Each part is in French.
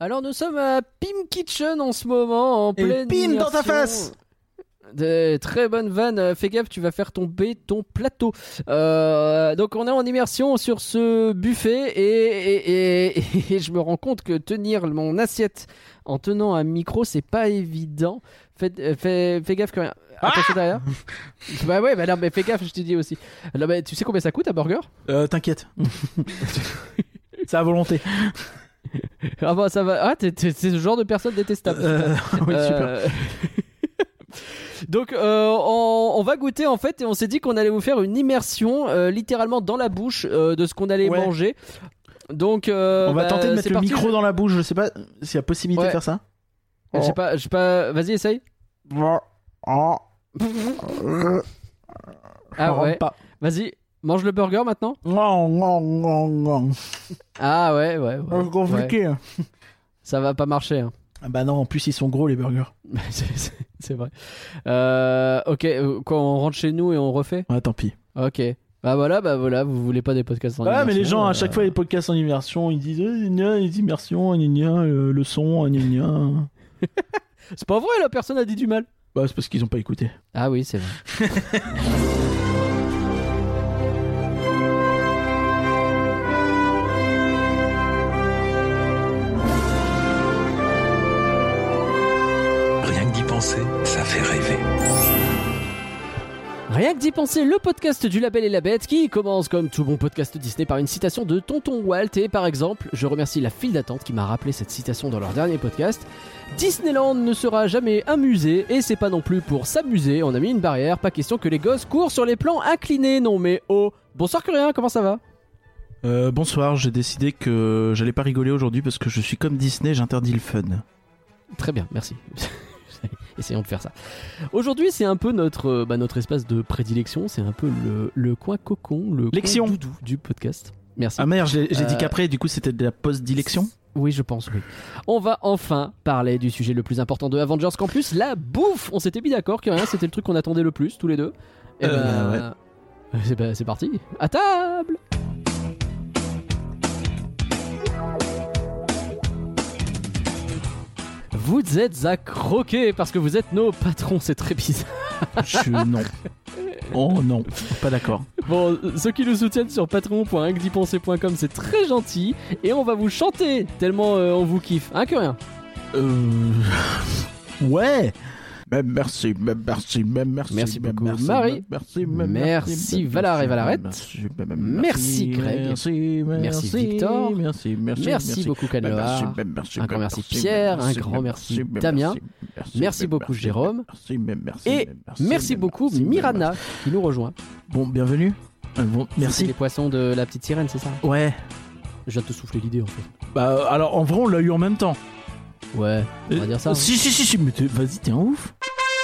Alors nous sommes à Pim Kitchen en ce moment, en pleine Pim immersion. dans ta face. Très bonne vanne, fais gaffe, tu vas faire tomber ton plateau. Donc on est en immersion sur ce buffet et je me rends compte que tenir mon assiette en tenant un micro, c'est pas évident. Fais gaffe que rien. Attention derrière. Bah ouais, bah non, mais fais gaffe, je t'ai dit aussi. Alors, bah, tu sais combien ça coûte un burger? T'inquiète. C'est à volonté. Ah bah ça va. Ah, c'est ce genre de personne détestable. Oui, super. Donc on va goûter en fait et on s'est dit qu'on allait vous faire une immersion littéralement dans la bouche de ce qu'on allait manger. Donc on va tenter de mettre le micro dans la bouche. Je sais pas s'il y a possibilité de faire ça. Je sais pas. Vas-y, essaye. Ah ouais. Vas-y, mange le burger maintenant. Ah ouais. C'est compliqué. Ouais. Ça va pas marcher. Hein. Ah bah non, en plus ils sont gros les burgers. C'est vrai. Ok, quand on rentre chez nous et on refait. Ouais, tant pis. Ok. Bah voilà, vous voulez pas des podcasts en immersion. Ouais, mais les gens à chaque fois les podcasts en immersion, ils disent les immersions, le son, C'est pas vrai, la personne a dit du mal. Bah c'est parce qu'ils ont pas écouté. Ah oui, c'est vrai. Rien que d'y penser, ça fait rêver. Rien que d'y penser, le podcast du Label et la Bête qui commence comme tout bon podcast Disney par une citation de Tonton Walt. Et par exemple, je remercie la file d'attente qui m'a rappelé cette citation dans leur dernier podcast. Disneyland ne sera jamais un musée et c'est pas non plus pour s'amuser. On a mis une barrière, pas question que les gosses courent sur les plans inclinés. Non mais oh, bonsoir Curien, comment ça va? Bonsoir, j'ai décidé que j'allais pas rigoler aujourd'hui parce que je suis comme Disney, j'interdis le fun. Très bien, merci. Essayons de faire ça. Aujourd'hui, c'est un peu notre espace de prédilection. C'est un peu le coin cocon, le coin doudou du podcast. Merci. Ah merde, j'ai dit qu'après, du coup, c'était de la post-dilection. Oui, je pense, oui. On va enfin parler du sujet le plus important de Avengers Campus, la bouffe. On s'était mis d'accord que rien, c'était le truc qu'on attendait le plus, tous les deux. Et ouais. C'est parti. À table. Vous êtes à croquer parce que vous êtes nos patrons, c'est très bizarre. Non. Oh non, pas d'accord. Bon, ceux qui nous soutiennent sur patreon.rienquedipenser.com, c'est très gentil. Et on va vous chanter tellement on vous kiffe. Hein, que rien. Ouais. Merci beaucoup Marie, merci Valar et Valarette, merci Greg, merci Victor, merci beaucoup Canoa, un grand merci Pierre, un grand merci Damien, merci beaucoup Jérôme, et merci beaucoup Mirana qui nous rejoint. Bon, bienvenue. Bon, merci. C'est les poissons de la petite sirène, c'est ça? Ouais. Je viens de te souffler l'idée en fait. Bah alors en vrai on l'a eu en même temps. Ouais, on va dire ça. Si, mais vas-y, t'es un ouf.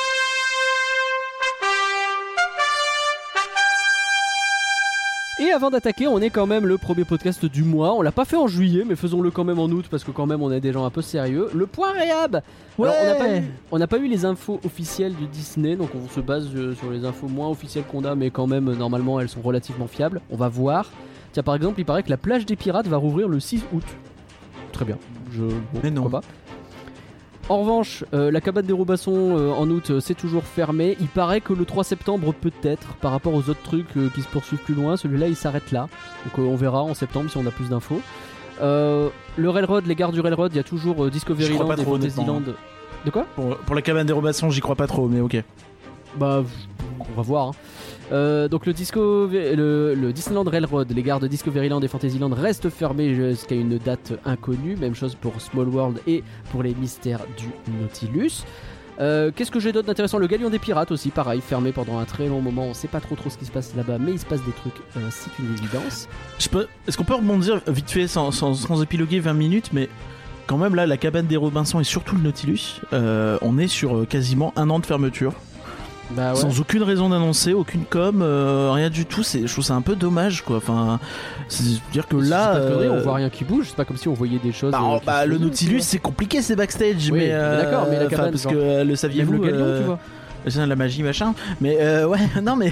Et avant d'attaquer, on est quand même le premier podcast du mois. On l'a pas fait en juillet, mais faisons-le quand même en août parce que quand même on est des gens un peu sérieux. Le point réhab. Ouais. Alors on n'a pas eu les infos officielles de Disney, donc on se base sur les infos moins officielles qu'on a, mais quand même normalement elles sont relativement fiables. On va voir. Tiens, par exemple, il paraît que la plage des pirates va rouvrir le 6 août. Très bien. Mais non. Pas. En revanche, la cabane des Robassons en août, c'est toujours fermé. Il paraît que le 3 septembre, peut-être, par rapport aux autres trucs qui se poursuivent plus loin, celui-là il s'arrête là. Donc on verra en septembre si on a plus d'infos. Le Railroad, les gares du Railroad, il y a toujours Discoveryland et Fantasyland. De quoi ? Pour la cabane des Robassons, j'y crois pas trop, mais ok. Bah, on va voir. Hein. Donc le Disneyland Railroad, les gares de Discoveryland et Fantasyland restent fermées jusqu'à une date inconnue. Même chose pour Small World et pour les mystères du Nautilus. Qu'est-ce que j'ai d'autre d'intéressant ? Le Galion des Pirates aussi, pareil, fermé pendant un très long moment. On sait pas trop ce qui se passe là-bas, mais il se passe des trucs, c'est une évidence. Est-ce qu'on peut rebondir vite fait sans épiloguer 20 minutes, mais quand même là, la cabane des Robinsons et surtout le Nautilus, on est sur quasiment un an de fermeture. Bah ouais. Sans aucune raison d'annoncer, aucune com, rien du tout. Je trouve ça un peu dommage, quoi. Enfin, c'est-à-dire que là, on voit rien qui bouge. C'est pas comme si on voyait des choses. Le Nautilus, c'est compliqué, c'est backstage, oui, mais d'accord, mais la cabane, parce que le saviez-vous le Galion, tu vois. c'est la magie machin. Mais ouais, non mais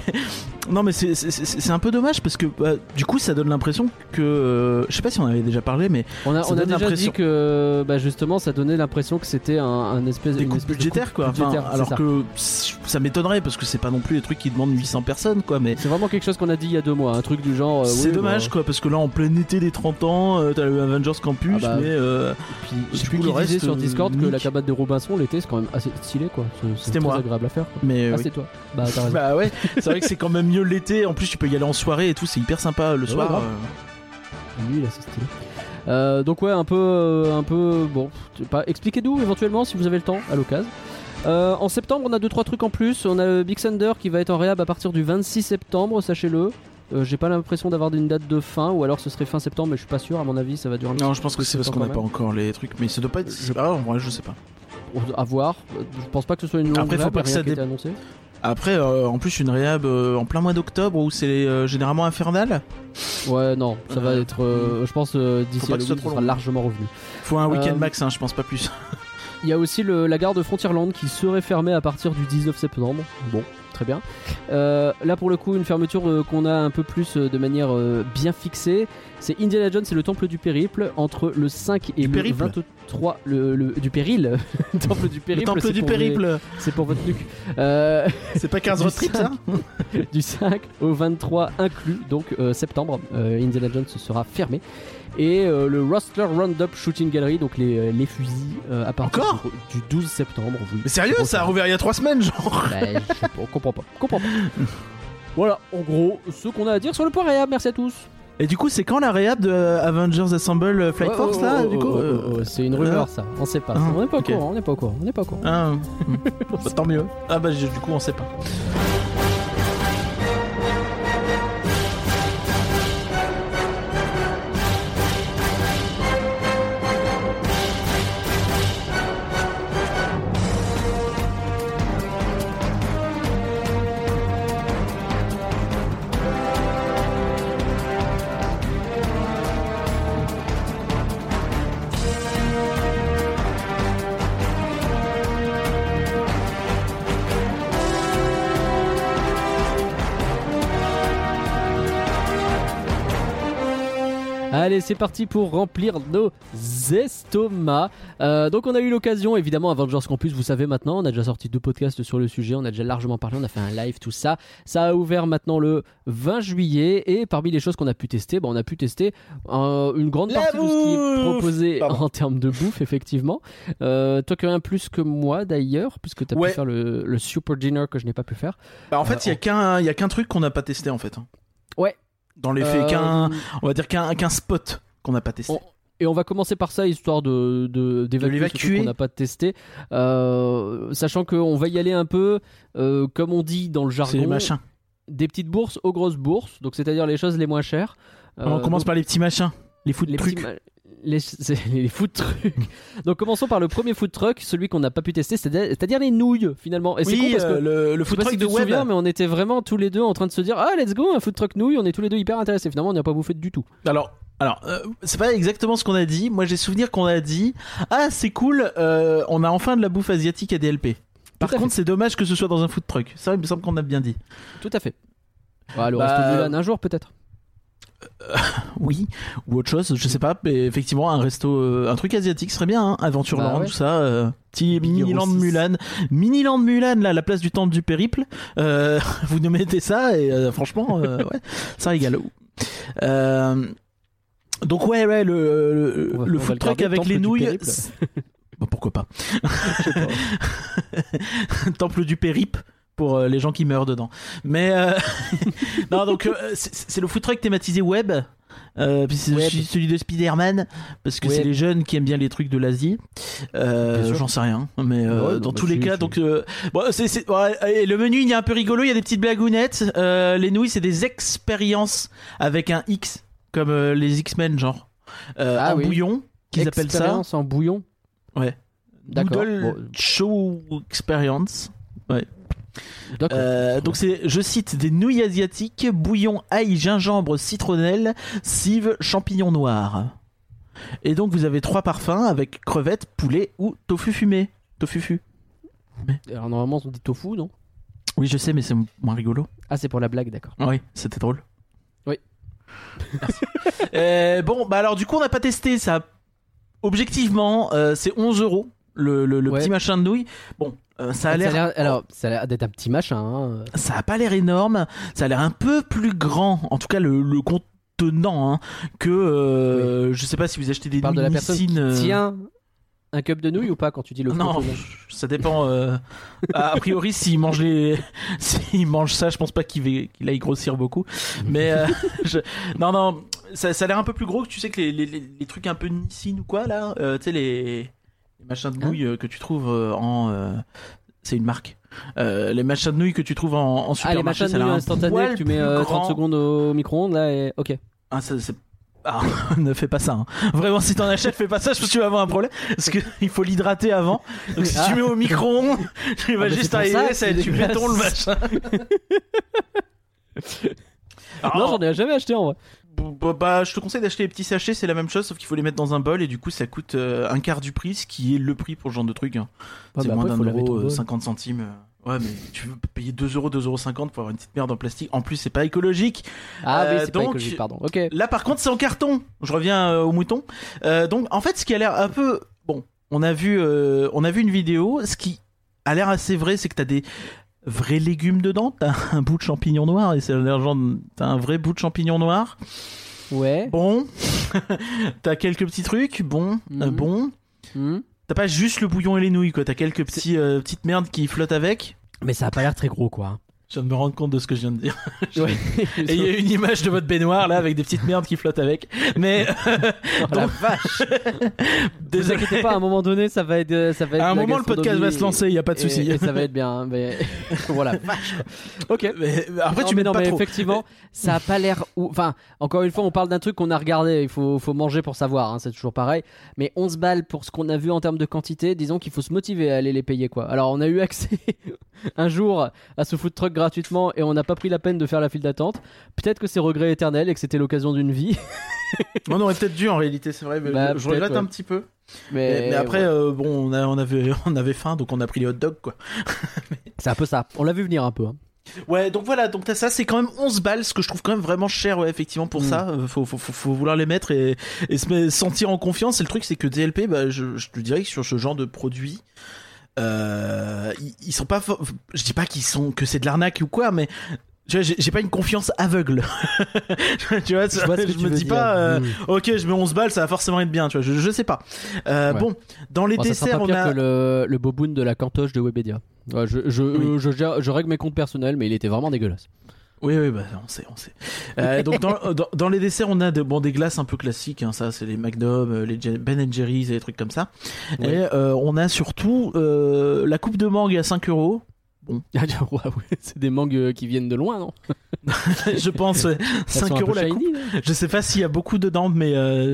c'est un peu dommage parce que du coup ça donne l'impression que je sais pas si on avait déjà parlé, mais on a déjà l'impression... dit que justement ça donnait l'impression que c'était un espèce des coupes budgétaires quoi. Budgétaire, alors que ça m'étonnerait parce que c'est pas non plus des trucs qui demandent 800 personnes quoi. Mais c'est vraiment quelque chose qu'on a dit il y a 2 mois, un truc du genre. C'est dommage quoi parce que là en plein été des 30 ans, t'as le Avengers Campus, mais puis je sais plus qui disait sur Discord que la cabane de Robinson l'été c'est quand même assez stylé quoi. C'était très moi. agréable à faire. Quoi. Mais c'est toi. T'as raison. Bah ouais, c'est vrai que c'est quand même mieux l'été. En plus tu peux y aller en soirée et tout, c'est hyper sympa le soir. Lui là c'est stylé. Donc ouais un peu bon, expliquez-nous éventuellement si vous avez le temps à l'occasion. En septembre on a 2-3 trucs en plus. On a Big Thunder qui va être en réhab à partir du 26 septembre, sachez-le. J'ai pas l'impression d'avoir une date de fin, ou alors ce serait fin septembre, mais je suis pas sûr. À mon avis, ça va durer un petit peu. Non, je pense que c'est parce qu'on n'a pas encore les trucs, mais ça doit pas être. Je sais pas. À voir. Je pense pas que ce soit une longue Après, faut pas que ça annoncé. Après, en plus, une réhab en plein mois d'octobre où c'est généralement infernal. Ouais, non, ça va être. Je pense d'ici Halloween, ça sera largement revenu. Faut un week-end max, je pense pas plus. Il y a aussi la gare de Frontierland qui serait fermée à partir du 19 septembre. Bon. Très bien. Là pour le coup une fermeture qu'on a un peu plus de manière bien fixée. C'est Indiana Jones et le Temple du Périple entre le 5 et le 23 du Péril. Temple du Périple. Le Temple du Périple. C'est pour votre nuque. C'est pas 15 road trip ça. Du 5 au 23 inclus, donc septembre, Indiana Jones sera fermé. Et le Rustler Roundup Shooting Gallery, donc les fusils à partir du 12 septembre. Oui. Mais sérieux, ça a rouvert il y a 3 semaines, genre. Je sais pas, on comprend pas. Voilà, en gros, ce qu'on a à dire sur le point réhab. Merci à tous. Et du coup, c'est quand la réhab de Avengers Assemble Flight Force là, du coup c'est une rumeur ça, on sait pas. On n'est pas au courant, on n'est pas au courant. Bah, tant mieux. Du coup, on sait pas. Allez, c'est parti pour remplir nos estomacs. Donc on a eu l'occasion, évidemment, Avengers Campus, vous savez maintenant, on a déjà sorti 2 podcasts sur le sujet, on a déjà largement parlé, on a fait un live, tout ça. Ça a ouvert maintenant le 20 juillet et parmi les choses qu'on a pu tester, on a pu tester une grande partie de ce qui est proposé en termes de bouffe, effectivement. Toi quand même plus que moi d'ailleurs, puisque tu as pu faire le super dinner que je n'ai pas pu faire. En fait, il y a qu'un truc qu'on n'a pas testé en fait. Ouais. Dans les faits, on va dire qu'un spot qu'on n'a pas testé. Et on va commencer par ça, histoire d'évacuer ce qu'on n'a pas testé. Sachant qu'on va y aller un peu, comme on dit dans le jargon, c'est les machins. Des petites bourses aux grosses bourses, donc c'est-à-dire les choses les moins chères. On commence par les petits machins, les food trucs. Les food trucs. Donc commençons par le premier food truck, celui qu'on n'a pas pu tester, c'est-à-dire les nouilles finalement. Et c'est con parce que le food truck de Web. Souviens, mais on était vraiment tous les deux en train de se dire let's go, un food truck nouilles, on est tous les deux hyper intéressés. Finalement on n'y a pas bouffé du tout. Alors c'est pas exactement ce qu'on a dit. Moi j'ai souvenir qu'on a dit c'est cool, on a enfin de la bouffe asiatique à DLP. Par contre c'est dommage que ce soit dans un food truck. Ça il me semble qu'on a bien dit. Tout à fait. Le resto Mulan un jour peut-être. Oui, ou autre chose, je sais pas, mais effectivement un resto, un truc asiatique serait bien, Aventureland, tout ça, petit Miniland Mulan là, à la place du temple du périple, vous nous mettez ça et franchement, ça régale. Donc le food truck avec les nouilles, pourquoi pas. Temple du périple. Pour les gens qui meurent dedans. Mais non, donc c'est le food truck thématisé web. Puis c'est celui de Spider-Man parce que c'est les jeunes qui aiment bien les trucs de l'Asie. J'en sais rien, mais dans tous les cas, donc et le menu il est un peu rigolo. Il y a des petites blagounettes. Les nouilles c'est des expériences avec un X comme les X-Men genre bouillon qu'ils appellent ça. Expérience en bouillon. Ouais. D'accord. Show experience. Ouais. Donc c'est, je cite, des nouilles asiatiques, bouillon, ail, gingembre, citronnelle, cive, champignons noirs. Et donc vous avez 3 parfums avec crevettes, poulet ou tofu fumé. Tofu. Alors normalement on dit tofu, non ? Oui, je sais, mais c'est moins rigolo. Ah, c'est pour la blague, d'accord. Oui, c'était drôle. Oui. Bon, bah alors du coup, on n'a pas testé ça. Objectivement, c'est 11 € le petit machin de nouilles. Bon, ça a l'air. Alors, ça a l'air d'être un petit machin. Hein. Ça a pas l'air énorme. Ça a l'air un peu plus grand. En tout cas, le contenant que je sais pas si vous achetez des nouilles de la personne qui Nissin, tient un cup de nouilles ou pas quand tu dis le non, contenant. ça dépend. A priori, s'il mange ça, je pense pas qu'il aille grossir beaucoup. Mais non, ça a l'air un peu plus gros que tu sais que les trucs un peu Nissin ou quoi là. Tu sais les machins de nouilles que tu trouves c'est une marque. Les machins de nouilles que tu trouves en supermarché, les machins de nouilles instantanés que tu mets 30 secondes au micro-ondes là et ok. Ah, ne fais pas ça. Hein. Vraiment, si t'en achètes, fais pas ça. Je pense que tu vas avoir un problème parce qu'il faut l'hydrater avant. Donc si tu mets au micro-ondes, tu vas juste arriver, tu béton le machin. Non, j'en ai jamais acheté en vrai. Bah, je te conseille d'acheter les petits sachets, c'est la même chose, sauf qu'il faut les mettre dans un bol et du coup ça coûte un quart du prix, ce qui est le prix pour ce genre de truc. Hein. C'est moins d'un euro, 50 centimes. Ouais, mais tu veux payer 2 €, 2,50 € pour avoir une petite merde en plastique. En plus, c'est pas écologique. Ah oui, c'est pas écologique, pardon. Ok. Là, par contre, c'est en carton. Je reviens au mouton. Donc, en fait, ce qui a l'air un peu... Bon, on a vu une vidéo. Ce qui a l'air assez vrai, c'est que t'as des vrais légumes dedans. T'as un bout de champignon noir et c'est l'air genre... T'as un vrai bout de champignon noir. Ouais. Bon. T'as quelques petits trucs. Bon. Bon. T'as pas juste le bouillon et les nouilles, quoi. T'as quelques petites merdes qui flottent avec. Mais ça a pas l'air très gros, quoi. Je viens de me rendre compte de ce que je viens de dire. Ouais. Et il y a une image de votre baignoire là avec des petites merdes qui flottent avec. Mais la vache. Ne vous inquiétez pas, à un moment donné, ça va être. À un moment, le podcast va se lancer, il y a pas de souci. Et ça va être bien. Mais voilà. Vache. Ok. Mais après, non, tu mets pas mais trop. effectivement, ça a pas l'air. Enfin, encore une fois, on parle d'un truc qu'on a regardé. Il faut manger pour savoir. Hein, c'est toujours pareil. Mais 11 balles pour ce qu'on a vu en termes de quantité, disons qu'il faut se motiver à aller les payer, quoi. Alors, on a eu accès un jour à ce food truck gratuitement et on n'a pas pris la peine de faire la file d'attente. Peut-être que c'est regret éternel et que c'était l'occasion d'une vie. On aurait peut-être dû en réalité, c'est vrai. Mais je regrette un petit peu. Mais après, bon, on avait faim, donc on a pris les hot dogs, quoi. C'est un peu ça. On l'a vu venir un peu. Hein. Ouais, donc voilà, donc t'as ça, c'est quand même 11 balles, ce que je trouve quand même vraiment cher, ouais, effectivement, pour ça. Faut vouloir les mettre et se sentir en confiance. Et le truc, c'est que DLP, bah, je te dirais que sur ce genre de produit, ils sont pas, je dis pas que c'est de l'arnaque ou quoi, mais tu vois, j'ai pas une confiance aveugle. Tu vois, je me dis pas, ok, je mets 11 balles, ça va forcément être bien, tu vois, je sais pas. Ouais. Bon, dans les desserts, on a que le boboon de la cantoche de Webedia. Ouais, je règle mes comptes personnels, mais il était vraiment dégueulasse. Oui, bah on sait. Donc dans les desserts, on a des glaces un peu classiques, hein, ça c'est les Magnum, les Ben & Jerry's et des trucs comme ça. Oui. Et on a surtout la coupe de mangue à 5 €. Bon. C'est des mangues qui viennent de loin, non? Je pense 5 € la coupe. Je sais pas s'il y a beaucoup dedans, mais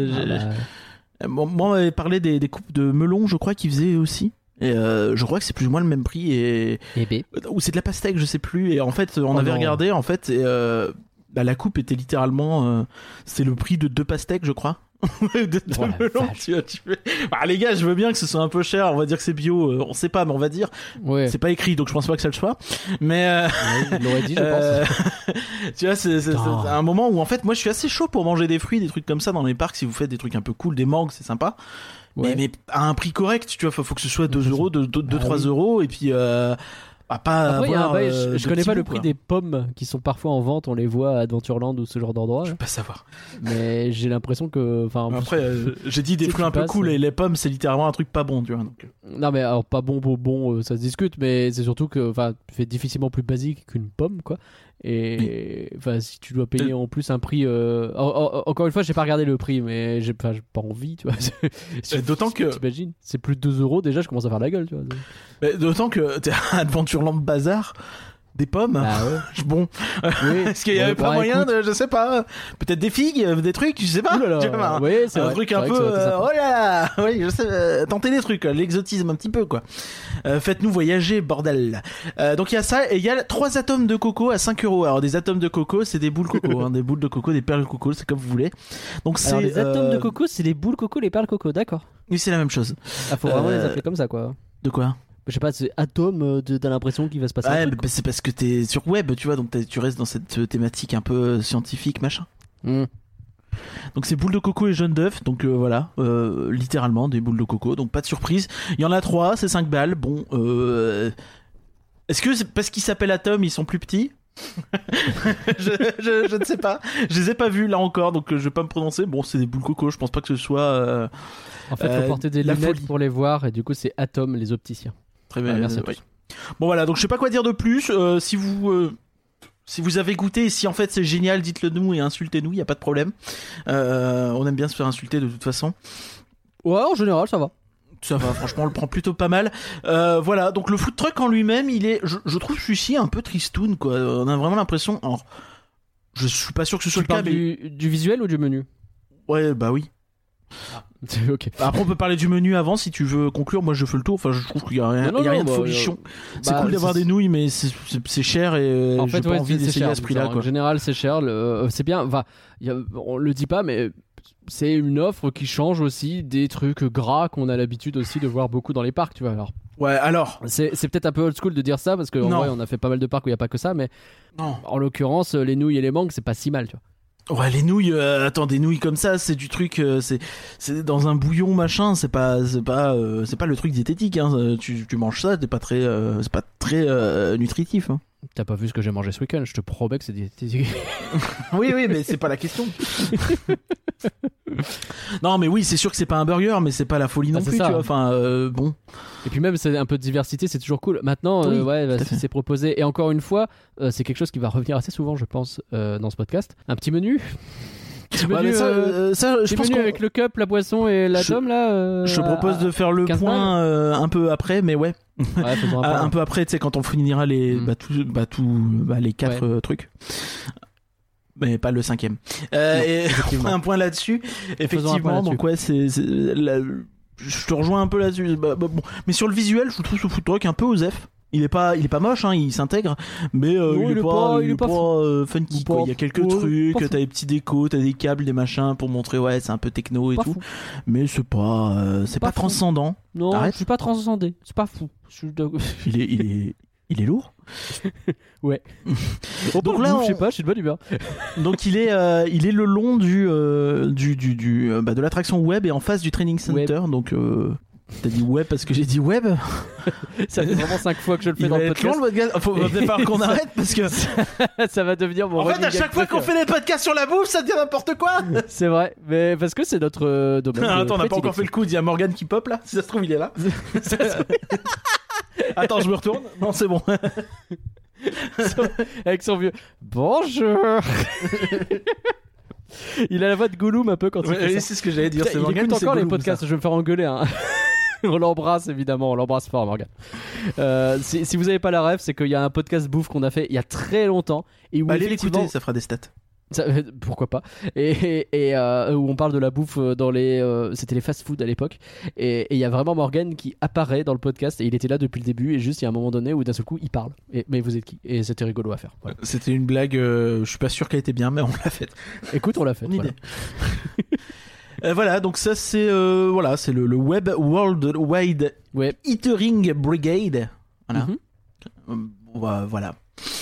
moi on m'avait parlé des coupes de melon, je crois qu'ils faisaient aussi. Et je crois que c'est plus ou moins le même prix ou c'est de la pastèque, je sais plus. Et en fait, on avait regardé en fait, et la coupe était littéralement c'est le prix de 2 pastèques, je crois. de melon, tu fais... Bah, les gars, je veux bien que ce soit un peu cher, on va dire que c'est bio, on sait pas, mais on va dire c'est pas écrit, donc je pense pas que ça le soit, mais il l'aurait dit, je pense. Tu vois, c'est un moment où en fait moi je suis assez chaud pour manger des fruits, des trucs comme ça dans les parcs. Si vous faites des trucs un peu cool, des mangues, c'est sympa. Ouais. Mais à un prix correct, tu vois, faut que ce soit 2 €, 2-3 €, et puis pas après, avoir, je connais pas le prix des pommes qui sont parfois en vente, on les voit à Adventureland ou ce genre d'endroit. Je peux pas savoir. Mais j'ai l'impression que. Après, j'ai dit des fruits un peu cool, et les pommes, c'est littéralement un truc pas bon, tu vois. Donc... Non, mais alors, pas bon, ça se discute, mais c'est surtout que tu fais difficilement plus basique qu'une pomme, quoi. Et si tu dois payer en plus un prix encore une fois j'ai pas regardé le prix, mais j'ai pas envie, tu vois. D'autant que t'imagines, c'est plus de 2 €, déjà je commence à faire la gueule, tu vois. Mais d'autant que t'es à Adventureland Bazar, des pommes, bon, est-ce qu'il y avait pas moyen de, je sais pas, peut-être des figues, des trucs, je sais pas, oui, c'est un vrai, truc un peu oh là là, oui, je sais, tenter des trucs, l'exotisme un petit peu, quoi. Faites-nous voyager, bordel. Donc il y a ça, et il y a 3 atomes de coco à 5 €. Alors des atomes de coco, c'est des boules coco, hein, des boules de coco, des perles coco, c'est comme vous voulez. Donc alors, les atomes de coco, c'est les boules coco, les perles coco, d'accord. Oui, c'est la même chose. Faut vraiment les appeler comme ça, quoi. De quoi? Je sais pas, c'est Atom, t'as l'impression qu'il va se passer un Ouais, truc, mais c'est parce que t'es sur web, tu vois, donc tu restes dans cette thématique un peu scientifique, machin. quoi. Donc c'est boules de coco et jaune d'œuf, donc voilà, littéralement des boules de coco, donc pas de surprise. Il y en a 3, c'est 5 balles. Bon, est-ce que c'est parce qu'ils s'appellent Atom, ils sont plus petits? je ne sais pas. Je les ai pas vus là encore, donc je vais pas me prononcer. Bon, c'est des boules coco, je pense pas que ce soit. En fait, faut porter des la lunettes folie. pour les voir, et du coup, c'est Atom, les opticiens. Très bien, Merci à tous. oui. Bon voilà, donc je sais pas quoi dire de plus. Si vous avez goûté et si en fait c'est génial, dites-le nous et insultez-nous, il y a pas de problème. On aime bien se faire insulter de toute façon. Ouais, en général, ça va. Ça va, franchement, on le prend plutôt pas mal. Voilà, donc le food truck en lui-même, il est, je trouve celui-ci un peu tristoun, quoi. On a vraiment l'impression. Alors, je suis pas sûr que ce soit Tu le cas, parles mais du visuel ou du menu? ouais, bah oui. Ok. Après, on peut parler du menu avant si tu veux conclure. Moi, je fais le tour. Enfin, je trouve qu'il y a rien, Non, il y a rien non, de bah, folichon. C'est bah, cool d'avoir c'est- des nouilles, mais c'est cher et En j'ai fait, pas ouais, envie c'est d'essayer cher. à ce prix-là, En quoi. général, c'est cher. C'est bien. Enfin, on le dit pas, mais c'est une offre qui change aussi des trucs gras qu'on a l'habitude aussi de voir beaucoup dans les parcs, tu vois. Alors, Ouais, alors. c'est peut-être un peu old school de dire ça parce qu'en Non. vrai, on a fait pas mal de parcs où il y a pas que ça, mais Non. en l'occurrence, les nouilles et les mangues, c'est pas si mal, tu vois. Ouais, les nouilles, attends, des nouilles comme ça, c'est du truc, c'est dans un bouillon machin, c'est pas le truc diététique, hein. Tu manges ça, c'est pas très nutritif, hein. T'as pas vu ce que j'ai mangé ce week-end? Je te promets que c'est diététique. Oui, mais c'est pas la question. Non, mais oui, c'est sûr que c'est pas un burger, mais c'est pas la folie non c'est plus, ça. tu vois. Enfin, bon. Et puis même, c'est un peu de diversité, c'est toujours cool. Maintenant, Oui, ouais, bah, tout à fait. c'est proposé. Et encore une fois, c'est quelque chose qui va revenir assez souvent, je pense, dans ce podcast. Un petit menu. Petit Ouais, menu, mais ça, je petit pense menu qu'on. avec le cup, la boisson et l'atome là. Je te propose de faire le 15 point un peu après, mais ouais. Ouais, faisons un Un point. peu après, tu sais, quand on finira les, Mm. les 4 trucs. Mais pas le 5e. Et on effectivement. fera un point là-dessus. Faisons un point Effectivement, là-dessus. donc ouais, je te rejoins un peu là-dessus. Bon. Mais sur le visuel, je trouve ce food truck un peu osef. Il est pas moche, hein, il s'intègre, mais Non, il est pas funky, il est quoi. pas- Il y a quelques ouais, trucs, pas t'as fou. des petits décos, t'as des câbles, des machins pour montrer, ouais, c'est un peu techno et Pas tout. fou. Mais c'est pas Pas fou. transcendant. Non, Arrête. je suis pas transcendé. C'est pas fou. Il est lourd. Ouais. Donc là, je sais pas, je suis de bonne humeur. Donc il est le long de l'attraction web et en face du training center. Donc t'as dit web parce que j'ai dit web. Ça fait vraiment 5 fois que je le fais Il dans va le être long podcast. le podcast. Faut peut-être pas qu'on arrête parce que Ça va devenir mon en fait running à gag chaque fois qu'on préféré. fait des podcasts sur la bouffe, ça devient n'importe quoi. C'est vrai, mais parce que c'est notre domaine. Attends, on n'a pas encore fait le coup. Il y a Morgan qui pop là. Si ça se trouve, il est là. Attends, je me retourne. Non, c'est bon. Avec son vieux bonjour. Il a la voix de Gollum un peu quand il fait ça. C'est ce que j'allais dire. Putain, C'est il Morgan, écoute c'est encore les Gollum, podcasts, ça. je vais me faire engueuler. Hein. On l'embrasse évidemment, on l'embrasse fort Morgan. Si vous avez pas la ref, c'est qu'il y a un podcast bouffe qu'on a fait il y a très longtemps et où Allez effectivement- l'écouter, ça fera des stats. Ça- pourquoi pas, et où on parle de la bouffe dans les c'était les fast-food à l'époque, et il y a vraiment Morgan qui apparaît dans le podcast et il était là depuis le début et juste il y a un moment donné où d'un seul coup il parle mais vous êtes qui, et c'était rigolo à faire. Voilà. C'était une blague. Je suis pas sûr qu'elle était bien, mais on l'a faite. Écoute, on l'a fait. Bonne Voilà. idée. Voilà, donc ça c'est c'est le Web World Wide Ouais. Eatering Brigade. Voilà. Mhm. Voilà.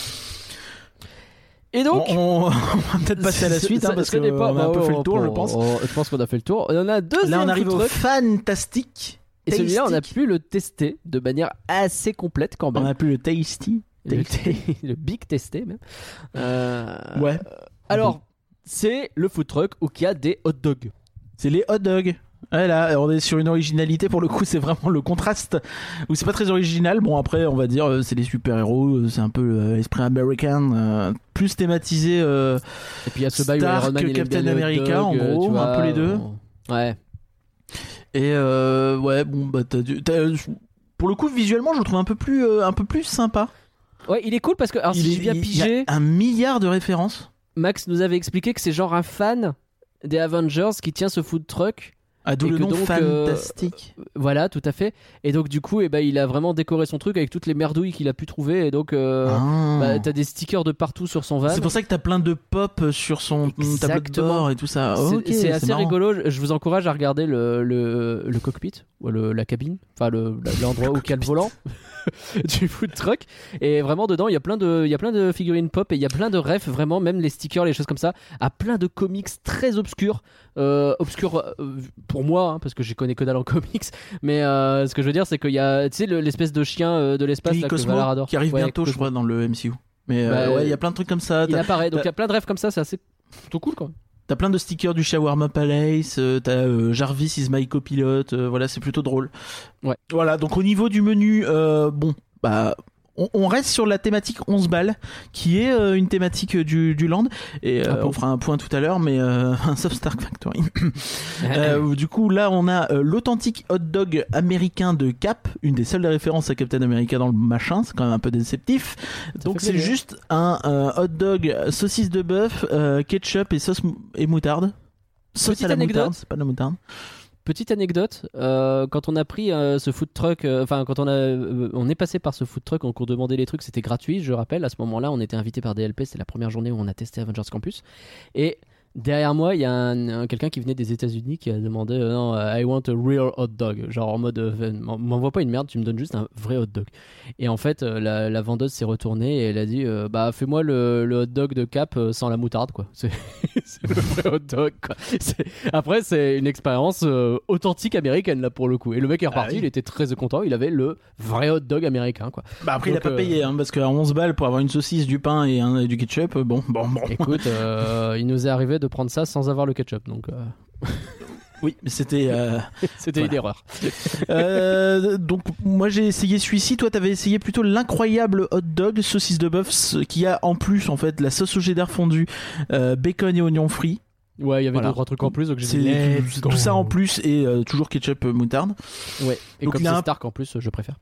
Et donc On va peut-être passer à la suite hein, parce ce n'est qu'on pas- a un peu bah, fait le tour, on- je pense. je pense qu'on a fait le tour. On a un deuxième Là, on arrive food au truck. fantastique. Et celui-là, on a Tastic. pu le tester de manière assez complète quand On même. a plus le tasty. Le big testé même. Ouais. Alors, c'est le food truck où il y a des hot dogs. C'est les hot dogs. Ouais, là, on est sur une originalité pour le coup, c'est vraiment le contraste où c'est pas très original. Bon, après, on va dire, c'est les super-héros, c'est un peu l'esprit américain, plus thématisé. Et puis il y a ce bail où Stark, Iron Man il aime Captain bien les hot America, dogs, en gros, tu vois, un peu les deux. Ouais. Et ouais, bon, bah, pour le coup, visuellement, je le trouve un peu plus sympa. Ouais, il est cool parce que, alors si j'ai bien il y pigé, a 1 milliard de références. Max nous avait expliqué que c'est genre un fan des Avengers qui tient ce food truck Ah, d'où Et le que nom donc, fantastique. Voilà, tout à fait. Et donc du coup, il a vraiment décoré son truc avec toutes les merdouilles qu'il a pu trouver. Et donc, t'as des stickers de partout sur son van. C'est pour ça que t'as plein de pop sur son tableau de Exactement. bord et tout ça. C'est Ok, c'est assez marrant. rigolo. Je vous encourage à regarder le cockpit, ou la cabine, enfin l'endroit où il y a le volant du food truck. Et vraiment dedans, il y a plein de figurines pop et il y a plein de refs, vraiment, même les stickers, les choses comme ça, à plein de comics très obscurs. Obscurs pour moi, hein, parce que je connais que dalle en comics. Mais ce que je veux dire, c'est qu'il y a, tu sais, l'espèce de chien de l'espace Oui, là, que Cosmo, Valar adore. qui arrive Ouais, bientôt, je Cosmo. crois, dans le MCU. Mais Bah, il y a plein de trucs comme ça. Il apparaît, donc il y a plein de rêves comme ça, c'est assez plutôt cool quoi. T'as plein de stickers du Shawarma Palace, t'as Jarvis is my copilot, voilà, c'est plutôt drôle. Ouais. Voilà, donc au niveau du menu, on reste sur la thématique 11 balles, qui est une thématique du land, et on fera un point tout à l'heure, mais sauf Stark Factory. Du coup, là, on a l'authentique hot dog américain de Cap, une des seules références à Captain America dans le machin, c'est quand même un peu déceptif. Donc c'est juste un hot dog saucisse de bœuf, ketchup et sauce et moutarde. Sauce Petite à la anecdote. moutarde, c'est pas de la moutarde. Petite anecdote, quand on a pris ce food truck, quand on est passé par ce food truck, on demandait les trucs, c'était gratuit, je rappelle. À ce moment-là, on était invité par DLP, c'était la première journée où on a testé Avengers Campus. Et derrière moi, il y a quelqu'un qui venait des États-Unis qui a demandé non, I want a real hot dog. Genre en mode, m'envoie pas une merde, tu me donnes juste un vrai hot dog. Et en fait, la vendeuse s'est retournée et elle a dit fais-moi le hot dog de Cap sans la moutarde, quoi. C'est le vrai hot dog, quoi. Après, c'est une expérience authentique américaine, là, pour le coup. Et le mec est reparti, oui. il était très content, il avait le vrai hot dog américain, quoi. Bah après, Donc, il a pas payé, hein, parce qu'à 11 balles pour avoir une saucisse, du pain et du ketchup, bon. Écoute, il nous est arrivé de prendre ça sans avoir le ketchup, donc Oui, mais c'était. c'était une erreur. Donc moi j'ai essayé celui-ci, toi t'avais essayé plutôt l'incroyable hot dog saucisse de bœuf qui a en plus en fait la sauce au cheddar fondu, bacon et oignons frits. Ouais, il y avait Voilà. deux trois trucs en plus, donc j'ai C'est dit let's tout go. ça en plus et toujours ketchup moutarde. Ouais. Et Donc, comme il y a c'est un- Stark en plus, je préfère.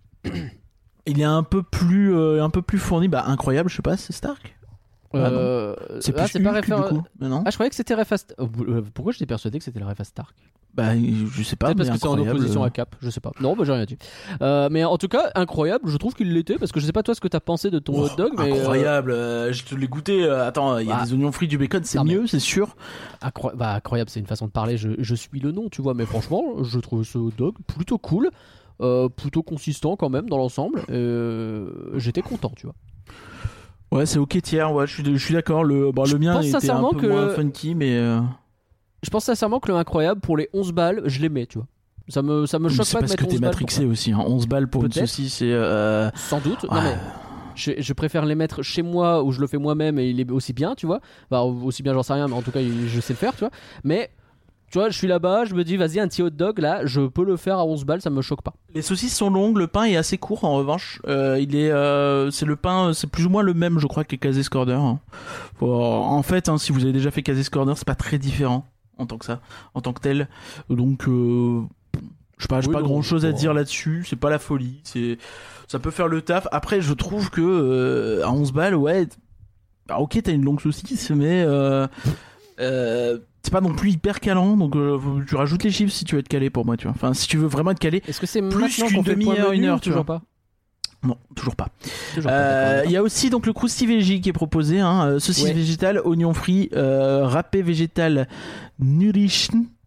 Il est un peu plus fourni, incroyable, je sais pas, c'est Stark. C'est plus c'est pas Hulk, du référent. coup. Mais non. Ah, je croyais que c'était ref à pourquoi j'étais persuadé que c'était le ref à Stark? Je sais pas. Peut-être parce mais que c'est en incroyable. opposition à Cap, je sais pas. Non, j'ai rien dit. Mais en tout cas, incroyable, je trouve qu'il l'était, parce que je sais pas toi ce que t'as pensé de ton hot dog, mais Incroyable, je te l'ai goûté. Attends, il y a des oignons frits, du bacon, c'est non, mais- mieux, c'est sûr. incroyable, c'est une façon de parler, je suis le nom, tu vois, mais franchement, je trouve ce hot dog plutôt cool, plutôt consistant quand même dans l'ensemble, j'étais content, tu vois. Ouais, c'est ok tiers, ouais, je suis d'accord. Le mien pense était un sincèrement peu que- moins funky, mais. Je pense sincèrement que le incroyable, pour les 11 balles, je l'aimais, tu vois. Ça me choque c'est pas de parce mettre que 11 t'es balles matrixé aussi, hein. 11 balles pour une Peut-être. saucisse et. Sans doute. Ouais. Non mais je préfère les mettre chez moi où je le fais moi-même et il est aussi bien, tu vois. Enfin, aussi bien, j'en sais rien, mais en tout cas, je sais le faire, tu vois. Mais tu vois, je suis là-bas, je me dis, vas-y, un petit hot dog là, je peux le faire à 11 balles, ça me choque pas. Les saucisses sont longues, le pain est assez court en revanche. C'est le pain, c'est plus ou moins le même, je crois, que les Casey Corner. Hein. En fait, hein, si vous avez déjà fait Casey Corner, c'est pas très différent en tant que tel. Donc, je sais pas, j'ai Oui, pas non, grand chose à bon. dire là-dessus. C'est pas la folie. Ça peut faire le taf. Après, je trouve que à 11 balles, ouais. Ok, t'as une longue saucisse, mais c'est pas non plus hyper calant. Donc, tu rajoutes les chips si tu veux être calé pour moi, tu vois. Enfin, si tu veux vraiment être calé. Est-ce que c'est Plus maintenant qu'une qu'on fait point demi-heure, menu une heure, ou tu toujours vois. pas? Non, toujours pas. Toujours pas, d'accord. Il y a aussi donc le Krusty Veggie qui est proposé, hein, saucisse Ouais. végétale, oignons frits, râpé végétal, nourish,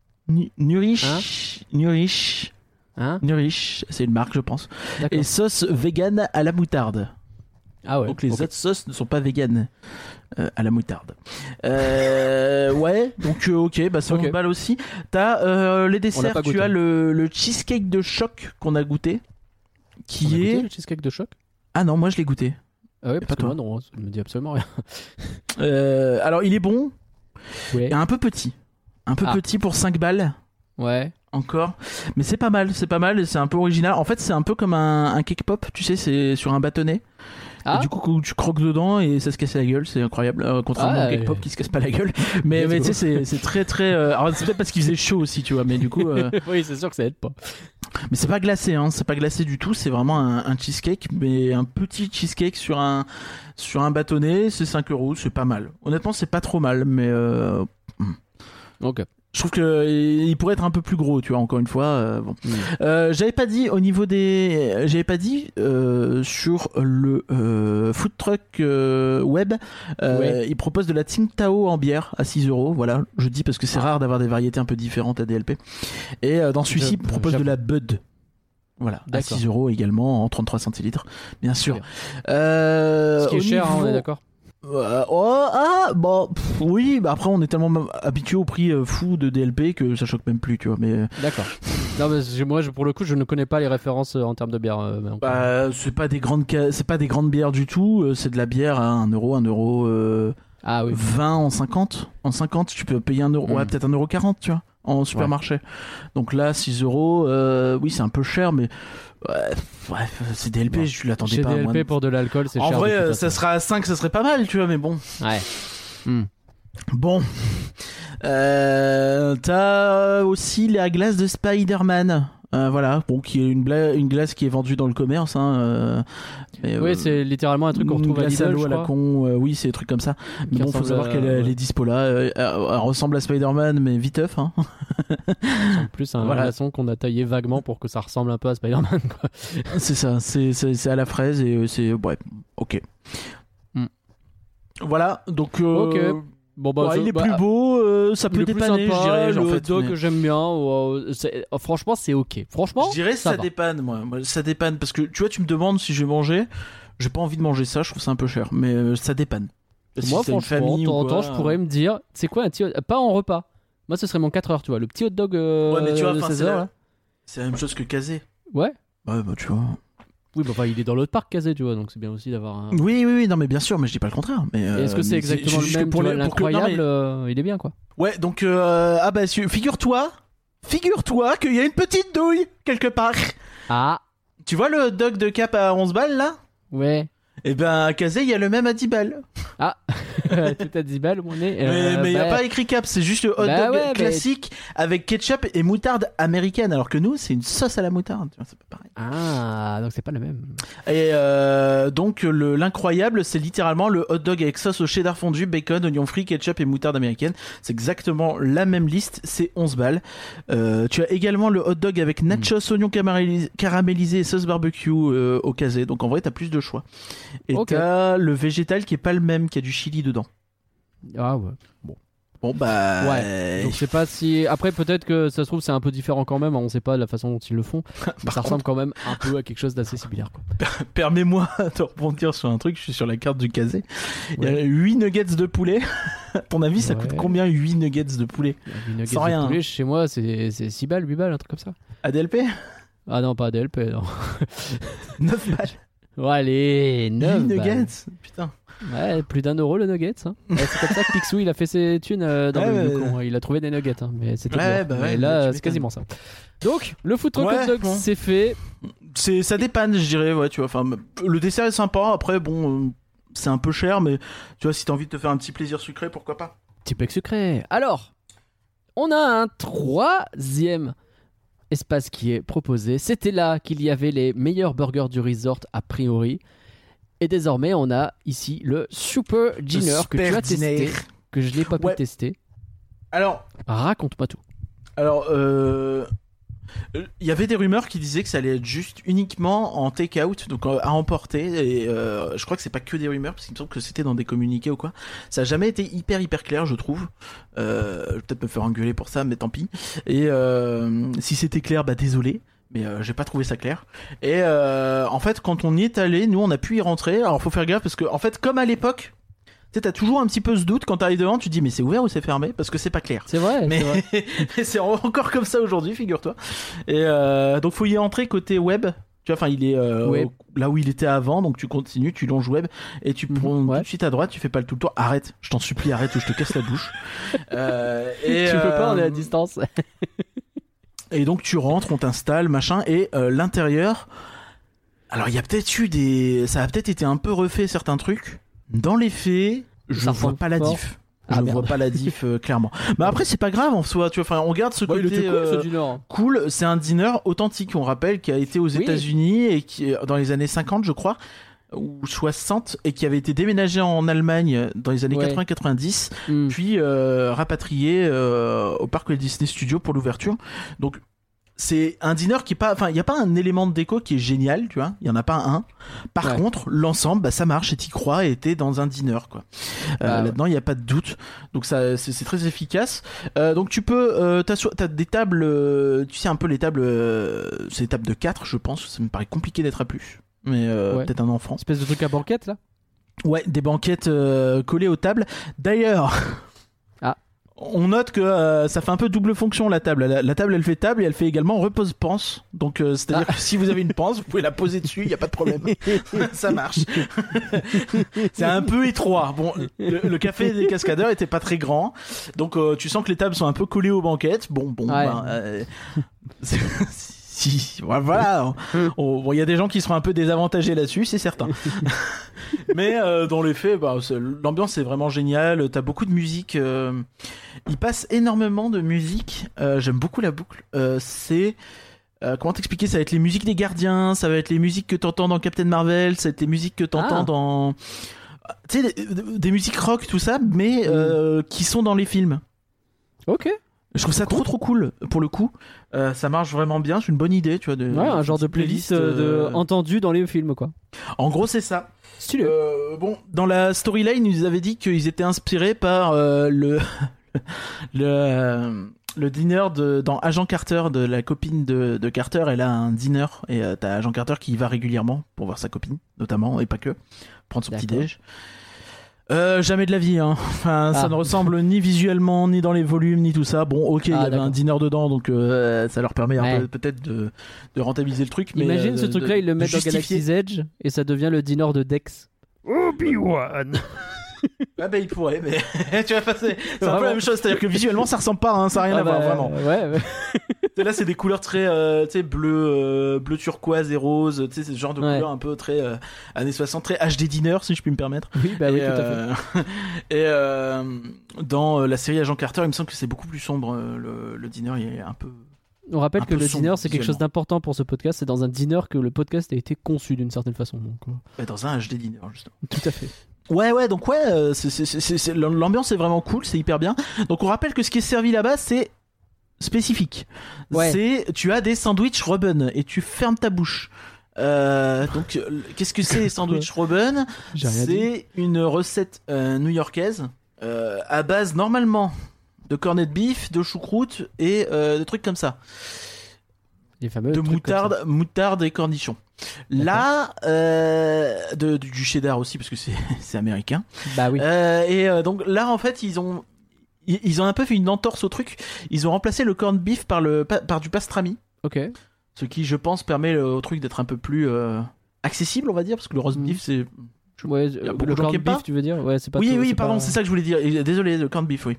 Hein? c'est une marque je pense, D'accord. et sauce vegan à la moutarde. Ah ouais. Donc les ok. autres sauces ne sont pas véganes à la moutarde. Ouais, donc ok, bah c'est Ok. 11 balles aussi. T'as les desserts, pas tu goûté. as le cheesecake de choc qu'on a goûté, On a qui goûté est... le cheesecake de choc? Ah non, moi je l'ai goûté. Ah ouais, Pas parce que toi. moi non, ça me dit absolument rien. Alors il est bon, Ouais. et un peu petit. Un peu Ah. petit pour 5 balles Ouais. encore. Mais c'est pas mal, et c'est un peu original. En fait, c'est un peu comme un cake pop, tu sais, c'est sur un bâtonnet. Ah. Et du coup, tu croques dedans et ça se casse la gueule, c'est incroyable. Contrairement Ah, au cake pop qui se casse pas la gueule. Mais Let's tu go. sais, c'est très très. Alors c'est peut-être parce qu'il faisait chaud aussi, tu vois, mais du coup. Oui, c'est sûr que ça aide pas. Mais c'est pas glacé, hein, c'est pas glacé du tout, c'est vraiment un cheesecake, mais un petit cheesecake sur un bâtonnet, c'est 5 €, c'est pas mal. Honnêtement, c'est pas trop mal, mais. Ok. Je trouve que il pourrait être un peu plus gros, tu vois. Encore une fois, bon. J'avais pas dit au niveau des, sur le food truck web, il propose de la Tsingtao en bière à 6€. Voilà, je dis parce que c'est rare d'avoir des variétés un peu différentes à DLP. Et dans celui-ci, il propose de la Bud. Voilà, à 6€ également en 33 centilitres, bien sûr. Ce qui est cher, on est d'accord. Oui, après on est tellement habitué au prix fou de DLP que ça choque même plus, tu vois. Mais d'accord. Non, mais moi, pour le coup, je ne connais pas les références en termes de bière. C'est pas des grandes bières du tout. C'est de la bière à 1€, 1€. Ah oui. 20 en 50. En 50, tu peux payer 1€. Ouais, peut-être 1,40€, tu vois, en supermarché. Donc là, 6€, oui, c'est un peu cher, mais. Bref, c'est DLP, je l'attendais pas. Chez DLP pour de l'alcool, c'est cher. En vrai, ça sera à 5, ça serait pas mal, tu vois, mais bon. Ouais. Bon. T'as aussi la glace de Spider-Man. Voilà, bon, qui est une glace qui est vendue dans le commerce. Oui, c'est littéralement un truc qu'on retrouve à Lidl, l'eau à la con. Oui, c'est des trucs comme ça. Mais bon, faut savoir qu'elle est dispo là. Elle ressemble à Spider-Man, mais viteuf. Hein. En plus, un glaçon qu'on a taillé vaguement pour que ça ressemble un peu à Spider-Man. Quoi. C'est ça. C'est à la fraise et c'est ouais. Ok. Voilà. Donc. Ok. Bon, il est plus beau, ça peut dépanner, sympa, je dirais. Le hot dog que j'aime bien, franchement, c'est ok. Franchement, je dirais ça dépanne, moi. Ça dépanne parce que tu vois, tu me demandes si je vais manger. J'ai pas envie de manger ça, je trouve ça un peu cher, mais ça dépanne. Moi, franchement, de temps en temps, je pourrais me dire, c'est quoi un petit pas en repas. Moi, ce serait mon 4 heures, tu vois, le petit hot dog mais tu vois, de 16 heures. C'est la même chose que Kazé. Ouais. Ouais, tu vois. Oui, il est dans l'autre parc Kazé, tu vois, donc c'est bien aussi d'avoir un. Oui, non, mais bien sûr, mais je dis pas le contraire. Mais est-ce que c'est exactement le même pour l'incroyable il est bien, quoi. Ouais, donc figure-toi qu'il y a une petite douille quelque part. Ah. Tu vois le hot dog de Cap à 11 balles là ? Ouais. Et ben à Kazé, il y a le même à 10 balles. Ah. Tout à 10 balles où on est. Mais il n'y a pas écrit Cap, c'est juste le hot dog classique avec ketchup et moutarde américaine, alors que nous, c'est une sauce à la moutarde. C'est pas pareil. Ah, donc c'est pas le même. Et donc l'incroyable, c'est littéralement le hot dog avec sauce au cheddar fondu, bacon, oignon frit, ketchup et moutarde américaine. C'est exactement la même liste, c'est 11 balles. Tu as également le hot dog avec nachos, oignons caramélisés et sauce barbecue au Kazé. Donc en vrai, t'as plus de choix. Et t'as le végétal qui est pas le même, qui a du chili dedans. Ah ouais. Bon bah. Ouais. Donc je sais pas si. Après peut-être que ça se trouve c'est un peu différent quand même. On sait pas de la façon dont ils le font. Mais ça ressemble quand même un peu à quelque chose d'assez similaire. Quoi. Permets-moi de rebondir sur un truc. Je suis sur la carte du Kazé. Il y a 8 nuggets de poulet. À ton avis, ça coûte combien 8 nuggets de poulet? 8 nuggets de poulet chez moi, c'est 6 balles, 8 balles, un truc comme ça. ADLP? Ah non, pas ADLP, non. 9 balles. Ouais, allez, 9 8 nuggets, balles. putain. Ouais, plus d'1€ le nugget. Hein. C'est comme ça que Picsou il a fait ses thunes dans le con. Il a trouvé des nuggets, hein, mais c'était et là, c'est quasiment ça. Donc, le food truck hot dog, c'est fait. Ça dépanne, je dirais. Ouais, tu vois. Enfin, le dessert est sympa. Après, bon, c'est un peu cher, mais tu vois, si t'as envie de te faire un petit plaisir sucré, pourquoi pas. Petit bec sucré. Alors, on a un troisième espace qui est proposé. C'était là qu'il y avait les meilleurs burgers du resort a priori. Et désormais, on a ici le Super Dinner que tu as testé, que je n'ai pas pu tester. Alors, raconte-moi tout. Alors, il y avait des rumeurs qui disaient que ça allait être juste uniquement en take-out, donc à emporter. Et je crois que c'est pas que des rumeurs, parce qu'il me semble que c'était dans des communiqués ou quoi. Ça a jamais été hyper clair, je trouve. Je vais peut-être me faire engueuler pour ça, mais tant pis. Et si c'était clair, bah désolé. Mais j'ai pas trouvé ça clair. Et en fait, quand on y est allé, nous on a pu y rentrer. Alors faut faire gaffe parce que en fait, comme à l'époque, tu sais, t'as toujours un petit peu ce doute quand t'arrives devant. Tu te dis mais c'est ouvert ou c'est fermé parce que c'est pas clair. C'est vrai. Mais c'est encore comme ça aujourd'hui, figure-toi. Et donc faut y entrer côté web. Tu vois, enfin il est là où il était avant, donc tu continues, tu longes web et tu prends tout de suite à droite. Tu fais pas le tout le tour. Arrête, je t'en supplie, arrête ou je te casse la bouche. Et tu peux pas, on est à distance. Et donc tu rentres, on t'installe, machin, et l'intérieur. Alors il y a peut-être eu ça a peut-être été un peu refait certains trucs. Dans les faits, je vois pas la diff. Je vois pas la diff clairement. Mais après c'est pas grave en soi, tu vois. Enfin on garde ce côté il était cool, ce dîner. Cool. C'est un dîner authentique, on rappelle, qui a été aux États-Unis et qui dans les années 50, je crois. ou 60 et qui avait été déménagé en Allemagne dans les années 80-90, puis rapatrié au parc Walt Disney Studios pour l'ouverture. Donc c'est un dîner qui est pas, enfin il y a pas un élément de déco qui est génial, tu vois, il y en a pas un. Par contre, l'ensemble, bah, ça marche et t'y crois et t'es dans un dîner quoi. Là-dedans, il y a pas de doute. Donc ça, c'est très efficace. Donc tu peux, t'as des tables, tu sais un peu les tables, c'est des tables de 4 je pense. Ça me paraît compliqué d'être à plus, mais peut-être un enfant. Espèce de truc à banquette là. Ouais, des banquettes collées aux tables. D'ailleurs. On note que ça fait un peu double fonction la table. La table elle fait table et elle fait également repose-pense. Donc c'est-à-dire que si vous avez une panse, vous pouvez la poser dessus, il y a pas de problème. Ça marche. C'est un peu étroit. Bon, le café des cascadeurs était pas très grand. Donc tu sens que les tables sont un peu collées aux banquettes. Bon si, voilà. Il y a des gens qui seront un peu désavantagés là-dessus, c'est certain. Mais dans les faits, l'ambiance est vraiment géniale. T'as beaucoup de musique. Il passe énormément de musique. J'aime beaucoup la boucle. C'est comment t'expliquer ? Ça va être les musiques des Gardiens, ça va être les musiques que t'entends dans Captain Marvel, ça va être les musiques que t'entends dans, tu sais, des musiques rock, tout ça, mais qui sont dans les films. Ok. Je trouve ça trop cool pour le coup. Ça marche vraiment bien, c'est une bonne idée, tu vois. Un genre de playlist entendu dans les films, quoi. En gros, c'est ça. Stylé. Bon, dans la storyline, ils nous avaient dit qu'ils étaient inspirés par le dîner dans Agent Carter, de la copine de Carter. Elle a un dîner et t'as Agent Carter qui y va régulièrement pour voir sa copine, notamment, et pas que, prendre son petit déj. Jamais de la vie, hein. Enfin, ça ne ressemble ni visuellement, ni dans les volumes, ni tout ça. Bon, ok, il y avait un dîner dedans, donc ça leur permet un peu peut-être de rentabiliser le truc. Mais imagine ce truc-là, ils le mettent dans Galaxy's Edge et ça devient le dîner de Dex. Obi-Wan. Ah bah il pourrait, mais tu vas passer. C'est un peu la même chose, c'est-à-dire que visuellement ça ressemble pas, hein, ça n'a rien à voir vraiment. Ouais. Là c'est des couleurs très, tu sais, bleu turquoise et rose, tu sais, c'est ce genre de couleurs un peu très années 60, très HD Dinner si je puis me permettre. Oui, bah oui, tout à fait. Et dans la série Agent Carter, il me semble que c'est beaucoup plus sombre. Le dîner il est un peu. On rappelle que le dîner c'est quelque chose d'important pour ce podcast. C'est dans un dîner que le podcast a été conçu d'une certaine façon. Donc, dans un HD Dinner justement. Tout à fait. Ouais, donc l'ambiance est vraiment cool, c'est hyper bien. Donc on rappelle que ce qui est servi là-bas, c'est spécifique. Tu as des sandwichs Robin et tu fermes ta bouche. Donc qu'est-ce que c'est les sandwichs Robin ? C'est une recette new-yorkaise à base normalement de corned beef, de choucroute et de trucs comme ça. Les fameux de moutarde et cornichons. Là, du cheddar aussi parce que c'est américain. Bah oui. Donc là, en fait, ils ont un peu fait une entorse au truc. Ils ont remplacé le corned beef par du pastrami. Ok. Ce qui, je pense, permet au truc d'être un peu plus accessible, on va dire, parce que le roast beef, c'est. Ouais, le corned beef, tu veux dire ? Ouais, c'est pas. Oui, pardon, c'est ça que je voulais dire. Désolé, le corned beef, oui.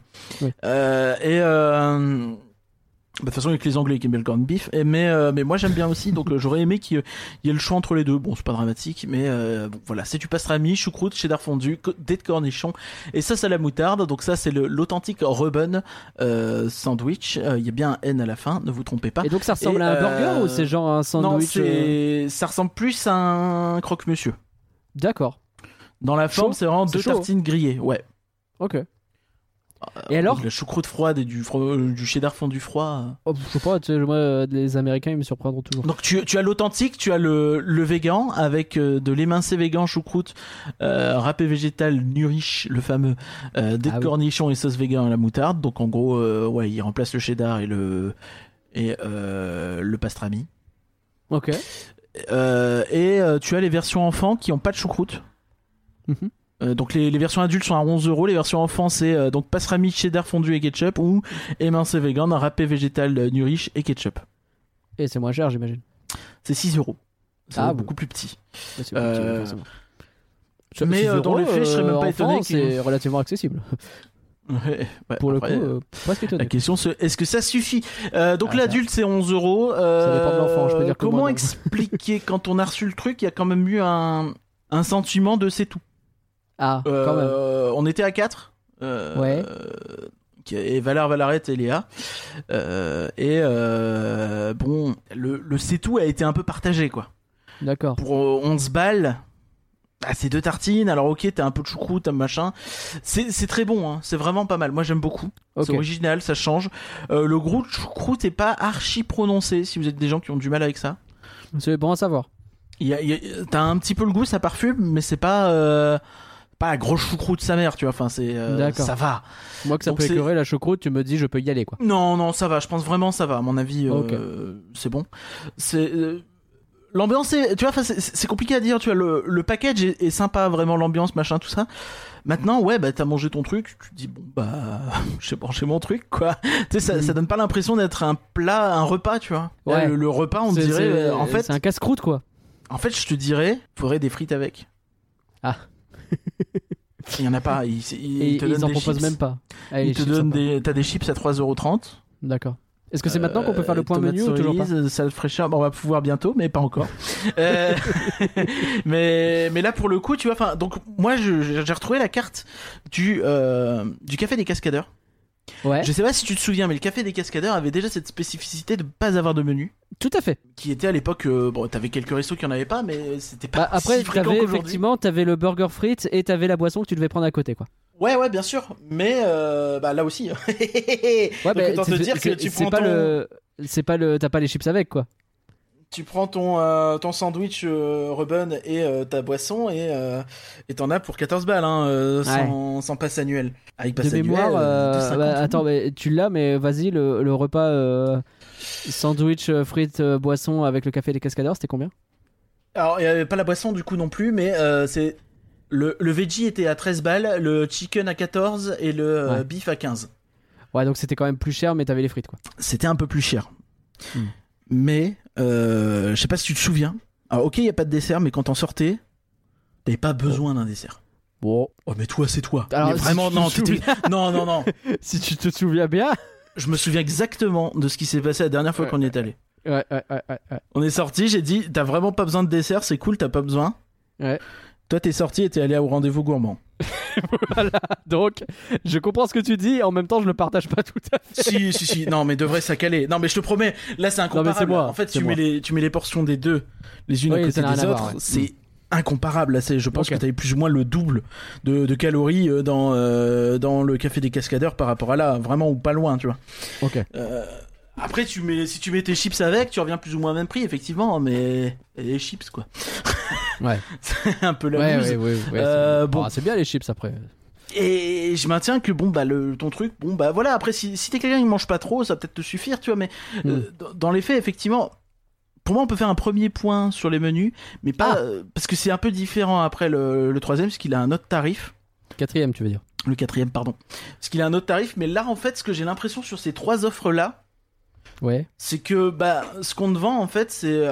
De toute façon, il y a que les Anglais qui aiment bien le corned beef, mais moi j'aime bien aussi, donc j'aurais aimé qu'il y ait le choix entre les deux. Bon, c'est pas dramatique, mais bon, voilà, c'est du pastrami, choucroute, cheddar fondu, dés de cornichons, et ça c'est la moutarde. Donc ça c'est l'authentique Reuben sandwich. Il y a bien un N à la fin, ne vous trompez pas. Et donc ça ressemble à un burger ou c'est genre un sandwich ? Non, ça ressemble plus à un croque-monsieur. D'accord. Dans la forme, c'est vraiment deux tartines grillées, ouais. Ok. Et alors, la choucroute froide et du cheddar fondu froid. Je sais pas, tu sais, moi, les Américains ils me surprendront toujours. Donc tu as l'authentique, tu as le végan avec de l'émincé végan, choucroute, râpé végétal, Nurish, le fameux, dés de cornichons et sauce végan à la moutarde. Donc en gros, il remplace le cheddar et le pastrami. Ok. Tu as les versions enfants qui ont pas de choucroute. Mm-hmm. Donc les versions adultes sont à 11€, les versions enfants c'est donc pastrami, cheddar fondu et ketchup ou émincé vegan, râpé végétal, Nurish et ketchup. Et c'est moins cher, j'imagine. C'est 6€. C'est beaucoup plus petit. Ouais, c'est plus petit, mais dans les faits, je serais même pas étonné. C'est relativement accessible. Ouais, pour après, le coup, presque étonné. La question c'est est-ce que ça suffit donc l'adulte c'est 11€. Ça dépend de l'enfant, je peux dire. Comment expliquer quand on a reçu le truc, il y a quand même eu un sentiment de c'est tout. Ah, quand même. On était à 4. Ouais. Et Valarette et Léa. Bon, le c'est tout a été un peu partagé, quoi. D'accord. Pour 11 balles, c'est 2 tartines, alors ok, t'as un peu de choucroute, t'as machin. C'est très bon, hein. C'est vraiment pas mal. Moi j'aime beaucoup. Okay. C'est original, ça change. Le goût de choucroute est pas archi prononcé si vous êtes des gens qui ont du mal avec ça. C'est bon à savoir. T'as un petit peu le goût, ça parfume, mais c'est pas la grosse choucroute sa mère, tu vois. Enfin, ça va. Moi que ça peut écœurer la choucroute, tu me dis je peux y aller quoi. Non, ça va. Je pense vraiment ça va. À mon avis, c'est bon. L'ambiance, tu vois, c'est compliqué à dire, tu vois, le package est sympa, vraiment, l'ambiance, machin, tout ça. Maintenant, ouais, bah, t'as mangé ton truc, tu te dis, bon, bah, j'ai mangé mon truc, quoi. Tu sais, ça donne pas l'impression d'être un repas, tu vois. Ouais. Le repas, on dirait, en fait. C'est un casse-croûte, quoi. En fait, je te dirais, faudrait des frites avec. Ah. Il y en a pas, ils en proposent même pas. Ils te donnent t'as des chips à 3,30€. D'accord. Est-ce que c'est maintenant qu'on peut faire le point menu ou toujours pas? Ça fraîcheur, bon, on va pouvoir bientôt, mais pas encore. mais là pour le coup, tu vois, enfin, donc moi j'ai retrouvé la carte du Café des Cascadeurs. Ouais. Je sais pas si tu te souviens, mais le Café des Cascadeurs avait déjà cette spécificité de pas avoir de menu. Tout à fait. Qui était à l'époque, bon, t'avais quelques restos qui en avaient pas, mais c'était pas après, si fréquent qu'aujourd'hui. Effectivement, t'avais le burger frites et t'avais la boisson que tu devais prendre à côté, quoi. Ouais, bien sûr, mais là aussi. Ouais, donc autant te dire que tu prends t'as pas les chips avec, quoi. Tu prends ton sandwich Reuben et ta boisson et t'en as pour 14 balles, hein, sans passe annuel. Avec passe annuel, mémoire, attends, mais tu l'as, mais vas-y, le repas sandwich, frites, boisson avec le Café des Cascadeurs, c'était combien? Alors, il n'y avait pas la boisson du coup non plus, mais c'est... Le veggie était à 13 balles, le chicken à 14 et le beef à 15. Ouais, donc c'était quand même plus cher, mais t'avais les frites, quoi. C'était un peu plus cher. Mais, je sais pas si tu te souviens. Alors, ok, il n'y a pas de dessert, mais quand t'en sortais, t'avais pas besoin d'un dessert. Bon. Oh, mais toi, c'est toi. Alors, mais vraiment, non. Si tu te souviens bien. Je me souviens exactement de ce qui s'est passé la dernière fois qu'on y est allé. Ouais. On est sorti, j'ai dit, t'as vraiment pas besoin de dessert, c'est cool, t'as pas besoin. Ouais. Toi, t'es sorti et t'es allé au rendez-vous gourmand. Voilà, donc je comprends ce que tu dis, en même temps je le partage pas tout à fait. Si, non mais de vrai ça calait. Non mais je te promets, là c'est incomparable. Non, mais c'est moi, en fait tu mets les portions des deux, les unes à côté des autres, c'est incomparable. Là, je pense que t'avais plus ou moins le double de calories dans le Café des Cascadeurs par rapport à là, vraiment ou pas loin, tu vois. Ok. Après, si tu mets tes chips avec, tu reviens plus ou moins au même prix, effectivement, mais les chips, quoi. Ouais. C'est un peu la muse. Ouais, bon, c'est bien les chips après. Et je maintiens que bon bah ton truc, bon bah voilà. Après, si t'es quelqu'un qui mange pas trop, ça va peut-être te suffire, tu vois. Mais dans les faits, effectivement, pour moi, on peut faire un premier point sur les menus, mais pas parce que c'est un peu différent après le troisième, parce qu'il a un autre tarif. Quatrième, tu veux dire? Le quatrième, pardon. Parce qu'il a un autre tarif, mais là, en fait, ce que j'ai l'impression sur ces 3 offres là. Ouais. C'est que ce qu'on te vend en fait c'est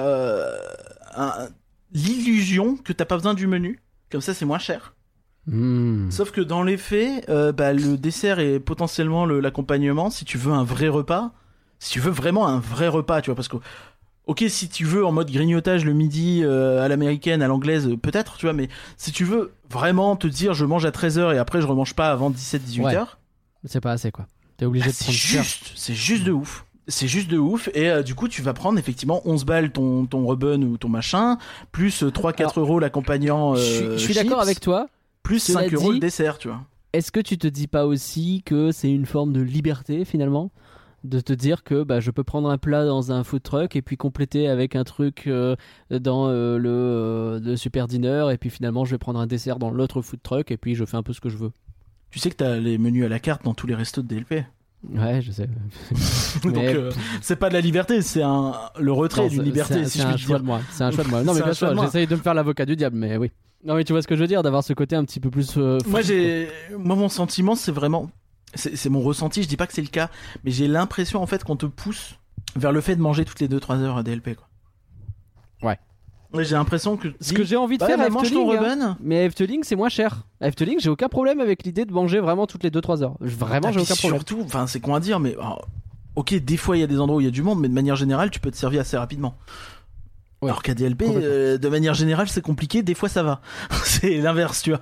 l'illusion que t'as pas besoin du menu, comme ça c'est moins cher. Sauf que dans les faits, le dessert est potentiellement l'accompagnement si tu veux un vrai repas, si tu veux vraiment un vrai repas, tu vois, parce que ok, si tu veux en mode grignotage le midi à l'américaine, à l'anglaise, peut-être, tu vois, mais si tu veux vraiment te dire je mange à 13h et après je remange pas avant 17-18h, c'est pas assez, quoi. T'es obligé de prendre cher. C'est juste de ouf. C'est juste de ouf, et du coup tu vas prendre effectivement 11 balles ton Reuben ou ton machin, plus 3-4 euros l'accompagnant je suis d'accord avec toi, plus 5 euros le dessert, tu vois. Est-ce que tu te dis pas aussi que c'est une forme de liberté finalement, de te dire que je peux prendre un plat dans un food truck et puis compléter avec un truc dans le super dinner, et puis finalement je vais prendre un dessert dans l'autre food truck et puis je fais un peu ce que je veux. Tu sais que t'as les menus à la carte dans tous les restos de DLP. Ouais, je sais. Donc c'est pas de la liberté, c'est le retrait d'une liberté. C'est un choix de moi. C'est un choix de moi. Non mais bien sûr, j'essaye de me faire l'avocat du diable, mais oui. Non mais tu vois ce que je veux dire, d'avoir ce côté un petit peu plus. Moi mon sentiment c'est vraiment, c'est mon ressenti. Je dis pas que c'est le cas, mais j'ai l'impression en fait qu'on te pousse vers le fait de manger toutes les 2-3 heures à DLP, quoi. Ouais. J'ai l'impression que ce que j'ai envie de faire à Efteling, mais à Efteling c'est moins cher. À Efteling j'ai aucun problème avec l'idée de manger vraiment toutes les 2-3 heures. Vraiment j'ai aucun problème. Surtout, enfin c'est con à dire, mais ok, des fois il y a des endroits où il y a du monde, mais de manière générale tu peux te servir assez rapidement. Ouais. Alors qu'à DLP, de manière générale c'est compliqué, des fois ça va. C'est l'inverse, tu vois.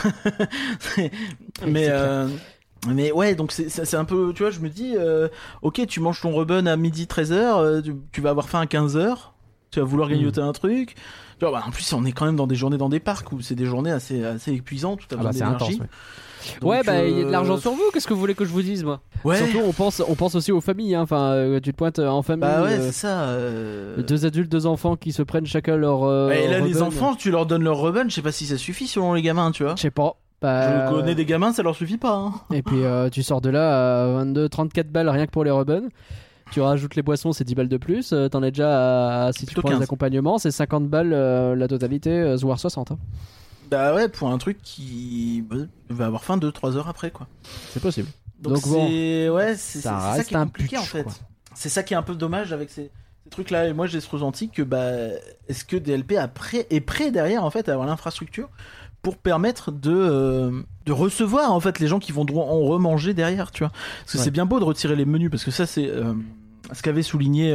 Mais ouais, donc c'est un peu, tu vois, je me dis ok, tu manges ton Reuben à midi 13h, tu vas avoir faim à 15h. tu vas vouloir grignoter un truc. Tu vois, en plus, on est quand même dans des journées dans des parcs où c'est des journées assez épuisantes, où t'as besoin d'énergie. Intense, ouais. Donc, il y a de l'argent sur vous, qu'est-ce que vous voulez que je vous dise, moi? Ouais. Surtout, on pense aussi aux familles, hein. Enfin, tu te pointes en famille. Bah ouais, c'est ça. 2 adultes, 2 enfants qui se prennent chacun leur. Et là, les Ruben. enfants, tu leur donnes leur Ruben, je sais pas si ça suffit selon les gamins, tu vois. Je sais pas. Je connais des gamins, ça leur suffit pas. Hein. Et puis, tu sors de là à 22-34 balles rien que pour les Ruben. Tu rajoutes les boissons, c'est 10 balles de plus. T'en es déjà si tu Plutôt prends 15. les accompagnements, c'est 50 balles la totalité, voire 60. Hein. Bah ouais, pour un truc qui va avoir fin 2-3 heures après, quoi. C'est possible. Donc bon, c'est ça qui est un compliqué, en putsch, fait. quoi. C'est ça qui est un peu dommage avec ces trucs-là. Et moi, j'ai ce ressenti que, est-ce que DLP est prêt derrière, en fait, à avoir l'infrastructure pour permettre de recevoir, en fait, les gens qui vont en remanger derrière, tu vois. Parce que c'est bien beau de retirer les menus, parce que ça, c'est ce qu'avait souligné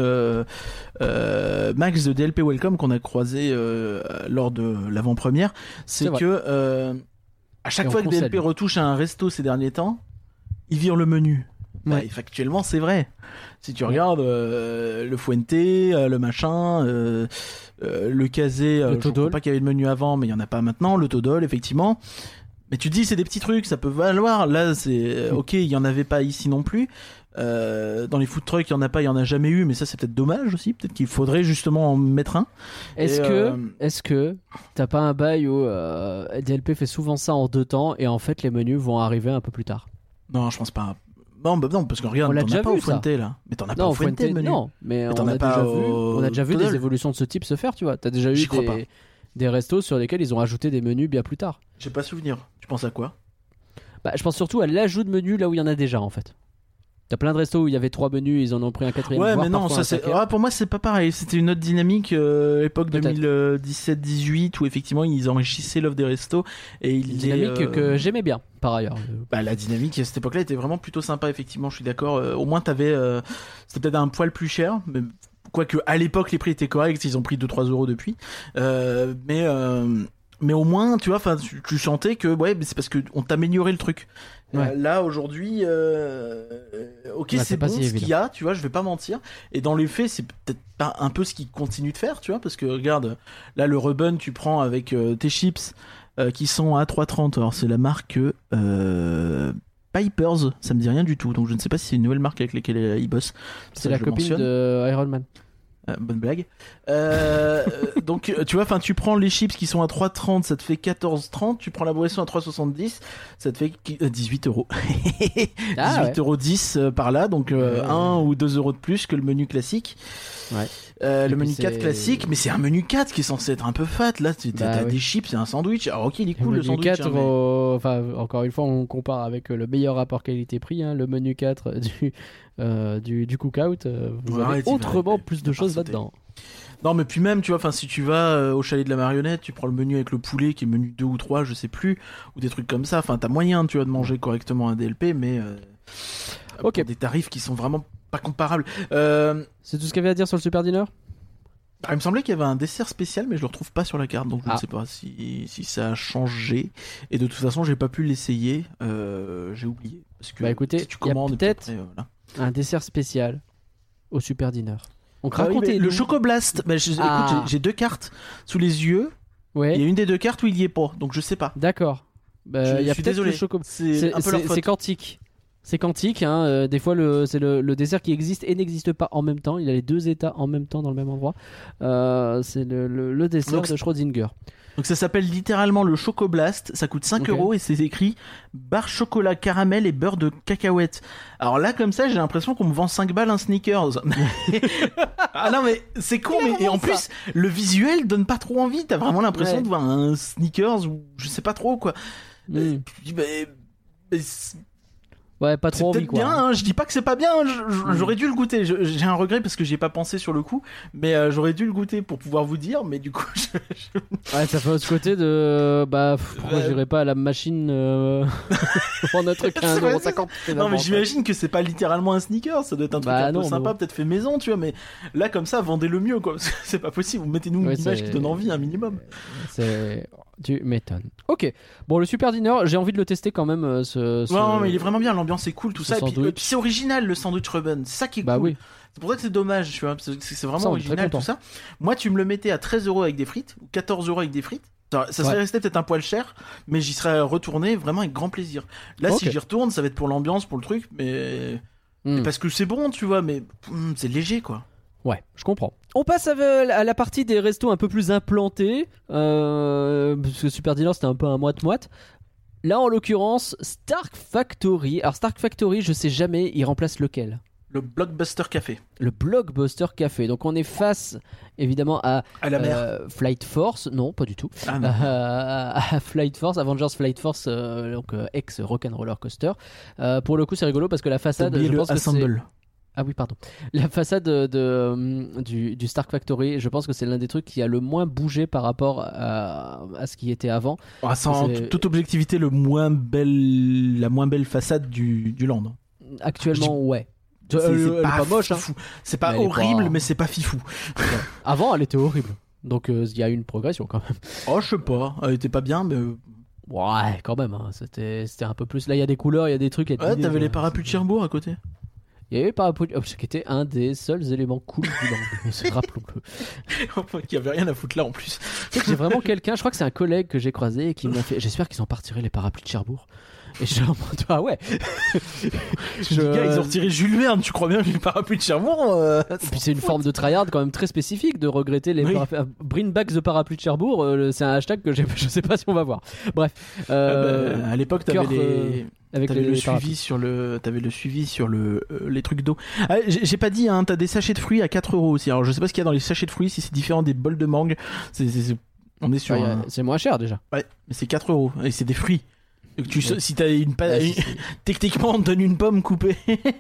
Max de DLP Welcome, qu'on a croisé lors de l'avant-première, c'est que à chaque fois que DLP retouche à un resto ces derniers temps, il vire le menu. Ouais. Factuellement, c'est vrai. Si tu regardes le Fuente, le machin, le Casé, je ne crois pas qu'il y avait de menu avant, mais il y en a pas maintenant. Le Todol, effectivement. Mais tu te dis, c'est des petits trucs, ça peut valoir. Là, c'est ok, il y en avait pas ici non plus. Dans les food trucks, il y en a pas, il y en a jamais eu, mais ça, c'est peut-être dommage aussi. Peut-être qu'il faudrait justement en mettre un. Est-ce que t'as pas un bail où DLP fait souvent ça en 2 temps et en fait les menus vont arriver un peu plus tard? Non, je pense pas. Non, parce que regarde, t'en as pas au Fuente là. Mais t'en as pas au Fuente le menu. Non, mais on a déjà vu des évolutions de ce type se faire, tu vois. T'as déjà eu des restos sur lesquels ils ont rajouté des menus bien plus tard. J'ai pas souvenir. Tu penses à quoi? Je pense surtout à l'ajout de menus là où il y en a déjà, en fait. T'as plein de restos où il y avait 3 menus, ils en ont pris un 4e. Ouais, mais non, ça c'est. Pour moi, c'est pas pareil. C'était une autre dynamique, époque 2017-18, où effectivement ils enrichissaient l'offre des restos. Et une dynamique que j'aimais bien, par ailleurs. La dynamique à cette époque-là était vraiment plutôt sympa, effectivement, je suis d'accord. Au moins, t'avais. C'était peut-être un poil plus cher, mais. Quoique à l'époque les prix étaient corrects, ils ont pris 2-3 euros depuis. Mais au moins, tu vois, tu sentais que c'est parce qu'on t'améliorait le truc. Ouais. Là aujourd'hui, ok, c'est bon ce qu'il y a, tu vois, je vais pas mentir. Et dans les faits, c'est peut-être pas un peu ce qu'ils continuent de faire, tu vois, parce que regarde, là le Ruben, tu prends avec tes chips qui sont à 3,30. Alors c'est la marque Pipers, ça me dit rien du tout, donc je ne sais pas si c'est une nouvelle marque avec laquelle ils bossent. C'est la copine de Iron Man. Bonne blague. Donc tu vois, tu prends les chips qui sont à 3,30, ça te fait 14,30. Tu prends la boisson à 3,70, ça te fait 18 euros. 18 euros 10 par là, donc 1 ou 2 euros de plus que le menu classique. Ouais. Le menu 4 classique, mais c'est un menu 4 qui est censé être un peu fat. Là, t'as des chips, c'est un sandwich. Alors ok, il est cool le sandwich. 4, encore une fois, on compare avec le meilleur rapport qualité-prix, hein, le menu 4 du cookout. Vous avez autrement plus de choses là-dedans. Non, mais puis même, tu vois, si tu vas au chalet de la marionnette, tu prends le menu avec le poulet qui est menu 2 ou 3, je sais plus, ou des trucs comme ça. T'as moyen, tu vois, de manger correctement un DLP, mais pour des tarifs qui sont vraiment pas comparables. C'est tout ce qu'il y avait à dire sur le Super Dinner? Il me semblait qu'il y avait un dessert spécial, mais je le retrouve pas sur la carte, donc je ne sais pas si ça a changé. Et de toute façon, j'ai pas pu l'essayer. J'ai oublié. Parce que écoutez, si tu commandes, peut-être un dessert spécial au Super Dinner. Donc le Chocoblast. Écoute, j'ai 2 cartes sous les yeux. Ouais. Il y a une des 2 cartes où il y est pas, donc je sais pas. D'accord. Il y a peut-être le Chocoblast. C'est quantique. C'est quantique, hein. Des fois c'est le dessert qui existe et n'existe pas en même temps. Il a les 2 états en même temps dans le même endroit. C'est le dessert de Schrödinger. Donc ça s'appelle littéralement le Chocoblast. Ça coûte 5 euros et c'est écrit barre chocolat caramel et beurre de cacahuète. Alors là, comme ça, j'ai l'impression qu'on me vend 5 balles un Snickers. Ah non, mais c'est con. Et en plus, le visuel donne pas trop envie. T'as vraiment l'impression de voir un Snickers ou je sais pas trop quoi. Ouais, pas trop envie, quoi. Bien, hein, je dis pas que c'est pas bien, j'aurais dû le goûter. J'ai un regret parce que j'y ai pas pensé sur le coup, mais j'aurais dû le goûter pour pouvoir vous dire, mais du coup. Ouais, ça fait ce côté de. Pourquoi j'irais pas à la machine pour notre 15,50 €. Non, mais j'imagine que c'est pas littéralement un sneaker, ça doit être un truc un peu sympa, peut-être fait maison, tu vois, mais là, comme ça, vendez-le mieux, quoi. C'est pas possible, mettez-nous une image qui donne envie, un minimum. Tu m'étonnes. Ok. Bon, le Super Dinner, j'ai envie de le tester quand même. Non, mais il est vraiment bien, l'ambiance est cool, tout ça. Et puis c'est original le sandwich Ruben, c'est ça qui est cool. Oui. C'est pour ça que c'est dommage, tu vois, parce que c'est vraiment Ça, on est très original content. tout ça. Moi, tu me le mettais à 13€ avec des frites, ou 14€ avec des frites. Ça serait Ouais. resté peut-être un poil cher, mais j'y serais retourné vraiment avec grand plaisir. Là, Ok. si j'y retourne, ça va être pour l'ambiance, pour le truc, mais Hmm. parce que c'est bon, tu vois, mais c'est léger, quoi. Ouais, je comprends. On passe à la partie des restos un peu plus implantés, parce que Super Dealer c'était un peu un moite-moite. Là, en l'occurrence, Stark Factory. Alors, Stark Factory, je sais jamais, il remplace lequel? Le Blockbuster Café. Le Blockbuster Café. Donc, on est face, évidemment, à À la mer. Flight Force. Non, pas du tout. Ah non. À Flight Force, Avengers Flight Force, donc ex Rock'n'Roller Coaster. Pour le coup, c'est rigolo parce que la T'as façade, oublié je le pense que c'est... Assemble. Ah oui, pardon. La façade du Stark Factory, je pense que c'est l'un des trucs qui a le moins bougé par rapport à ce qui était avant. Ah, sans C'est- toute objectivité, la moins belle façade du land. Actuellement, ouais. C'est Elle est pas moche, hein. fifou. C'est pas Mais elle est horrible, pas- mais c'est pas fifou. Avant, elle était horrible. Donc, il y a eu une progression quand même. Oh, je sais pas. Elle était pas bien, mais. Ouais, quand même. Hein. C'était un peu plus. Là, il y a des couleurs, il y a des trucs. il y a Ouais, des- t'avais les parapluies de Cherbourg à côté. Il y avait les parapluies, qui était un des seuls éléments cool du land. Rappelons-le. Qui avait rien à foutre là en plus. Tu sais que j'ai vraiment quelqu'un, je crois que c'est un collègue que j'ai croisé et qui m'a fait. J'espère qu'ils ont pas retiré les parapluies de Cherbourg. Et je leur demande, ah ouais. Les gars, ils ont retiré Jules Verne, tu crois bien que les parapluies de Cherbourg Et puis c'est une forme de tryhard quand même très spécifique de regretter les Oui. Bring back the parapluie de Cherbourg. C'est un hashtag que je sais pas si on va voir. Bref. à l'époque, t'avais cœur, les. Avec T'avais le parapluies. suivi sur les trucs d'eau. Ah, j'ai pas dit, hein, t'as des sachets de fruits à 4€ aussi. Alors je sais pas ce qu'il y a dans les sachets de fruits, si c'est différent des bols de mangue. On est sur. Ouais, c'est moins cher déjà. Ouais, mais c'est 4€ et c'est des fruits. Donc si t'as Ouais, techniquement on te donne une pomme coupée,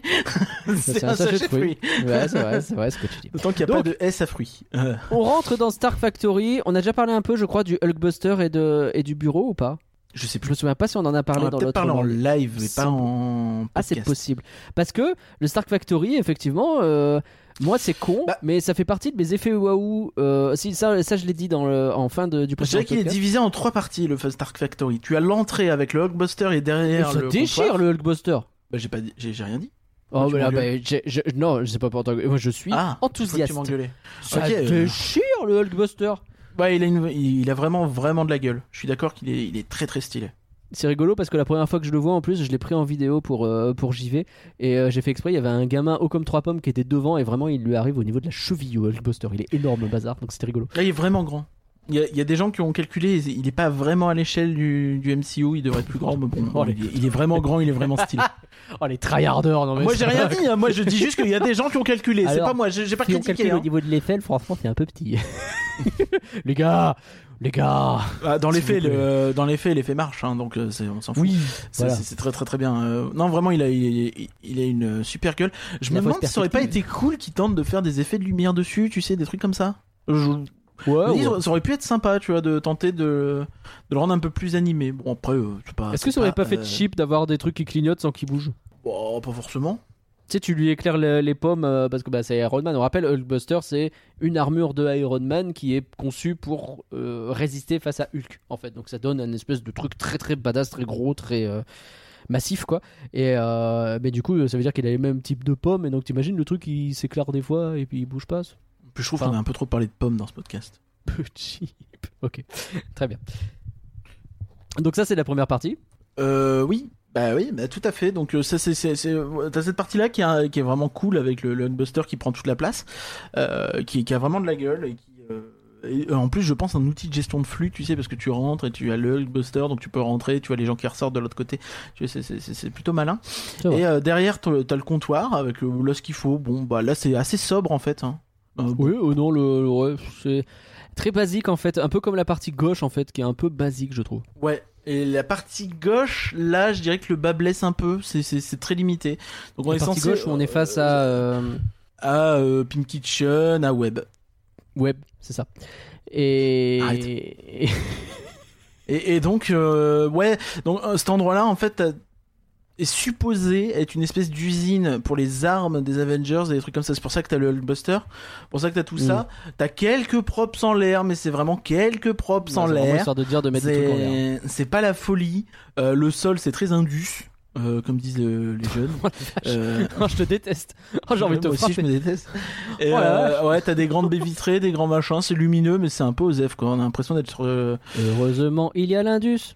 c'est un sachet de fruits. Ouais, c'est vrai ce que tu dis. D'autant qu'il n'y a Donc- pas de S à fruits. On rentre dans Stark Factory. On a déjà parlé un peu, je crois, du Hulkbuster et du bureau ou pas? Je sais Je plus. me souviens pas si on en a On parlé a dans peut-être l'autre. parlé en live, mais C'est- pas en Ah, c'est podcast. possible. Parce que le Stark Factory, effectivement, moi c'est con, Bah- mais ça fait partie de mes effets waouh. Si ça je l'ai dit en fin du Je précédent dirais qu'il est podcast. divisé en 3 parties, le Stark Factory. Tu as l'entrée avec le Hulkbuster et derrière Ça le déchire comptoir. le Hulkbuster. Bah, j'ai rien dit. Oh, tu mais là, m'engueules. non, je sais pas pour toi. Moi, je suis Ah, enthousiaste. tu m'engueulais. Ça Ok, déchire le Hulkbuster. Ouais, il a vraiment de la gueule. Je suis d'accord qu'il est très très stylé. C'est rigolo parce que la première fois que je le vois, en plus, je l'ai pris en vidéo pour JV et j'ai fait exprès. Il y avait un gamin haut comme 3 pommes qui était devant et vraiment, il lui arrive au niveau de la cheville au Hulkbuster. Il est énorme, le bazar, donc c'était rigolo. Là, il est vraiment grand. Il y a des gens qui ont calculé, il est pas vraiment à l'échelle du MCU, il devrait être plus grand, mais bon, Oh, il est vraiment grand, il est vraiment stylé. Oh, les tryharders, non mais Moi, ça j'ai rien va. dit, hein. Moi, je dis juste qu'il y a des gens qui ont calculé, c'est Alors, pas moi, j'ai pas Si on critiqué. calcule Hein. au niveau de l'aisselle, franchement, c'est un peu petit. les gars. Ah, dans les S'il faits, vous plaît. l'effet marche, hein, donc on s'en fout. Oui, C'est voilà. c'est très très très bien. Non, vraiment, il a une super gueule. Je me La demande fausse si ça aurait pas perspective. été cool qu'ils tentent de faire des effets de lumière dessus, tu sais, des trucs comme ça. Ouais, Je me dis, ouais. ça aurait pu être sympa, tu vois, de tenter de le rendre un peu plus animé. Bon, après, c'est pas. Est-ce que c'est ça aurait pas fait cheap d'avoir des trucs qui clignotent sans qu'ils bougent? Bon, pas forcément. Tu sais, tu lui éclaires les pommes parce que bah, c'est Iron Man. On rappelle, Hulkbuster, c'est une armure de Iron Man qui est conçue pour résister face à Hulk, en fait. Donc ça donne un espèce de truc très très badass, très gros, très massif, quoi. Et mais du coup, ça veut dire qu'il a les mêmes types de pommes. Et donc t'imagines le truc, il s'éclaire des fois et puis il bouge pas. Puis je trouve Enfin- qu'on a un peu trop parlé de pommes dans ce podcast. Peu cheap. Ok, très bien. Donc ça, c'est la première partie. Oui. Bah oui, bah tout à fait. Donc ça t'as cette partie là qui est vraiment cool avec le Hulkbuster qui prend toute la place, qui a vraiment de la gueule et qui et en plus je pense un outil de gestion de flux, tu sais, parce que tu rentres et tu as le Hulkbuster, donc tu peux rentrer, tu vois les gens qui ressortent de l'autre côté. Tu sais, c'est plutôt malin. C'est vrai. Et derrière t'as le comptoir avec là ce qu'il faut. Bon bah là c'est assez sobre en fait. Hein. Bon. Oui, non, ouais, c'est très basique en fait, un peu comme la partie gauche en fait, qui est un peu basique, je trouve. Ouais. Et la partie gauche, là, je dirais que le bas blesse un peu. C'est très limité. Donc on La est partie censé gauche, on est face à Pink Kitchen, à Web. Web, c'est ça. Et Arrête. Et donc ouais, donc cet endroit-là en fait est supposé être une espèce d'usine pour les armes des Avengers et des trucs comme ça. C'est pour ça que t'as le Hulkbuster, pour ça que t'as tout ça. T'as quelques props en l'air, mais c'est vraiment quelques props en c'est vraiment l'air. histoire de dire de mettre des trucs en l'air. C'est pas la folie. Le sol c'est très indus. comme disent les jeunes. Non, je te déteste. Oh, j'ai envie de te moi aussi, je frapper. me déteste. Et, Oh la vache. ouais, t'as des grandes baies vitrées, des grands machins, c'est lumineux, mais c'est un peu osef, quoi. On a l'impression d'être sur Heureusement, il y a l'Indus.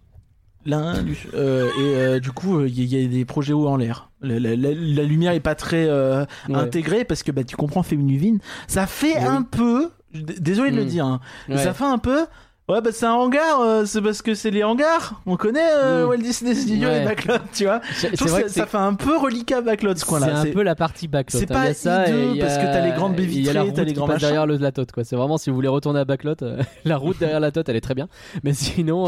du coup, il y a des projets hauts en l'air. La lumière est pas très intégrée parce que tu comprends Féminuvine. Ça fait un peu. Désolé de le dire, hein, mais ça fait un peu. Ouais, c'est un hangar, c'est parce que c'est les hangars. On connaît Walt Disney Studios et Backlot, tu vois. Je trouve que ça fait un peu reliquat Backlot ce coin-là. C'est un peu la partie Backlot. C'est pas hideux parce que t'as les grandes baies vitrées, t'as les grands machins. derrière la tote, quoi. C'est vraiment, si vous voulez retourner à Backlot, la route derrière la tote, elle est très bien. Mais sinon,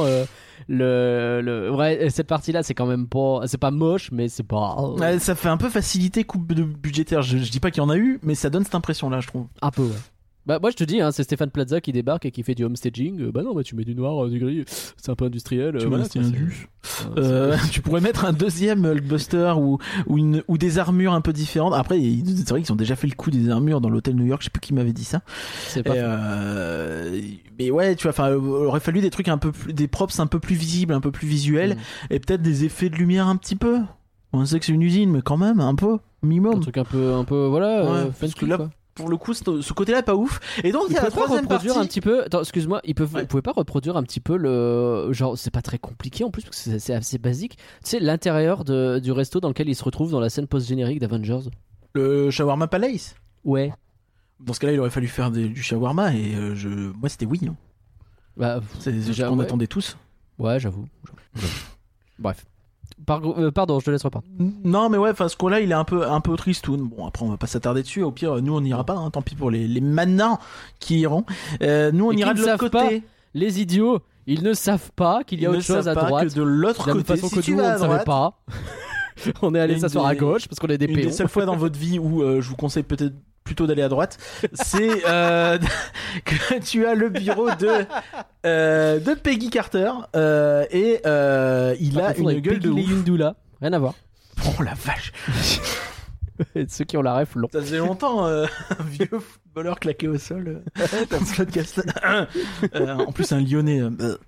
cette partie-là, c'est quand même pas, c'est pas moche, mais c'est pas. Ouais, ça fait un peu facilité coupe de budgétaire. Je dis pas qu'il y en a eu, mais ça donne cette impression-là, je trouve. Un peu, ouais. Bah moi je te dis, c'est Stéphane Plaza qui débarque et qui fait du homestaging. Non, tu mets du noir, du gris, c'est un peu industriel. C'est indus. Tu pourrais mettre un deuxième Hulkbuster ou des armures un peu différentes. Après, c'est vrai qu'ils ont déjà fait le coup des armures dans l'hôtel New York. Je sais plus qui m'avait dit ça. C'est pas mais ouais, tu vois, aurait fallu des trucs un peu plus, des props un peu plus visibles, un peu plus visuels, et peut-être des effets de lumière un petit peu. On sait que c'est une usine, mais quand même un peu minimum. Un truc un peu voilà. Parce que là, quoi. Pour le coup, ce côté-là est pas ouf. Et donc, il y a la troisième partie. Un petit peu. Attends, excuse-moi, vous pouvez pas reproduire un petit peu le. Genre, c'est pas très compliqué en plus, parce que c'est assez basique. Tu sais, l'intérieur du resto dans lequel il se retrouve dans la scène post-générique d'Avengers. Le Shawarma Palace. Ouais. Dans ce cas-là, il aurait fallu faire du shawarma, et moi, c'était oui. Hein. Bah, c'est ce qu'on attendait tous. Ouais, j'avoue. Bref. Pardon, je te laisse reprendre. Non, mais ouais, ce coup-là, il est un peu tristoun. Bon, après, on va pas s'attarder dessus. Au pire, nous, on n'ira pas. Tant pis pour les manants qui iront. Nous, on ira de l'autre côté. Pas, les idiots, ils ne savent pas qu'il y a autre chose à droite. Que de l'autre côté, façon que nous, on ne savait pas. On est allé s'asseoir à gauche parce qu'on est des péons. Une des seules fois dans votre vie où je vous conseille peut-être plutôt d'aller à droite, c'est que tu as le bureau de Peggy Carter et il a une gueule de ouf. Yundula, rien à voir. Oh la vache. Ceux qui ont la ref l'ont. Ça faisait longtemps un vieux footballeur claqué au sol dans ce podcast. En plus un Lyonnais.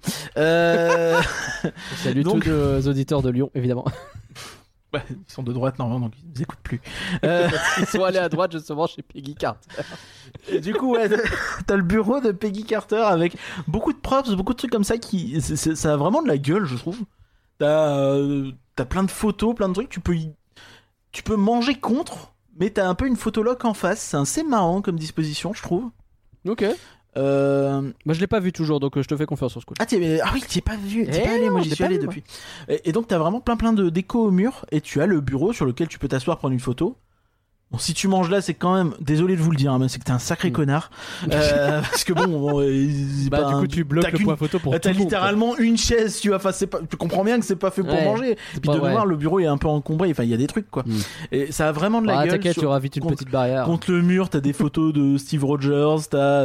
Salut tous les auditeurs de Lyon, évidemment. Ouais, ils sont de droite normalement, donc ils nous écoutent plus. Ils sont allés à droite justement chez Peggy Carter. Et du coup, ouais, t'as le bureau de Peggy Carter avec beaucoup de props, beaucoup de trucs comme ça ça a vraiment de la gueule, je trouve. T'as plein de photos, plein de trucs. Tu peux manger contre, mais t'as un peu une photologue en face. C'est assez marrant comme disposition, je trouve. Ok. Moi je l'ai pas vu toujours, donc je te fais confiance sur ce coup. Ah oui, t'y es pas vu, t'y es pas allé, moi j'y suis allé depuis. Et donc t'as vraiment plein de déco au mur, et tu as le bureau sur lequel tu peux t'asseoir, prendre une photo. Bon, si tu manges là, c'est quand même, désolé de vous le dire, mais c'est que t'es un sacré connard. Parce que du coup tu bloques le point photo pour tout le t'as monde, littéralement une chaise, tu vois. Enfin, tu comprends bien que c'est pas fait pour manger. Et puis de voir le bureau est un peu encombré. Enfin, il y a des trucs quoi. Et ça a vraiment de la gueule. T'inquiète, tu auras vite une petite barrière. Contre le mur, t'as des photos de Steve Rogers, t'as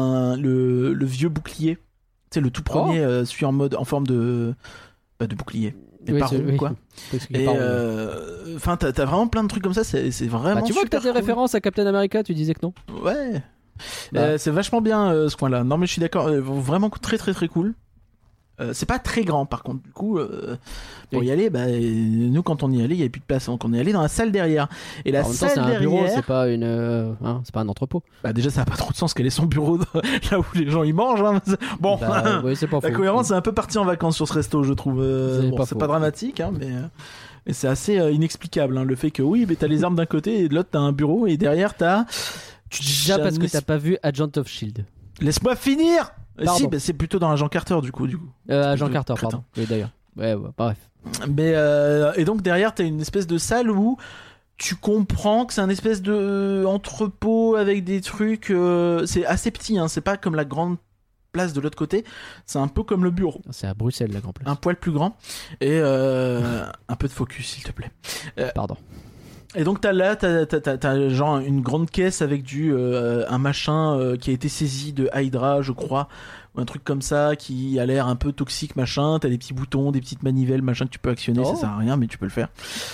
le vieux bouclier. Tu sais, le tout premier, celui en forme de bouclier. Et pas rond, quoi. Et enfin, t'as vraiment plein de trucs comme ça. C'est vraiment. Tu vois que t'as des références à Captain America. Tu disais que non. Ouais. C'est vachement bien ce coin-là. Non, mais je suis d'accord. Vraiment très très très cool. C'est pas très grand par contre, du coup pour y aller, nous quand on y allait il y avait plus de place, donc on est allé dans la salle derrière, et la salle c'est derrière, un bureau, c'est pas c'est pas un entrepôt. Déjà ça a pas trop de sens quel est son bureau là où les gens y mangent, hein. Bon, c'est pas faux. La cohérence est un peu partie en vacances sur ce resto, je trouve. C'est pas faux. dramatique, hein, mais c'est assez inexplicable, hein, le fait que oui, mais t'as les armes d'un côté et de l'autre t'as un bureau, et derrière t'as déjà parce que t'as pas vu Agent of Shield. Laisse-moi finir. Si, c'est plutôt dans Agent Carter du coup. Agent Carter, pardon. Oui, d'ailleurs. Ouais, bref. Mais et donc derrière, t'as une espèce de salle où tu comprends que c'est un espèce de entrepôt avec des trucs. C'est assez petit, hein. C'est pas comme la grande place de l'autre côté. C'est un peu comme le bureau. C'est à Bruxelles la grande place. Un poil plus grand et un peu de focus, s'il te plaît. Pardon. Et donc t'as genre une grande caisse avec un machin qui a été saisi de Hydra, je crois, ou un truc comme ça qui a l'air un peu toxique, machin. T'as des petits boutons, des petites manivelles, machin que tu peux actionner. Ça sert à rien, mais tu peux le faire.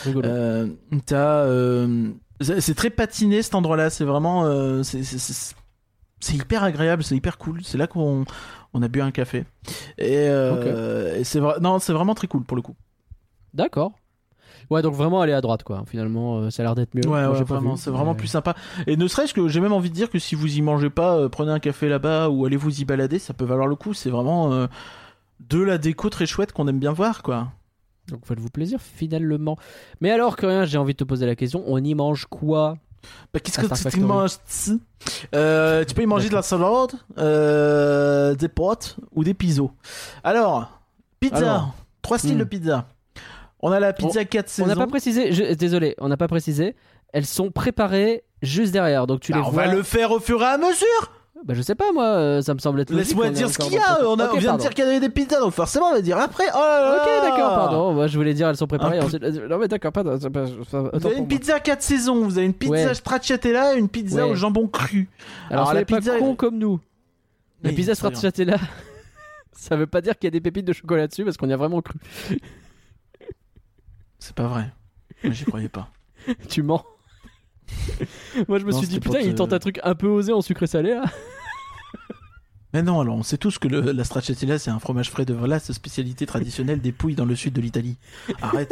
C'est très patiné cet endroit-là. C'est vraiment c'est hyper agréable, c'est hyper cool. C'est là qu'on a bu un café. Et c'est vraiment très cool pour le coup. D'accord. Ouais, donc vraiment aller à droite, quoi. Finalement, ça a l'air d'être mieux. Ouais, Moi, ouais, j'ai pas vraiment, vu, c'est vraiment mais- plus sympa. Et ne serait-ce que j'ai même envie de dire que si vous y mangez pas, prenez un café là-bas ou allez vous y balader, ça peut valoir le coup. C'est vraiment de la déco très chouette qu'on aime bien voir, quoi. Donc faites-vous plaisir, finalement. Mais alors, que rien, j'ai envie de te poser la question, on y mange quoi? Bah, qu'est-ce À que Star tu Factory. manges tu peux y manger de la salade, des pâtes ou des pizzos. Alors, pizza. Alors. 3 styles de pizza. On a la pizza 4 On saisons. n'a pas précisé, désolé, on n'a pas précisé. Elles sont préparées juste derrière, donc tu les on vois. va le faire au fur et à mesure. Bah je sais pas moi, ça me semble être logique. Laisse-moi on est dire ce encore qu'il y dans a. le- On Ok, vient de pardon. dire qu'il y avait des pizzas, donc forcément on va dire après. Oh là là. Ok, d'accord, pardon. Moi je voulais dire elles sont préparées. Un ensuite- Non mais d'accord, pardon. Vous avez une pizza 4 saisons, vous avez une pizza Ouais. stracciatella et une pizza Ouais. au jambon cru. Alors la soyez pas pizza- con comme nous. La Oui, pizza très bien. stracciatella, ça veut pas dire qu'il y a des pépites de chocolat dessus parce qu'on y a vraiment cru. C'est pas vrai. Moi j'y croyais pas. Tu mens. Moi je me Non, suis dit c'était pour putain, il te- tente un truc un peu osé en sucré salé là. Mais non, alors on sait tous que la stracciatella c'est un fromage frais de Vrlas, spécialité traditionnelle des Pouilles dans le sud de l'Italie. Arrête.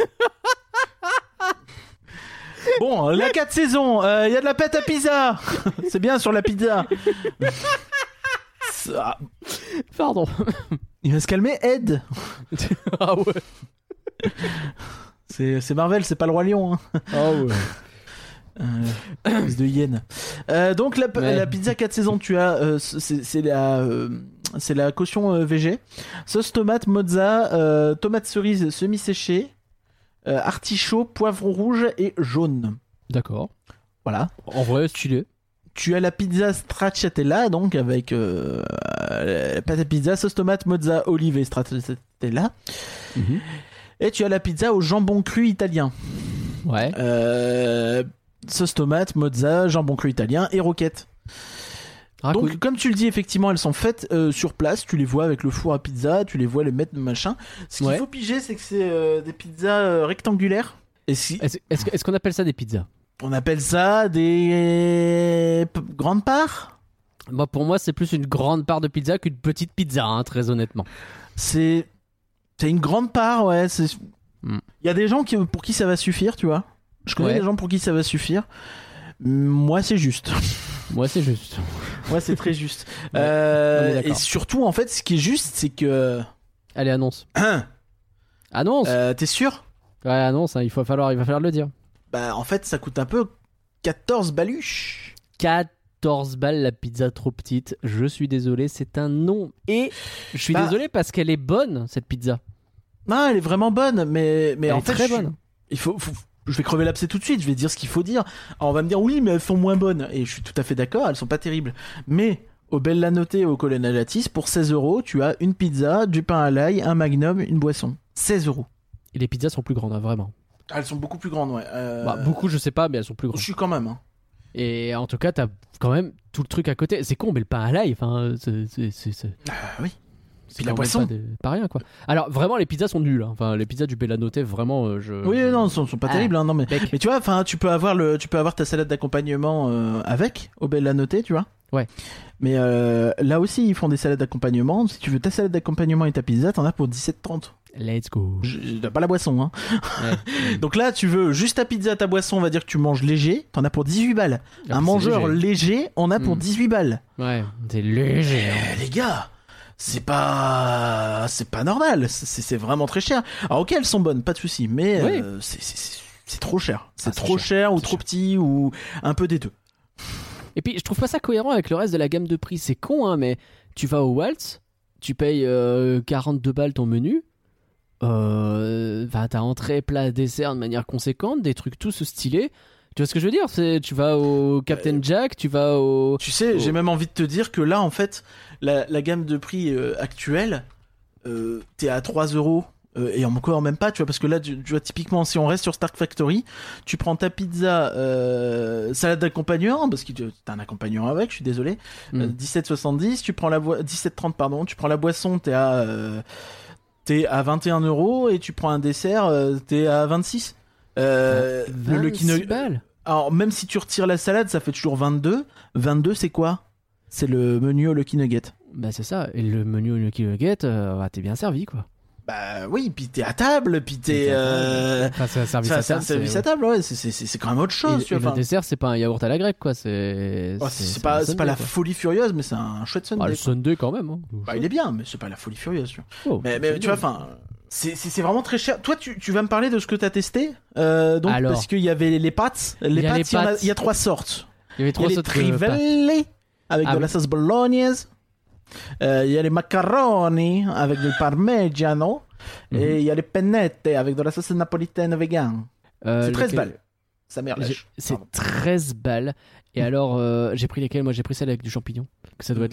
Bon, la 4 saisons, il y a de la pâte à pizza. C'est bien sur la pizza. Ça- Pardon. Il va se calmer, Ed. Ah ouais. C'est Marvel, c'est pas le Roi Lion. Hein. Ah ouais. Fils de hyène. Donc Ouais. la pizza 4 saisons, tu as c'est la caution VG, sauce tomate, mozza, tomate cerise semi-séchée, artichaut, poivron rouge et jaune. D'accord. Voilà. En vrai, stylé. Tu as la pizza stracciatella, donc avec la pâte à pizza, sauce tomate, mozza, olive et stracciatella. Et tu as la pizza au jambon cru italien. Ouais. Sauce tomate, mozza, jambon cru italien et roquette. Ah, Donc, cool. comme tu le dis, effectivement, elles sont faites sur place. Tu les vois avec le four à pizza, tu les vois les mettre machin. Ce qu'il Ouais. faut piger, c'est que c'est des pizzas rectangulaires. Et si Est-ce qu'on appelle ça des pizzas? on appelle ça des grandes parts, Moi, pour moi, c'est plus une grande part de pizza qu'une petite pizza, hein, très honnêtement. c'est une grande part, ouais. Il y a des gens pour qui ça va suffire, tu vois. Je connais Ouais. des gens pour qui ça va suffire. Moi, c'est juste. Moi, c'est juste. Moi, c'est très juste. Ouais, on est Et d'accord. surtout, en fait, ce qui est juste, c'est que. Allez, annonce. Annonce. T'es sûr? Ouais, annonce. Hein, il va falloir le dire. Bah, en fait, ça coûte un peu 14 baluches. 14 balles la pizza trop petite. Je suis désolé, c'est un non. Et je suis Bah- désolé parce qu'elle est bonne cette pizza. Non, elle est vraiment bonne, mais Elle en est fait, très bonne. je vais crever l'abcès tout de suite. Je vais dire ce qu'il faut dire. Alors, on va me dire oui, mais elles sont moins bonnes. Et je suis tout à fait d'accord, elles sont pas terribles. Mais au Bella Notte et au Colonne Latis, pour 16 €, tu as une pizza, du pain à l'ail, un magnum, une boisson. 16 €. Et les pizzas sont plus grandes, hein, vraiment. Elles sont beaucoup plus grandes, ouais. Bah, beaucoup, je sais pas, mais elles sont plus Je grandes. suis quand même. Hein. Et en tout cas, t'as quand même tout le truc à côté. C'est con, mais le pain à l'ail, enfin, c'est Oui. c'est Puis la quand même boisson. pas rien, quoi. Alors, vraiment, les pizzas sont nulles. Hein. Enfin, les pizzas du Bella Notte, vraiment, Oui, non, elles sont pas Ah, terribles, hein, non, mais bec. tu vois, enfin, tu peux avoir ta salade d'accompagnement avec au Bella Notte, tu vois. Ouais. Mais là aussi, ils font des salades d'accompagnement. Si tu veux ta salade d'accompagnement et ta pizza, t'en as pour 17,30. Let's go. T'as pas la boisson, hein. Ouais. Donc là, tu veux juste ta pizza, ta boisson, on va dire que tu manges léger, t'en as pour 18 balles. Ah, Un c'est mangeur léger, on a pour Mm. 18 balles. Ouais, c'est léger. Hein. Les gars, c'est pas normal. C'est vraiment très cher. Alors ok, elles sont bonnes, pas de souci, mais Oui. c'est trop cher. C'est Ah, c'est trop cher ou c'est trop cher. petit ou un peu des deux. Et puis, je trouve pas ça cohérent avec le reste de la gamme de prix. C'est con, hein, mais tu vas au Waltz, tu payes 42 balles ton menu. T'as entrée, plat, dessert de manière conséquente, des trucs tous stylés. Tu vois ce que je veux dire? Tu vas au Captain Jack, tu vas au. Tu sais, Oh. j'ai même envie de te dire que là, en fait, la gamme de prix actuelle, t'es à 3 €. Et encore même pas, tu vois, parce que là, tu vois, typiquement, si on reste sur Stark Factory, tu prends ta pizza, salade d'accompagnement, parce que t'as un accompagnant avec, je suis désolé, 17,70, tu prends 17,30, pardon, tu prends la boisson, t'es à 21 € et tu prends un dessert, t'es à 26. Le 26 balles. Alors, même si tu retires la salade, ça fait toujours 22. 22, c'est quoi? C'est le menu au Lucky Nugget. Bah, c'est ça. Et le menu Lucky Nugget, t'es bien servi, quoi. Bah oui, puis t'es à table, puis t'es. Enfin, c'est un service c'est à table. un service à table, ouais. C'est quand même autre chose. Et le dessert, c'est pas un yaourt à la grecque, quoi. C'est pas sundae, la quoi. folie furieuse, mais c'est un chouette sundae. Le sundae, quand même. Hein. Bah, il est bien, mais c'est pas la folie furieuse. Tu vois. Oh, mais tu vois, enfin. C'est vraiment très cher. Toi, tu vas me parler de ce que t'as testé. Donc, Alors, parce qu'il y avait les pâtes. Les pâtes, il y a 3 sortes. Il y avait 3 Il y a les sortes de pâtes. trivelle avec de la sauce bolognaise. Il y a les macaroni avec du parmigiano. Et il y a les pennettes avec de la sauce napolitaine vegan. C'est 13 balles. Ça merlèche. C'est 13 balles. Et alors, j'ai pris lesquelles? Moi, j'ai pris celle avec du champignon. Ça doit être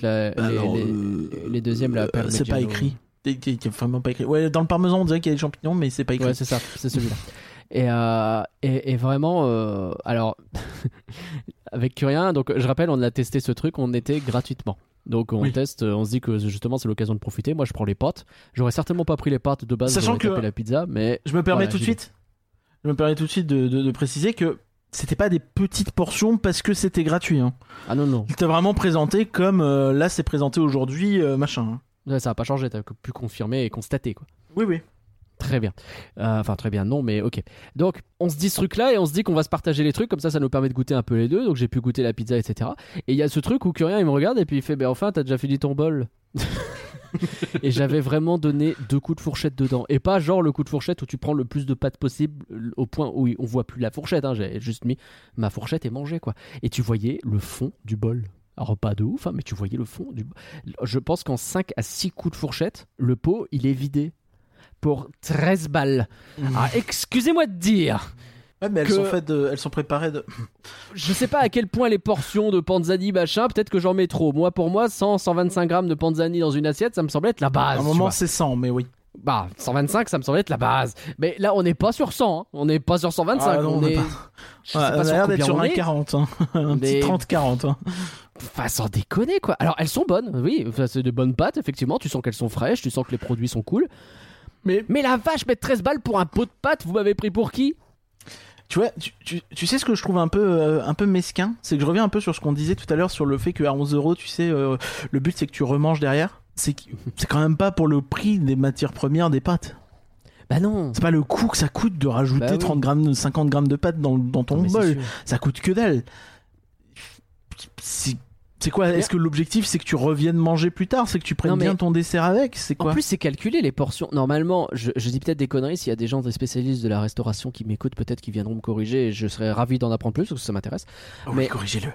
les deuxièmes, la parmigiano. C'est pas écrit. C'est vraiment pas écrit. Ouais, dans le parmesan, on dirait qu'il y a des champignons, mais c'est pas écrit. Ouais, c'est ça. C'est celui-là. Et vraiment, alors, avec Curien, donc je rappelle, on a testé ce truc, on était gratuitement. Donc on teste, on se dit que justement c'est l'occasion de profiter. Moi je prends les pâtes. J'aurais certainement pas pris les pâtes de base, sachant que tapé la pizza, mais je me permets tout de suite de préciser que c'était pas des petites portions parce que c'était gratuit. Hein. Ah non. Il t'a vraiment présenté comme là c'est présenté aujourd'hui, machin. Hein. Ouais, ça a pas changé, t'as pu confirmer et constater quoi. Oui. Très bien. Enfin, très bien, non, mais ok. Donc, on se dit ce truc-là et on se dit qu'on va se partager les trucs, comme ça nous permet de goûter un peu les deux. Donc, j'ai pu goûter la pizza, etc. Et il y a ce truc où Curien, il me regarde et puis il fait ben enfin, t'as déjà fini ton bol. Et j'avais vraiment donné 2 coups de fourchette dedans. Et pas genre le coup de fourchette où tu prends le plus de pâtes possible au point où on voit plus la fourchette. Hein. J'ai juste mis ma fourchette et mangé, quoi. Et tu voyais le fond du bol. Alors pas de ouf, hein, mais tu voyais le fond du bol. Je pense qu'en 5 à 6 coups de fourchette, le pot, il est vidé. Pour 13 balles. Ah, excusez-moi de dire. Ouais, mais elles sont préparées de. Je sais pas à quel point les portions de panzani machin, peut-être que j'en mets trop. Pour moi, 125 grammes de panzani dans une assiette, ça me semble être la base. À un moment, c'est 100, mais oui. Bah, 125, ça me semble être la base. Mais là, on n'est pas sur 100. Hein. On n'est pas sur 125. Ah, non, on est pas. On a l'air d'être sur un 40. Hein. Un petit 30-40. Hein. Enfin, sans déconner, quoi. Alors, elles sont bonnes, oui. Enfin, c'est de bonnes pâtes, effectivement. Tu sens qu'elles sont fraîches, tu sens que les produits sont cool. Mais la vache, mettre 13 balles pour un pot de pâtes, vous m'avez pris pour qui? Tu vois, tu sais ce que je trouve un peu mesquin, c'est que je reviens un peu sur ce qu'on disait tout à l'heure sur le fait qu'à 11 €, tu sais, le but c'est que tu remanges derrière. C'est quand même pas pour le prix des matières premières des pâtes. Bah non. C'est pas le coût que ça coûte de rajouter 30 grammes, 50 grammes de pâtes dans ton bol. Ça coûte que dalle. C'est quoi? Est-ce que l'objectif c'est que tu reviennes manger plus tard? C'est que tu prennes bien ton dessert avec? C'est quoi? En plus, c'est calculé les portions. Normalement, je dis peut-être des conneries. S'il y a des gens, des spécialistes de la restauration qui m'écoutent, peut-être qu'ils viendront me corriger et je serais ravi d'en apprendre plus parce que ça m'intéresse. Oh, mais corrigez-le.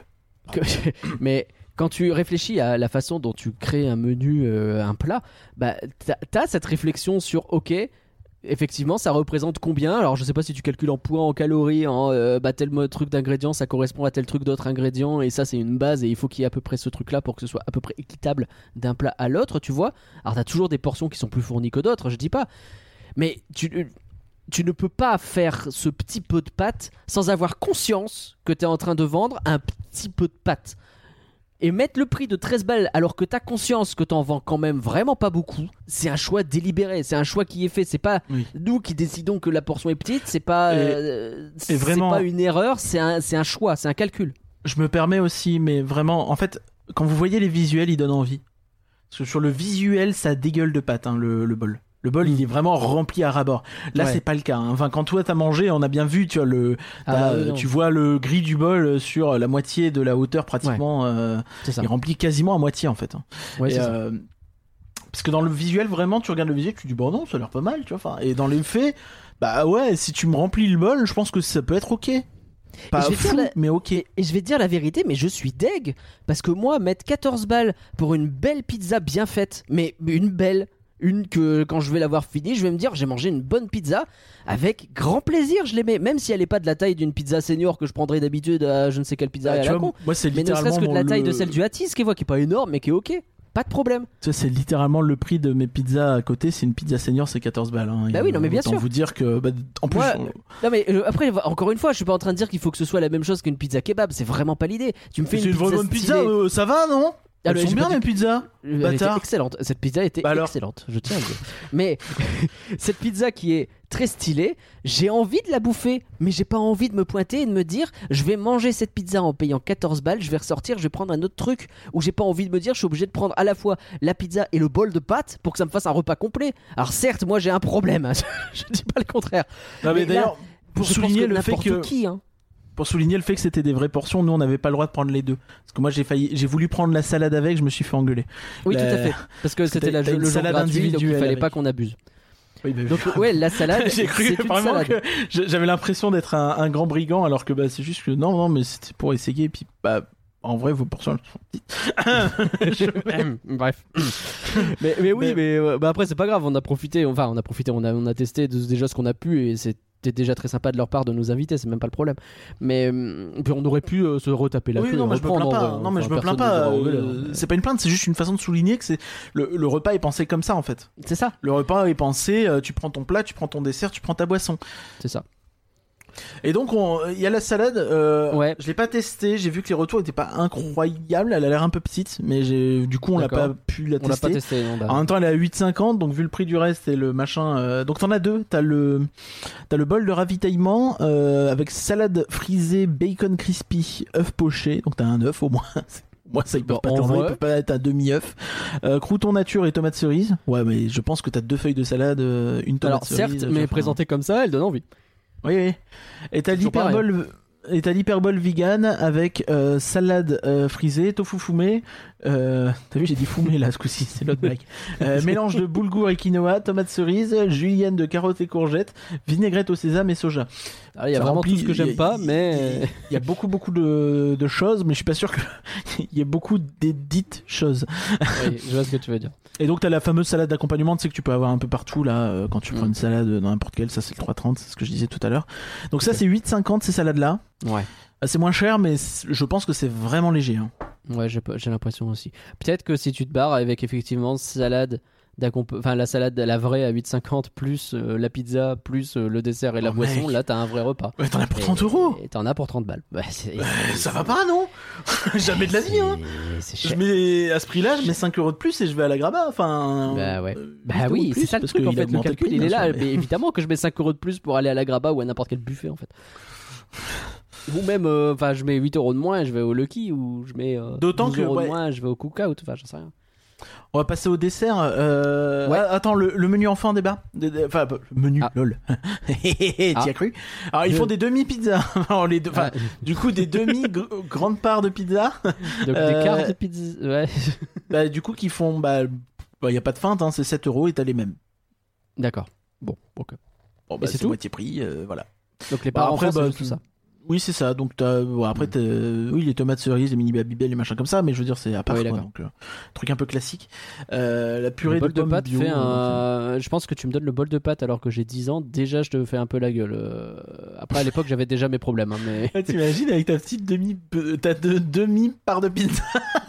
Mais quand tu réfléchis à la façon dont tu crées un menu, un plat, bah, t'as cette réflexion sur ok. Effectivement, ça représente combien? Alors, je sais pas si tu calcules en poids, en calories, en tel truc d'ingrédients, ça correspond à tel truc d'autres ingrédients, et ça, c'est une base, et il faut qu'il y ait à peu près ce truc-là pour que ce soit à peu près équitable d'un plat à l'autre, tu vois. Alors, t'as toujours des portions qui sont plus fournies que d'autres, je dis pas, mais tu ne peux pas faire ce petit pot de pâtes sans avoir conscience que t'es en train de vendre un petit pot de pâtes. Et mettre le prix de 13 balles alors que t'as conscience que t'en vends quand même vraiment pas beaucoup, c'est un choix délibéré, c'est un choix qui est fait, c'est pas nous qui décidons que la portion est petite, c'est pas c'est vraiment pas une erreur, c'est un choix, c'est un calcul. Je me permets aussi, mais vraiment, en fait, quand vous voyez les visuels, ils donnent envie. Parce que sur le visuel, ça dégueule de pâtes, hein, le bol. Le bol, il est vraiment rempli à ras-bord. Là, c'est pas le cas. Hein. Enfin, quand toi t'as mangé, on a bien vu, tu vois tu vois le gris du bol sur la moitié de la hauteur pratiquement. Il est rempli quasiment à moitié en fait. Hein. Ouais, parce que dans le visuel, vraiment, tu regardes le visuel, tu te dis bon non, ça a l'air pas mal, tu vois. Enfin, et dans les faits, bah ouais, si tu me remplis le bol, je pense que ça peut être ok. Pas fou, mais ok. Et je vais te dire la vérité, mais je suis deg parce que moi, mettre 14 balles pour une belle pizza bien faite, mais une belle. Une que quand je vais l'avoir finie, je vais me dire j'ai mangé une bonne pizza avec grand plaisir, je l'aimais, même si elle est pas de la taille d'une pizza senior que je prendrais d'habitude à je ne sais quelle pizza à la con. Moi, c'est mais ne serait-ce que de la taille de celle du Hattis qui est pas énorme mais qui est ok, pas de problème. Ça, c'est littéralement le prix de mes pizzas à côté. C'est une pizza senior, c'est 14 balles. Hein. Bah oui, non mais bien sûr. Vous dire que en plus. Non mais après encore une fois, je suis pas en train de dire qu'il faut que ce soit la même chose qu'une pizza kebab. C'est vraiment pas l'idée. Tu me fais une vraie bonne pizza, ça va non? Elles sont bien mes pizzas. Elle était excellente. Cette pizza était excellente. Je tiens à le dire. Mais cette pizza qui est très stylée, j'ai envie de la bouffer, mais j'ai pas envie de me pointer et de me dire je vais manger cette pizza en payant 14 balles, je vais ressortir, je vais prendre un autre truc, où j'ai pas envie de me dire je suis obligé de prendre à la fois la pizza et le bol de pâtes pour que ça me fasse un repas complet. Alors certes, moi j'ai un problème, hein. Je dis pas le contraire. Non, mais d'ailleurs, là, pour souligner le fait que pour souligner le fait que c'était des vraies portions, nous on n'avait pas le droit de prendre les deux. Parce que moi j'ai voulu prendre la salade avec, je me suis fait engueuler. Oui, tout à fait. Parce que c'était le genre salade gratuit, donc il fallait avec. pas qu'on abuse. Oui, mais donc ouais, la salade, j'ai cru c'est vraiment une salade. que j'avais l'impression d'être un grand brigand, alors que c'est juste que non, mais c'était pour essayer. Et puis en vrai, vos portions elles sont petites. Bref. mais oui, mais après c'est pas grave, on a profité, on a testé déjà ce qu'on a pu et c'était déjà très sympa de leur part de nous inviter, c'est même pas le problème. Mais puis on aurait pu se retaper la queue. Non, mais je me plains pas. Non, mais je me plains pas. C'est pas une plainte, c'est juste une façon de souligner que le repas est pensé comme ça en fait. C'est ça. Le repas est pensé, tu prends ton plat, tu prends ton dessert, tu prends ta boisson. C'est ça. Et donc il y a la salade, ouais. Je l'ai pas testé, j'ai vu que les retours étaient pas incroyables, elle a l'air un peu petite, mais du coup on l'a pas pu la tester. On l'a pas testé, non, En même temps elle est à 8,50, donc vu le prix du reste et le machin, donc t'en as deux, t'as le bol de ravitaillement avec salade frisée, bacon crispy, œuf poché, donc t'as un œuf au moins. Moi ça ils peuvent pas t'envoyer, ils peuvent pas être un demi-œuf. Crouton nature et tomate cerise. Ouais, mais je pense que t'as 2 feuilles de salade, une tomate cerise. Alors certes, mais présentée comme ça, elle donne envie. Oui. Et t'as l'hyperbole vegan avec salade frisée, tofu fumé. T'as vu, j'ai dit fumé là ce coup-ci, c'est l'autre blague. Mélange de boulgour et quinoa, tomate cerise, julienne de carottes et courgettes, vinaigrette au sésame et soja. Alors, il y a vraiment tout ce que j'aime pas, mais il y a beaucoup de choses, mais je suis pas sûr qu'il y ait beaucoup des dites choses. Oui, je vois ce que tu veux dire. Et donc t'as la fameuse salade d'accompagnement, tu sais que tu peux avoir un peu partout là quand tu prends une salade dans n'importe quelle, ça c'est le 3,30, c'est ce que je disais tout à l'heure. Donc ça c'est 8,50 ces salades là. Ouais. C'est moins cher, mais je pense que c'est vraiment léger. Hein. Ouais, j'ai l'impression aussi. Peut-être que si tu te barres avec effectivement salade la salade, la vraie à 8,50 plus la pizza plus le dessert et la boisson, là t'as un vrai repas. Ouais, t'en as pour 30 euros. Et t'en as pour 30 balles. Ça va pas, non? Jamais de la vie, hein. Je mets, à ce prix-là, je mets 5 euros de plus et je vais à la Graba. Enfin. Bah ouais. Oui, c'est ça le truc en fait. Le calcul il est là. Mais évidemment que je mets 5 euros de plus pour aller à la Graba ou à n'importe quel buffet en fait. Ou même, je mets 8 euros de moins, je vais au Lucky, ou je mets 12 euros de moins, je vais au Cookout, enfin, j'en sais rien. On va passer au dessert. Attends, le menu enfant débat. Enfin, menu, lol. T'y as cru? Alors, ils font des demi-pizzas. Du coup, des demi-grandes parts de pizza. Donc, des quarts de pizza, ouais. Du coup, qui font, y a pas de feinte, hein, c'est 7 euros et t'as les mêmes. D'accord. Bon, ok. Bon, c'est tout. Moitié prix, voilà. Donc, les parents après, c'est tout ça. Oui, c'est ça. Donc après les tomates cerises, les mini babybel, les machins comme ça, mais je veux dire c'est à part quoi, donc truc un peu classique. La purée le bol de pâtes bio, je pense que tu me donnes le bol de pâtes alors que j'ai 10 ans, déjà je te fais un peu la gueule. Après à l'époque, j'avais déjà mes problèmes, hein, mais t'imagines avec ta petite demi part de pizza.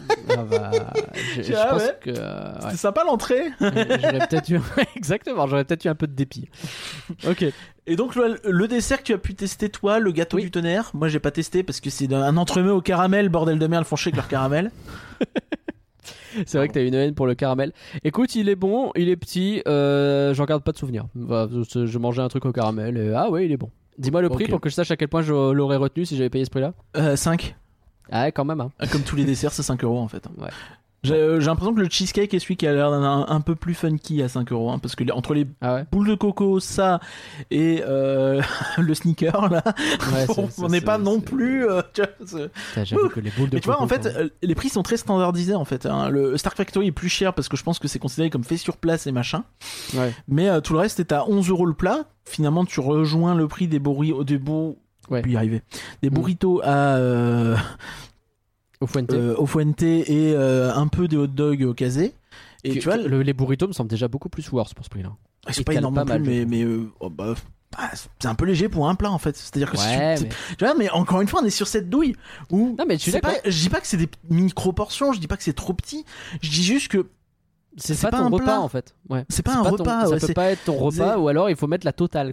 Je pense que c'était sympa l'entrée. J'aurais peut-être eu exactement, j'aurais peut-être eu un peu de dépit. OK. Et donc le dessert que tu as pu tester toi, le gâteau du tonnerre, moi j'ai pas testé parce que c'est un entremets au caramel, bordel de merde, ils font chier avec leur caramel. C'est vrai que t'as une haine pour le caramel. Écoute, il est bon, il est petit, j'en garde pas de souvenir. Je mangeais un truc au caramel et il est bon. Dis-moi le prix pour que je sache à quel point je l'aurais retenu si j'avais payé ce prix-là. 5. Ah ouais, quand même. Hein. Comme tous les desserts, c'est 5 euros en fait. Ouais. J'ai l'impression que le cheesecake est celui qui a l'air un peu plus funky à 5 euros, hein, parce que entre les boules de coco, ça, et le sneaker, là, on n'est pas non plus... J'avoue que les boules de coco... Mais tu vois, en fait, les prix sont très standardisés, en fait. Hein. Le Stark Factory est plus cher, parce que je pense que c'est considéré comme fait sur place et machin. Ouais. Mais tout le reste est à 11 euros le plat. Finalement, tu rejoins le prix des burritos... Puis y arriver. Des burritos à... Au Fuente et un peu des hot dogs au casé. Et tu vois, les burritos me semblent déjà beaucoup plus worse pour ce prix-là. C'est pas énorme non plus, mais c'est un peu léger pour un plat en fait. C'est-à-dire que tu vois, mais encore une fois, on est sur cette douille où non, mais je dis pas que c'est des micro-portions, je dis pas que c'est trop petit, je dis juste que c'est pas ton repas plat. En fait. Ouais. C'est pas un repas. Ça peut pas être ton repas ou alors il faut mettre la totale quoi.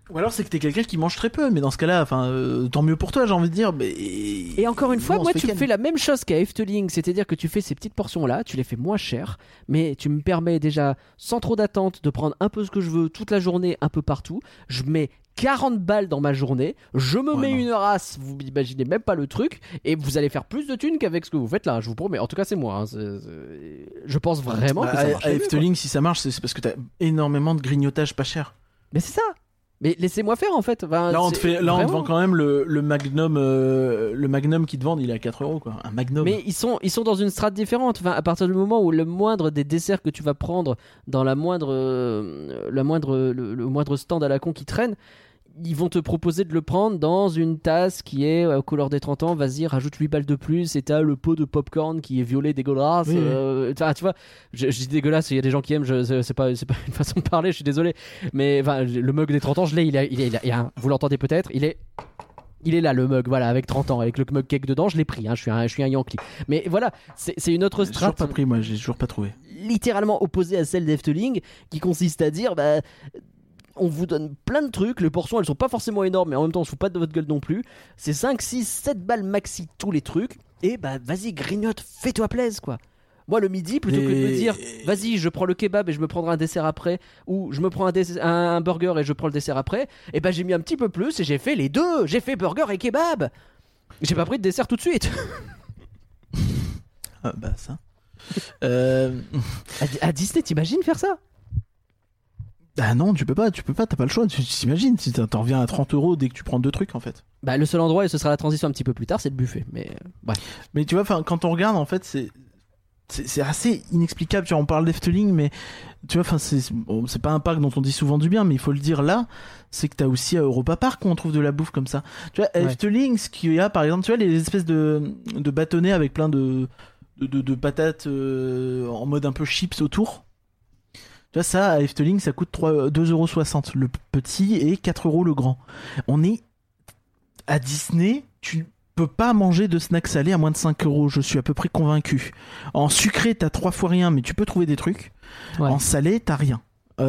Ou alors c'est que t'es quelqu'un qui mange très peu, mais dans ce cas-là, tant mieux pour toi, j'ai envie de dire. Mais... Et encore une fois, moi, tu fais la même chose qu'à Efteling, c'est-à-dire que tu fais ces petites portions-là, tu les fais moins chères, mais tu me permets déjà, sans trop d'attente, de prendre un peu ce que je veux toute la journée, un peu partout. Je mets 40 balles dans ma journée, je me mets une race, vous imaginez même pas le truc, et vous allez faire plus de thunes qu'avec ce que vous faites là, je vous promets. En tout cas, c'est moi. Je pense vraiment que ça marche. À Efteling, si ça marche, c'est parce que t'as énormément de grignotage pas cher. Mais c'est ça. Mais laissez-moi faire en fait. Là, on te vend quand même le Magnum qui te vendent, il est à 4€, quoi. Un Magnum. Mais ils sont dans une strate différente. À partir du moment où le moindre des desserts que tu vas prendre dans le moindre stand à la con qui traîne, ils vont te proposer de le prendre dans une tasse qui est aux couleurs des 30 ans. Vas-y, rajoute 8 balles de plus. Et t'as le pot de popcorn qui est violet dégueulasse. Oui. Tu vois, je dis dégueulasse, il y a des gens qui aiment. C'est pas une façon de parler, je suis désolé. Mais le mug des 30 ans, je l'ai. Vous l'entendez peut-être, il est là le mug, voilà, avec 30 ans, avec le mug cake dedans, je l'ai pris, je suis un Yankee. Mais voilà, c'est une autre strate. J'ai toujours pas pris, moi, j'ai toujours pas trouvé. Littéralement opposée à celle d'Efteling, qui consiste à dire, on vous donne plein de trucs, les portions elles sont pas forcément énormes, mais en même temps on se fout pas de votre gueule non plus. C'est 5, 6, 7 balles maxi tous les trucs, et vas-y grignote, fais-toi plaisir quoi. Moi le midi, plutôt que de me dire vas-y je prends le kebab et je me prendrai un dessert après, ou je me prends un burger et je prends le dessert après, et j'ai mis un petit peu plus et j'ai fait les deux, j'ai fait burger et kebab. J'ai pas pris de dessert tout de suite. Ça. À Disney, t'imagines faire ça? Ah non, tu peux pas, t'as pas le choix. Tu t'imagines, si t'en reviens à 30€ dès que tu prends deux trucs en fait. Le seul endroit, et ce sera la transition un petit peu plus tard, c'est le buffet. Mais Mais tu vois, quand on regarde en fait, c'est assez inexplicable. Tu vois, on parle d'Efteling, mais tu vois, c'est pas un parc dont on dit souvent du bien, mais il faut le dire là, c'est que t'as aussi à Europa Park où on trouve de la bouffe comme ça. Tu vois, à Efteling, ce qu'il y a par exemple, tu vois, les espèces de bâtonnets avec plein de patates en mode un peu chips autour. Tu vois, ça, à Efteling, ça coûte 2,60€ le petit et 4€ le grand. On est à Disney, tu peux pas manger de snacks salés à moins de 5€, je suis à peu près convaincu. En sucré, t'as 3 fois rien, mais tu peux trouver des trucs. Ouais. En salé, t'as rien.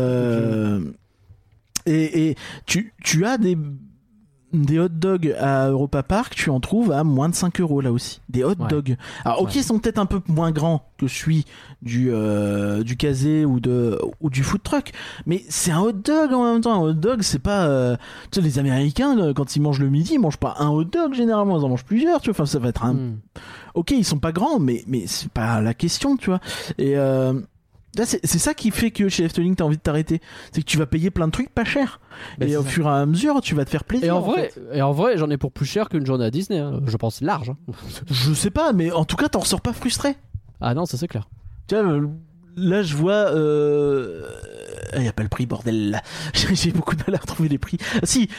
Et tu as des hot dogs à Europa Park, tu en trouves à moins de 5€ là aussi. Des hot dogs. Alors ok, ils sont peut-être un peu moins grands que celui du casé ou du food truck, mais c'est un hot dog en même temps. Un hot dog, c'est pas... tu sais, les Américains, quand ils mangent le midi, ils mangent pas un hot dog généralement, ils en mangent plusieurs, tu vois. Enfin, ça va être un... Ok, ils sont pas grands, mais c'est pas la question, tu vois. Et... là, c'est ça qui fait que chez Efteling t'as envie de t'arrêter, c'est que tu vas payer plein de trucs pas cher, et au fur et à mesure tu vas te faire plaisir. Et en vrai j'en ai pour plus cher qu'une journée à Disney, hein. Je pense large. Je sais pas, mais en tout cas t'en ressors pas frustré. Ah non, ça c'est clair. Tu vois, là je vois y a pas le prix, bordel là. J'ai beaucoup de mal à retrouver les prix. Si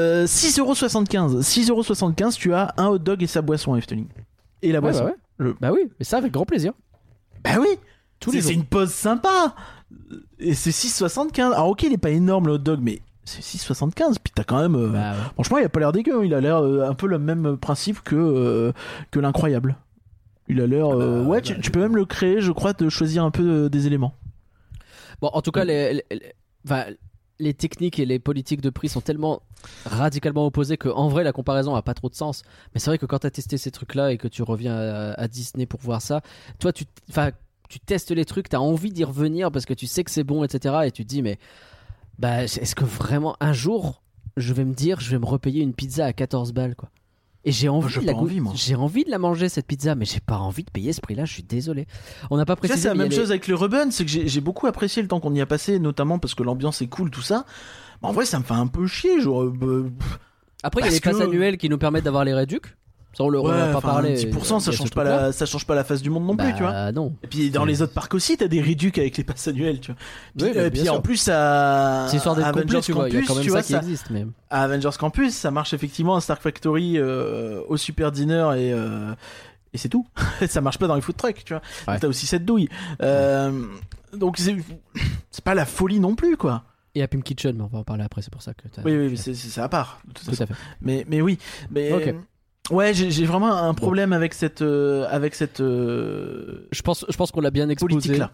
6,75€, tu as un hot dog et sa boisson à Efteling. Et la boisson. Bah oui, mais ça avec grand plaisir. Bah oui. C'est une pause sympa. Et c'est 6,75€. Alors ok, il est pas énorme le hot dog, mais c'est 6,75€. Puis t'as quand même... Franchement, il a pas l'air dégueu. Il a l'air un peu le même principe que l'incroyable. Il a l'air... tu peux même le créer, je crois, de choisir un peu des éléments. Bon, en tout cas, les techniques et les politiques de prix sont tellement radicalement opposées qu'en vrai, la comparaison a pas trop de sens. Mais c'est vrai que quand t'as testé ces trucs-là et que tu reviens à Disney pour voir ça, toi, tu testes les trucs, t'as envie d'y revenir parce que tu sais que c'est bon, etc. Et tu te dis, mais est-ce que vraiment un jour je vais me dire, je vais me repayer une pizza à 14 balles quoi. Et j'ai envie, j'ai envie de la manger cette pizza, mais j'ai pas envie de payer ce prix-là. Je suis désolé. On n'a pas précisé. Ça, c'est la même chose avec le Rebun, c'est que j'ai beaucoup apprécié le temps qu'on y a passé, notamment parce que l'ambiance est cool, tout ça. Mais en vrai, ça me fait un peu chier, genre. Après, il y a les passes annuelles qui nous permettent d'avoir les réducs. Ça, on va pas parler. 10%, ça change pas la face du monde non plus, tu vois. Non. Et puis dans les autres parcs aussi, t'as des réducs avec les passes annuelles, tu vois. Puis en plus, à Avengers Campus, il y a quand même ça qui existe même. À Avengers Campus, ça marche effectivement à Star Factory, au Super Dinner et c'est tout. Ça marche pas dans les food trucks, tu vois. Ouais. T'as aussi cette douille. Donc c'est pas la folie non plus, quoi. Et à Pim Kitchen, mais on va en parler après, c'est pour ça que Oui, c'est à part. Tout à fait. Mais oui. Ok. Ouais, j'ai vraiment un problème avec cette Je pense qu'on l'a bien exposé. Politique là.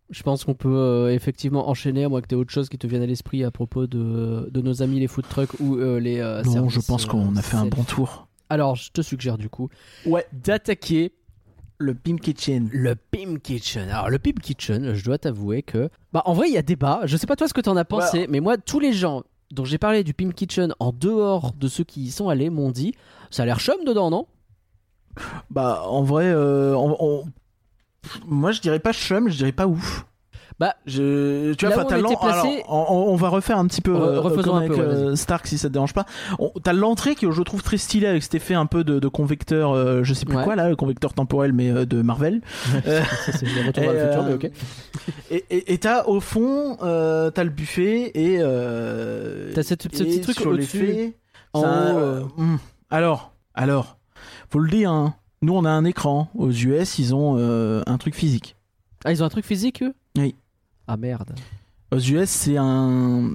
Je pense qu'on peut effectivement enchaîner, à moins que tu aies autre chose qui te vienne à l'esprit à propos de nos amis les food trucks ou les Non, services, je pense qu'on a fait un bon tour. Alors, je te suggère du coup Ouais. d'attaquer Le Pimp Kitchen. le Pimp Kitchen. Alors, le Pimp Kitchen, je dois t'avouer que... Bah, en vrai, il y a débat. Je sais pas toi ce que t'en as pensé, mais moi, tous les gens dont j'ai parlé du Pimp Kitchen en dehors de ceux qui y sont allés m'ont dit ça a l'air chum dedans, non? Bah, en vrai, moi je dirais pas chum, je dirais pas ouf. Bah, tu vois, là où t'as on était placé- on va refaire un petit peu Refaisons comme un avec peu, ouais, vas-y. Stark si ça te dérange pas. T'as l'entrée qui je trouve très stylée avec cet effet un peu de convecteur, je sais plus Ouais. quoi là, le convecteur temporel mais de Marvel. Ça, c'est le retour vers le futur, mais ok. Et t'as au fond, t'as le buffet et T'as ce petit truc sur au-dessus, l'effet. en ça, haut, Alors, faut le dire, hein, nous on a un écran. Aux US, ils ont un truc physique. Ah, ils ont un truc physique, eux? Oui. Ah, merde. Aux US, c'est un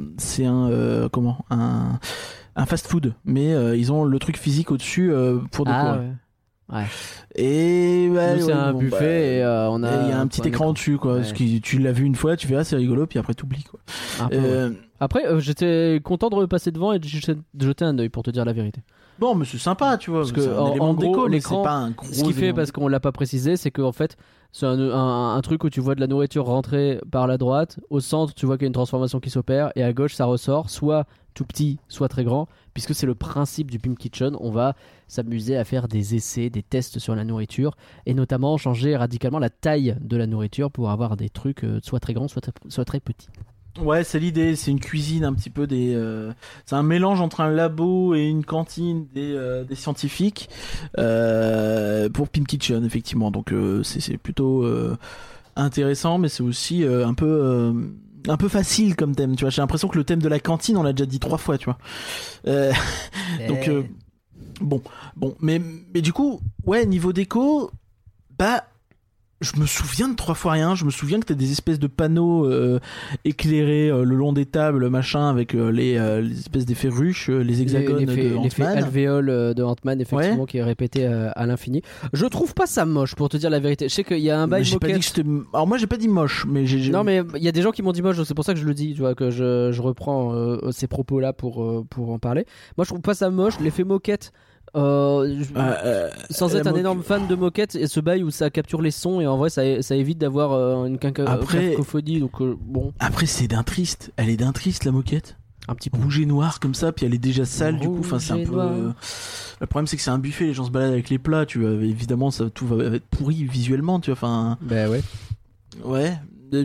fast-food, mais ils ont le truc physique au-dessus pour décorer. Ouais. Et Nous, c'est un buffet et on a. il y a un petit écran dessus, quoi. Ouais. Parce que tu l'as vu une fois, tu fais c'est rigolo, puis après t'oublies, quoi. Un peu, ouais. Après, j'étais content de repasser devant et de jeter un œil pour te dire la vérité. Bon, mais c'est sympa, tu vois. Parce que c'est un en élément de gros, déco, mais l'écran, c'est pas un gros Ce qui fait, élément. parce qu'on l'a pas précisé, c'est qu'en fait, c'est un truc où tu vois de la nourriture rentrer par la droite. Au centre, tu vois qu'il y a une transformation qui s'opère. Et à gauche, ça ressort, soit tout petit, soit très grand. Puisque c'est le principe du Pimp Kitchen. On va s'amuser à faire des essais, des tests sur la nourriture. Et notamment changer radicalement la taille de la nourriture pour avoir des trucs soit très grands, soit très petits. Ouais, c'est l'idée, c'est une cuisine un petit peu c'est un mélange entre un labo et une cantine des scientifiques pour Pimp Kitchen, effectivement. Donc c'est plutôt intéressant, mais c'est aussi un peu facile comme thème, tu vois. J'ai l'impression que le thème de la cantine, on l'a déjà dit 3 fois, tu vois. Donc bon, mais du coup, ouais, niveau déco, bah. Je me souviens de 3 fois rien. Je me souviens que t'as des espèces de panneaux éclairés le long des tables, machin, avec les espèces d'effets ruches, les hexagones L'effet de Ant-Man. alvéole de Ant-Man, effectivement, Ouais. qui est répété à l'infini. Je trouve pas ça moche, pour te dire la vérité. Je sais qu'il y a un bail J'ai pas dit moquette. que Alors moi j'ai pas dit moche, mais j'ai. Non, mais il y a des gens qui m'ont dit moche, c'est pour ça que je le dis, tu vois, que je reprends ces propos-là pour en parler. Moi, je trouve pas ça moche. L'effet moquette. Sans être un énorme fan de moquette, et ce bail où ça capture les sons, et en vrai ça évite d'avoir une cacophonie, donc bon. Après c'est d'un triste. Elle est d'un triste la moquette. Un petit peu. Rouge et noir comme ça, puis elle est déjà sale du coup. Enfin c'est un Rouge et peu. noir. Le problème c'est que c'est un buffet, les gens se baladent avec les plats. Tu vois, évidemment tout va être pourri visuellement, tu vois. Enfin. Bah ouais. Ouais.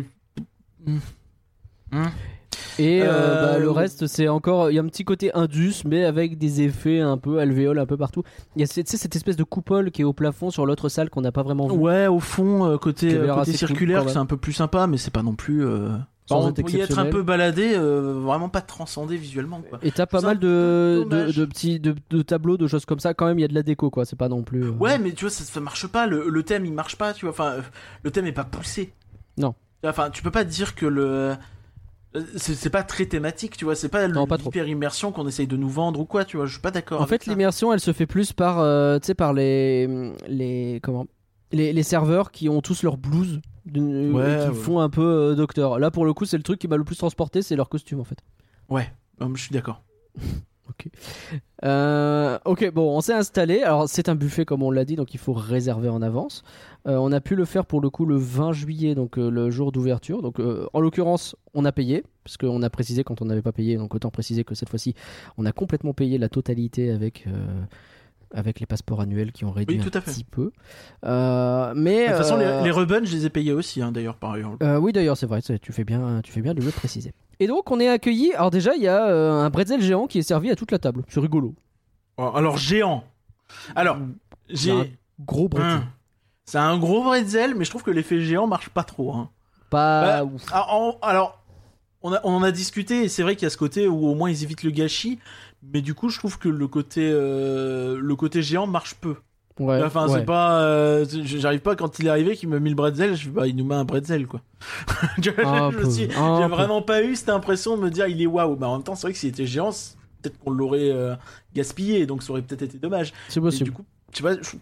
Et le reste, c'est encore. Il y a un petit côté indus, mais avec des effets un peu alvéoles un peu partout. Il y a cette espèce de coupole qui est au plafond sur l'autre salle qu'on n'a pas vraiment vu. Ouais, au fond, Qui avait l'air assez circulaire, cool, quand c'est un peu plus sympa, mais c'est pas non plus. Sans on être peut y être un exceptionnel. peu baladé, vraiment pas transcendé visuellement, quoi. Et t'as pas C'est mal un peu dommage. de petits de tableaux, de choses comme ça. Quand même, il y a de la déco, quoi. C'est pas non plus. Ouais, mais tu vois, ça marche pas. Le thème, il marche pas, tu vois. Enfin, le thème est pas poussé. Non. Enfin, tu peux pas dire que c'est pas très thématique, tu vois. C'est pas Non, pas trop. l'hyper immersion qu'on essaye de nous vendre ou quoi, tu vois. Je suis pas d'accord. En fait, l'immersion, elle se fait plus par, tu sais, par les serveurs qui ont tous leur blouse, qui font un peu docteur. Là, pour le coup, c'est le truc qui m'a le plus transporté, c'est leur costume, en fait. Ouais, je suis d'accord. Ok, bon, on s'est installé. Alors, c'est un buffet, comme on l'a dit, donc il faut réserver en avance. On a pu le faire pour le coup le 20 juillet, donc le jour d'ouverture. Donc, en l'occurrence, on a payé, parce qu'on a précisé quand on n'avait pas payé. Donc, autant préciser que cette fois-ci, on a complètement payé la totalité avec les passeports annuels qui ont réduit Oui, tout à un fait. petit peu. Mais De toute façon, les rebuns, je les ai payés aussi, hein, d'ailleurs, par ailleurs. oui, d'ailleurs, c'est vrai, tu fais bien de le préciser. Et donc, on est accueillis. Alors, déjà, il y a un bretzel géant qui est servi à toute la table. C'est rigolo. Alors, géant. Alors, C'est un gros bretzel. C'est un gros bretzel, mais je trouve que l'effet géant marche pas trop. Hein. Pas Bah, ouf. alors, on en a discuté, et c'est vrai qu'il y a ce côté où au moins ils évitent le gâchis, mais du coup, je trouve que le côté géant marche peu. Ouais, Enfin, ouais. c'est pas. J'arrive pas quand il est arrivé qu'il me met le bretzel, je fais bah, il nous met un bretzel quoi. J'ai vraiment pas eu cette impression de me dire il est waouh. Mais en même temps, c'est vrai que s'il était géant, peut-être qu'on l'aurait gaspillé, donc ça aurait peut-être été dommage. C'est Et possible. du coup, tu vois,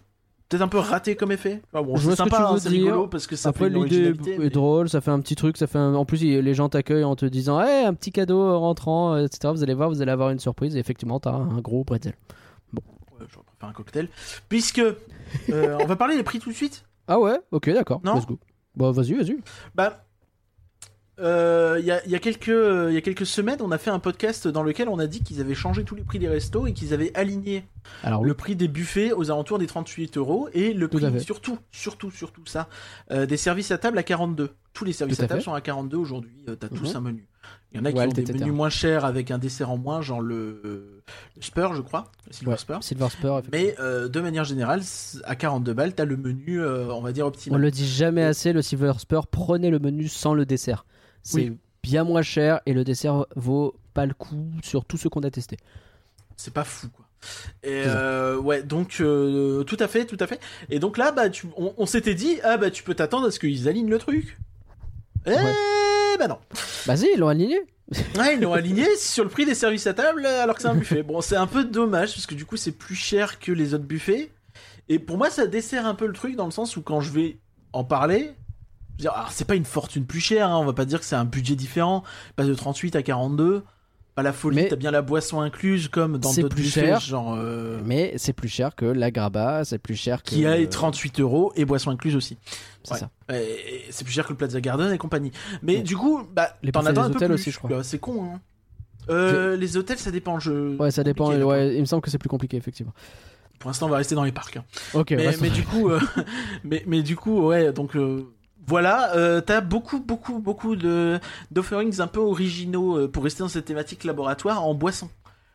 peut-être un peu raté comme effet. Enfin, bon, Je c'est vois ce que sympa, tu veux c'est dire. rigolo parce que ça Après, fait une l'idée originalité. est mais- drôle, ça fait un petit truc, en plus, les gens t'accueillent en te disant hey, un petit cadeau rentrant, etc. Vous allez voir, vous allez avoir une surprise. Et effectivement, t'as un gros bretzel. Ouais, j'aurais préféré un cocktail. Puisque on va parler des prix tout de suite. Ah ouais, ok, d'accord. Non. Let's go. Bah, vas-y. Bah, il y a quelques semaines, on a fait un podcast dans lequel on a dit qu'ils avaient changé tous les prix des restos et qu'ils avaient aligné Alors, le prix des buffets aux alentours des 38 € et le Tout à prix, fait. surtout ça, des services à table à 42. Tous les services Tout à à table fait. sont à 42 aujourd'hui. T'as tous un menu. Il y en a qui Ouais, ont des etc. menus moins chers avec un dessert en moins, genre le Spur, je crois, le Silver ouais, Spur. Silver Spur, effectivement. Mais de manière générale, à 42 balles, t'as le menu, on va dire, On optimal. le dit jamais assez, le Silver Spur, prenez le menu sans le dessert. C'est Oui. bien moins cher et le dessert vaut pas le coup sur tout ce qu'on a testé. C'est pas fou, quoi. Et C'est ouais, donc tout à fait. Et donc là, bah, on s'était dit, ah bah tu peux t'attendre à ce qu'ils alignent le truc. Eh bah non. Vas-y, ils l'ont aligné. Ouais, ils l'ont aligné sur le prix des services à table alors que c'est un buffet. Bon, c'est un peu dommage parce que du coup c'est plus cher que les autres buffets. Et pour moi, ça dessert un peu le truc dans le sens où quand je vais en parler, je veux dire, alors, c'est pas une fortune plus chère, hein, on va pas dire que c'est un budget différent, il passe de 38 à 42. Pas la folie, Mais t'as bien la boisson incluse comme dans c'est d'autres plus buffets, cher. genre Mais c'est plus cher que la Graba, c'est plus cher que... qui a 38 € et boisson incluse aussi. C'est Ouais. ça. Et c'est plus cher que le Plaza Garden et compagnie. Mais Ouais. du coup, bah, Les t'en buffets attends des un peu hôtels plus. aussi, je crois. Bah, c'est con, hein. Les hôtels, ça dépend. Ouais, ça dépend. Compliqué, Ouais, il me semble que c'est plus compliqué, effectivement. Pour l'instant, on va rester dans les parcs. Hein. Ok, Mais du coup, mais du coup, ouais. Donc voilà, t'as beaucoup d'offerings un peu originaux pour rester dans cette thématique laboratoire en boisson.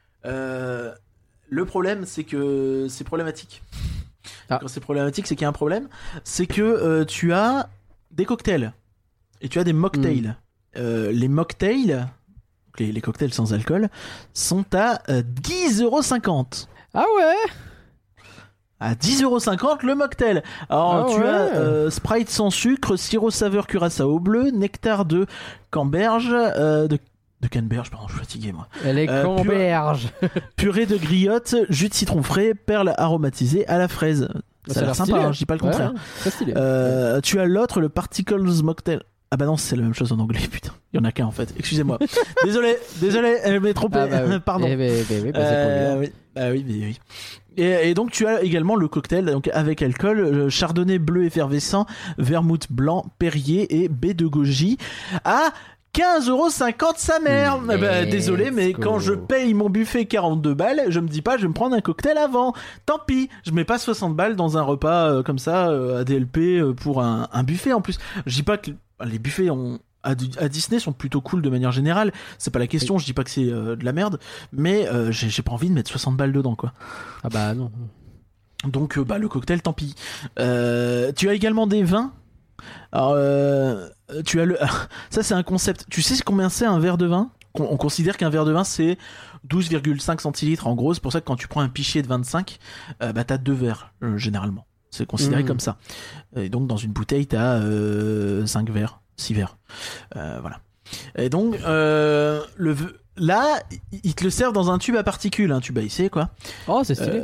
Le problème, c'est que c'est problématique. Ah. Quand c'est problématique, c'est qu'il y a un problème. C'est que tu as des cocktails et tu as des mocktails. Les mocktails, les cocktails sans alcool, sont à 10,50 €. Ah ouais. À 10,50 € le mocktail. Alors Ah tu ouais. as Sprite sans sucre, sirop saveur curaçao bleu, nectar de Canberge, de Canberge, pardon, je suis fatigué moi. Elle est pur- camberge. Purée de griotte, jus de citron frais, perles aromatisées à la fraise. Ça a l'air sympa, stylé. hein, je dis pas le contraire. Ouais, très stylé. Tu as l'autre, le Particles Mocktail. Ah bah non, c'est la même chose en anglais, putain. Il y en a qu'un en fait. Excusez-moi. désolé, elle m'est trompé. Ah bah oui. Pardon. Eh ben, oui, bah, c'est pour lui. Oui. Ah oui, mais oui. Et donc tu as également le cocktail donc avec alcool, chardonnay bleu effervescent, vermouth blanc, Perrier et baie de goji à 15,50 € sa mère. Let's Bah, désolé, mais go. quand je paye mon buffet 42 balles, je me dis pas je vais me prendre un cocktail avant. Tant pis, je mets pas 60 balles dans un repas comme ça à DLP pour un buffet en plus. Je dis pas que les buffets à Disney sont plutôt cool de manière générale, c'est pas la question, je dis pas que c'est de la merde, mais j'ai pas envie de mettre 60 balles dedans quoi. Ah bah non. Donc bah le cocktail tant pis. Tu as également des vins. Alors tu as ça c'est un concept. Tu sais combien c'est un verre de vin? On considère qu'un verre de vin c'est 12,5 centilitres en gros, c'est pour ça que quand tu prends un pichet de 25, bah t'as 2 verres généralement. C'est considéré comme ça. Et donc dans une bouteille t'as 5 verres. 6 verres. Voilà. Et donc, là, ils te le servent dans un tube à particules, un tube à essai, quoi. Oh, c'est stylé.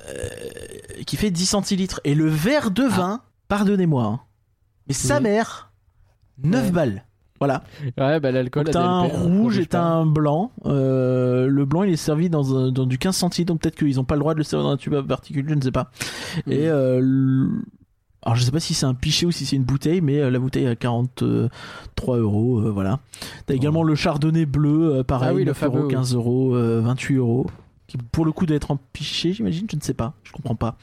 Qui fait 10 centilitres. Et le verre de vin, pardonnez-moi, hein, mais sa mère, 9 Ouais. balles. Voilà. Ouais, bah l'alcool. Donc la t'as un DLP, rouge bouge et t'as pas. un blanc. Le blanc, il est servi dans du 15 centilitres, donc peut-être qu'ils ont pas le droit de le servir dans un tube à particules, je ne sais pas. Et alors je sais pas si c'est un pichet ou si c'est une bouteille, mais la bouteille à 43 €, voilà. T'as également le chardonnay bleu, pareil, Ah oui, le 9 fameux, €, 15 €, 28 €, qui pour le coup doit être en pichet, j'imagine, je ne sais pas, je comprends pas.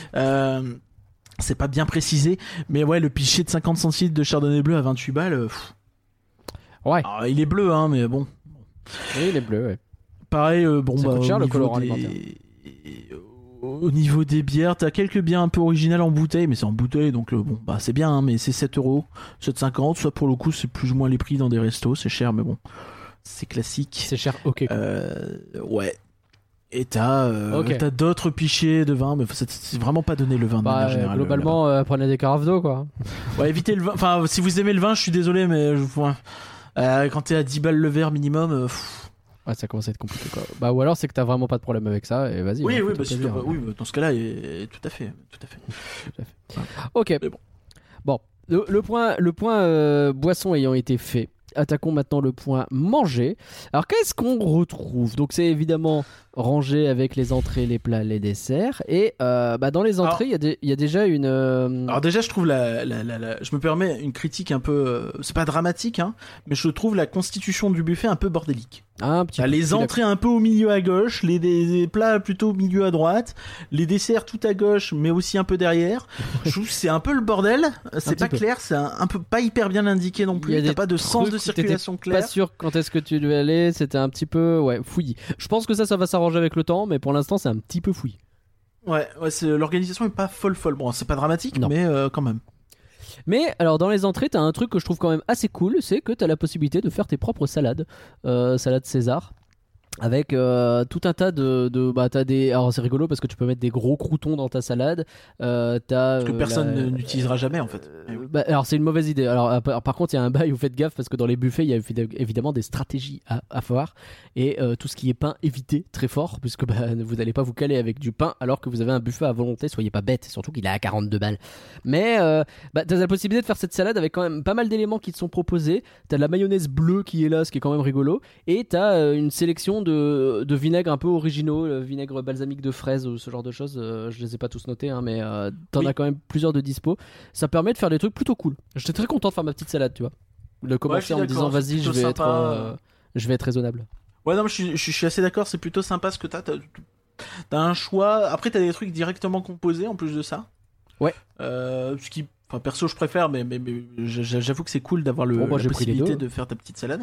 C'est pas bien précisé, mais ouais, le pichet de 50 centilitres de chardonnay bleu à 28 balles, Ouais. alors, il est bleu, hein, mais bon. Oui, il est bleu, ouais. Pareil, bon, Ça bah, coûte cher, au le niveau colorant des- alimentaire. Au niveau des bières, t'as quelques bières un peu originales en bouteille, mais c'est en bouteille, donc bon, bah c'est bien, hein, mais c'est 7 €, 7,50 €, soit pour le coup, c'est plus ou moins les prix dans des restos, c'est cher, mais bon, c'est classique. C'est cher, ok. Ouais. Et t'as Ok. t'as d'autres pichets de vin, mais c'est vraiment pas donné le vin de Bah, manière générale. globalement, prenez des carafes d'eau, quoi. là-bas. Ouais, évitez le vin. Enfin, si vous aimez le vin, je suis désolé, mais quand t'es à 10 balles le verre minimum, Ouais, ça commence à être compliqué quoi. Bah ou alors c'est que t'as vraiment pas de problème avec ça et vas-y. Oui, hein, oui, fais-toi plaisir. dans ce cas-là, tout à fait. Ok. Mais bon. Bon, le point boisson ayant été fait, attaquons maintenant le point manger. Alors qu'est-ce qu'on retrouve? Donc c'est évidemment rangé avec les entrées, les plats, les desserts. Et dans les entrées, il y a déjà une... Alors déjà, je trouve je me permets une critique un peu... c'est pas dramatique, hein, mais je trouve la constitution du buffet un peu bordélique. un petit peu, Les entrées un peu au milieu à gauche, les plats plutôt au milieu à droite, les desserts tout à gauche, mais aussi un peu derrière. Je trouve que c'est un peu le bordel. C'est pas clair, c'est un peu pas hyper bien indiqué non plus. T'as pas de sens de circulation clair. Pas sûr quand est-ce que tu devais aller. C'était un petit peu fouillis. Je pense que ça va s'arranger avec le temps, mais pour l'instant c'est un petit peu fouillis. Ouais, l'organisation est pas folle. Bon, c'est pas dramatique, non. Mais quand même. Mais alors dans les entrées, t'as un truc que je trouve quand même assez cool, c'est que t'as la possibilité de faire tes propres salades, salade César, avec tout un tas t'as des... Alors c'est rigolo parce que tu peux mettre des gros croûtons dans ta salade. Parce que personne n'utilisera jamais en fait. Alors c'est une mauvaise idée. Alors par contre il y a un bail où faites gaffe parce que dans les buffets il y a évidemment des stratégies à faire. Et tout ce qui est pain, évitez très fort puisque vous n'allez pas vous caler avec du pain alors que vous avez un buffet à volonté. Soyez pas bête, surtout qu'il est à 42 balles. Mais t'as la possibilité de faire cette salade avec quand même pas mal d'éléments qui te sont proposés. T'as de la mayonnaise bleue qui est là, ce qui est quand même rigolo. Et t'as une sélection de vinaigres un peu originaux, le vinaigre balsamique de fraise ou ce genre de choses. Je les ai pas tous notés, hein, mais t'en as quand même plusieurs de dispo. Ça permet de faire des trucs plutôt cool. J'étais très content de faire ma petite salade, tu vois. De commencer en me disant vas-y, je vais être raisonnable. Ouais, non, je suis assez d'accord, c'est plutôt sympa ce que t'as un choix. Après, t'as des trucs directement composés en plus de ça. Ouais. Ce qui, perso, je préfère, mais j'avoue que c'est cool d'avoir la possibilité de faire ta petite salade.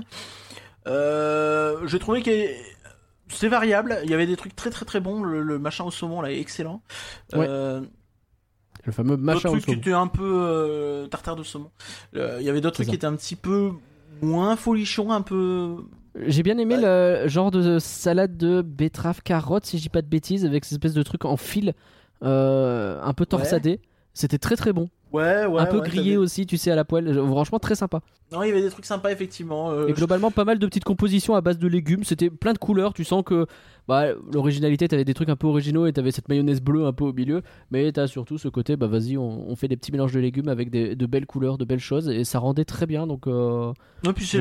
J'ai trouvé que c'est variable. Il y avait des trucs très très très bons. Le machin au saumon là est excellent. Ouais. Le fameux machin au saumon. D'autres trucs qui étaient un peu tartare de saumon. Il y avait d'autres trucs qui étaient un petit peu moins folichons, un peu. J'ai bien aimé le genre de salade de betterave carotte, si je dis pas de bêtises, avec cette espèce de truc en fil, un peu torsadé. Ouais. C'était très très bon. Un peu grillé aussi, tu sais, à la poêle. Franchement, très sympa. Non, il y avait des trucs sympas, effectivement. Et globalement, pas mal de petites compositions à base de légumes. C'était plein de couleurs. Tu sens que l'originalité, t'avais des trucs un peu originaux et t'avais cette mayonnaise bleue un peu au milieu. Mais t'as surtout ce côté, vas-y, on fait des petits mélanges de légumes avec de belles couleurs, de belles choses. Et ça rendait très bien. Donc, non, puis c'est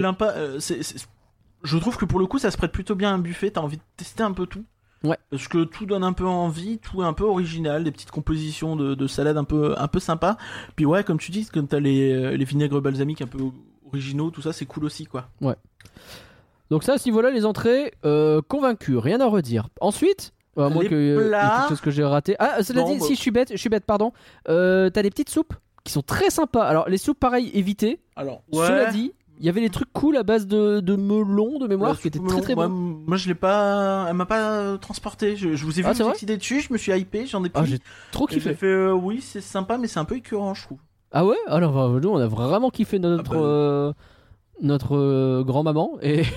je trouve que pour le coup, ça se prête plutôt bien à un buffet. T'as envie de tester un peu tout. Ouais. Parce que tout donne un peu envie, tout est un peu original, des petites compositions de salade un peu sympa. Puis ouais, comme tu dis, quand t'as les vinaigres balsamiques un peu originaux, tout ça, c'est cool aussi, quoi. Ouais. Donc ça, à ce niveau-là, les entrées, convaincu, rien à redire. Ensuite, à moins qu'il y ait quelque chose que j'ai raté. Ah, cela dit, si je suis bête, pardon. T'as des petites soupes qui sont très sympas. Alors les soupes, pareil, évitez. Alors, cela dit. Il y avait des trucs cool à base de melon de mémoire qui étaient très très bons. Moi je l'ai pas, elle m'a pas transporté. Je vous ai vu vous exciter dessus, je me suis hypé, j'en ai pris. J'ai trop kiffé. J'ai fait oui, c'est sympa, mais c'est un peu écœurant, je trouve. Ah ouais. Alors nous on a vraiment kiffé notre grand-maman et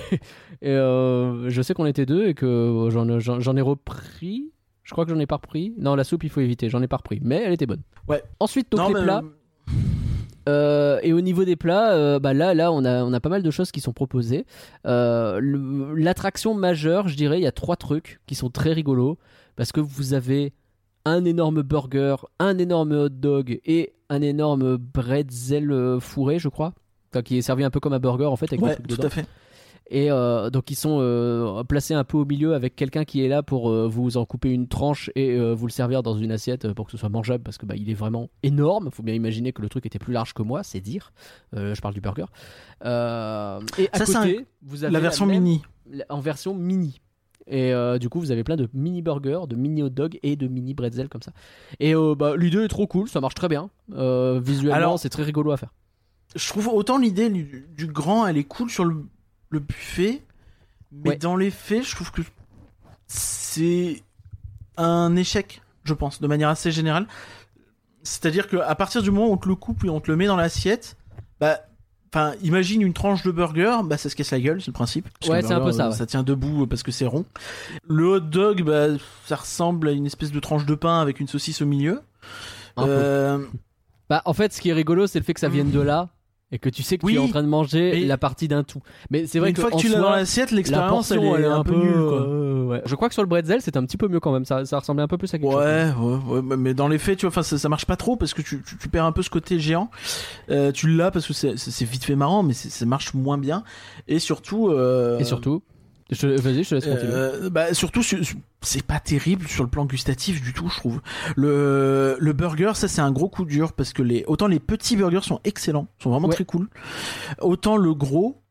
je sais qu'on était deux et que j'en ai repris. Je crois que j'en ai pas repris. Non, la soupe il faut éviter, j'en ai pas repris, mais elle était bonne. Ouais. Ensuite donc les plats. Et au niveau des plats, là on a pas mal de choses qui sont proposées. L'attraction majeure, je dirais, il y a 3 trucs qui sont très rigolos parce que vous avez un énorme burger, un énorme hot dog et un énorme bretzel fourré, je crois, qui est servi un peu comme un burger en fait avec des trucs dedans. Tout à fait. Et donc ils sont placés un peu au milieu avec quelqu'un qui est là pour vous en couper une tranche et vous le servir dans une assiette pour que ce soit mangeable parce que il est vraiment énorme. Faut bien imaginer que le truc était plus large que moi, c'est dire. Je parle du burger. Et à côté, vous avez la version mini. En version mini. Et du coup, vous avez plein de mini burgers, de mini hot dog et de mini bretzel comme ça. Et l'idée est trop cool, ça marche très bien. Visuellement, c'est très rigolo à faire. Je trouve autant l'idée du grand, elle est cool sur le buffet, mais dans les faits, je trouve que c'est un échec, je pense, de manière assez générale. C'est-à-dire qu'à partir du moment où on te le coupe et on te le met dans l'assiette, imagine une tranche de burger, ça se casse la gueule, c'est le principe. Ouais, c'est un peu ça. Ça tient debout parce que c'est rond. Le hot dog, ça ressemble à une espèce de tranche de pain avec une saucisse au milieu. En fait, ce qui est rigolo, c'est le fait que ça vienne de là. et que tu sais que tu es en train de manger la partie d'un tout. Mais c'est vrai une fois que tu l'as dans l'assiette, l'expérience elle est un peu nulle quoi. Ouais. Je crois que sur le bretzel c'était un petit peu mieux quand même, ça ressemblait un peu plus à quelque chose. Ouais, mais dans les faits, tu vois, ça marche pas trop parce que tu perds un peu ce côté géant. Tu l'as parce que c'est vite fait marrant, mais ça marche moins bien. Et surtout. Vas-y, je te laisse continuer. Surtout, c'est pas terrible sur le plan gustatif du tout, je trouve. Le burger, ça c'est un gros coup dur parce que autant les petits burgers sont excellents, sont vraiment très cool. Autant le gros,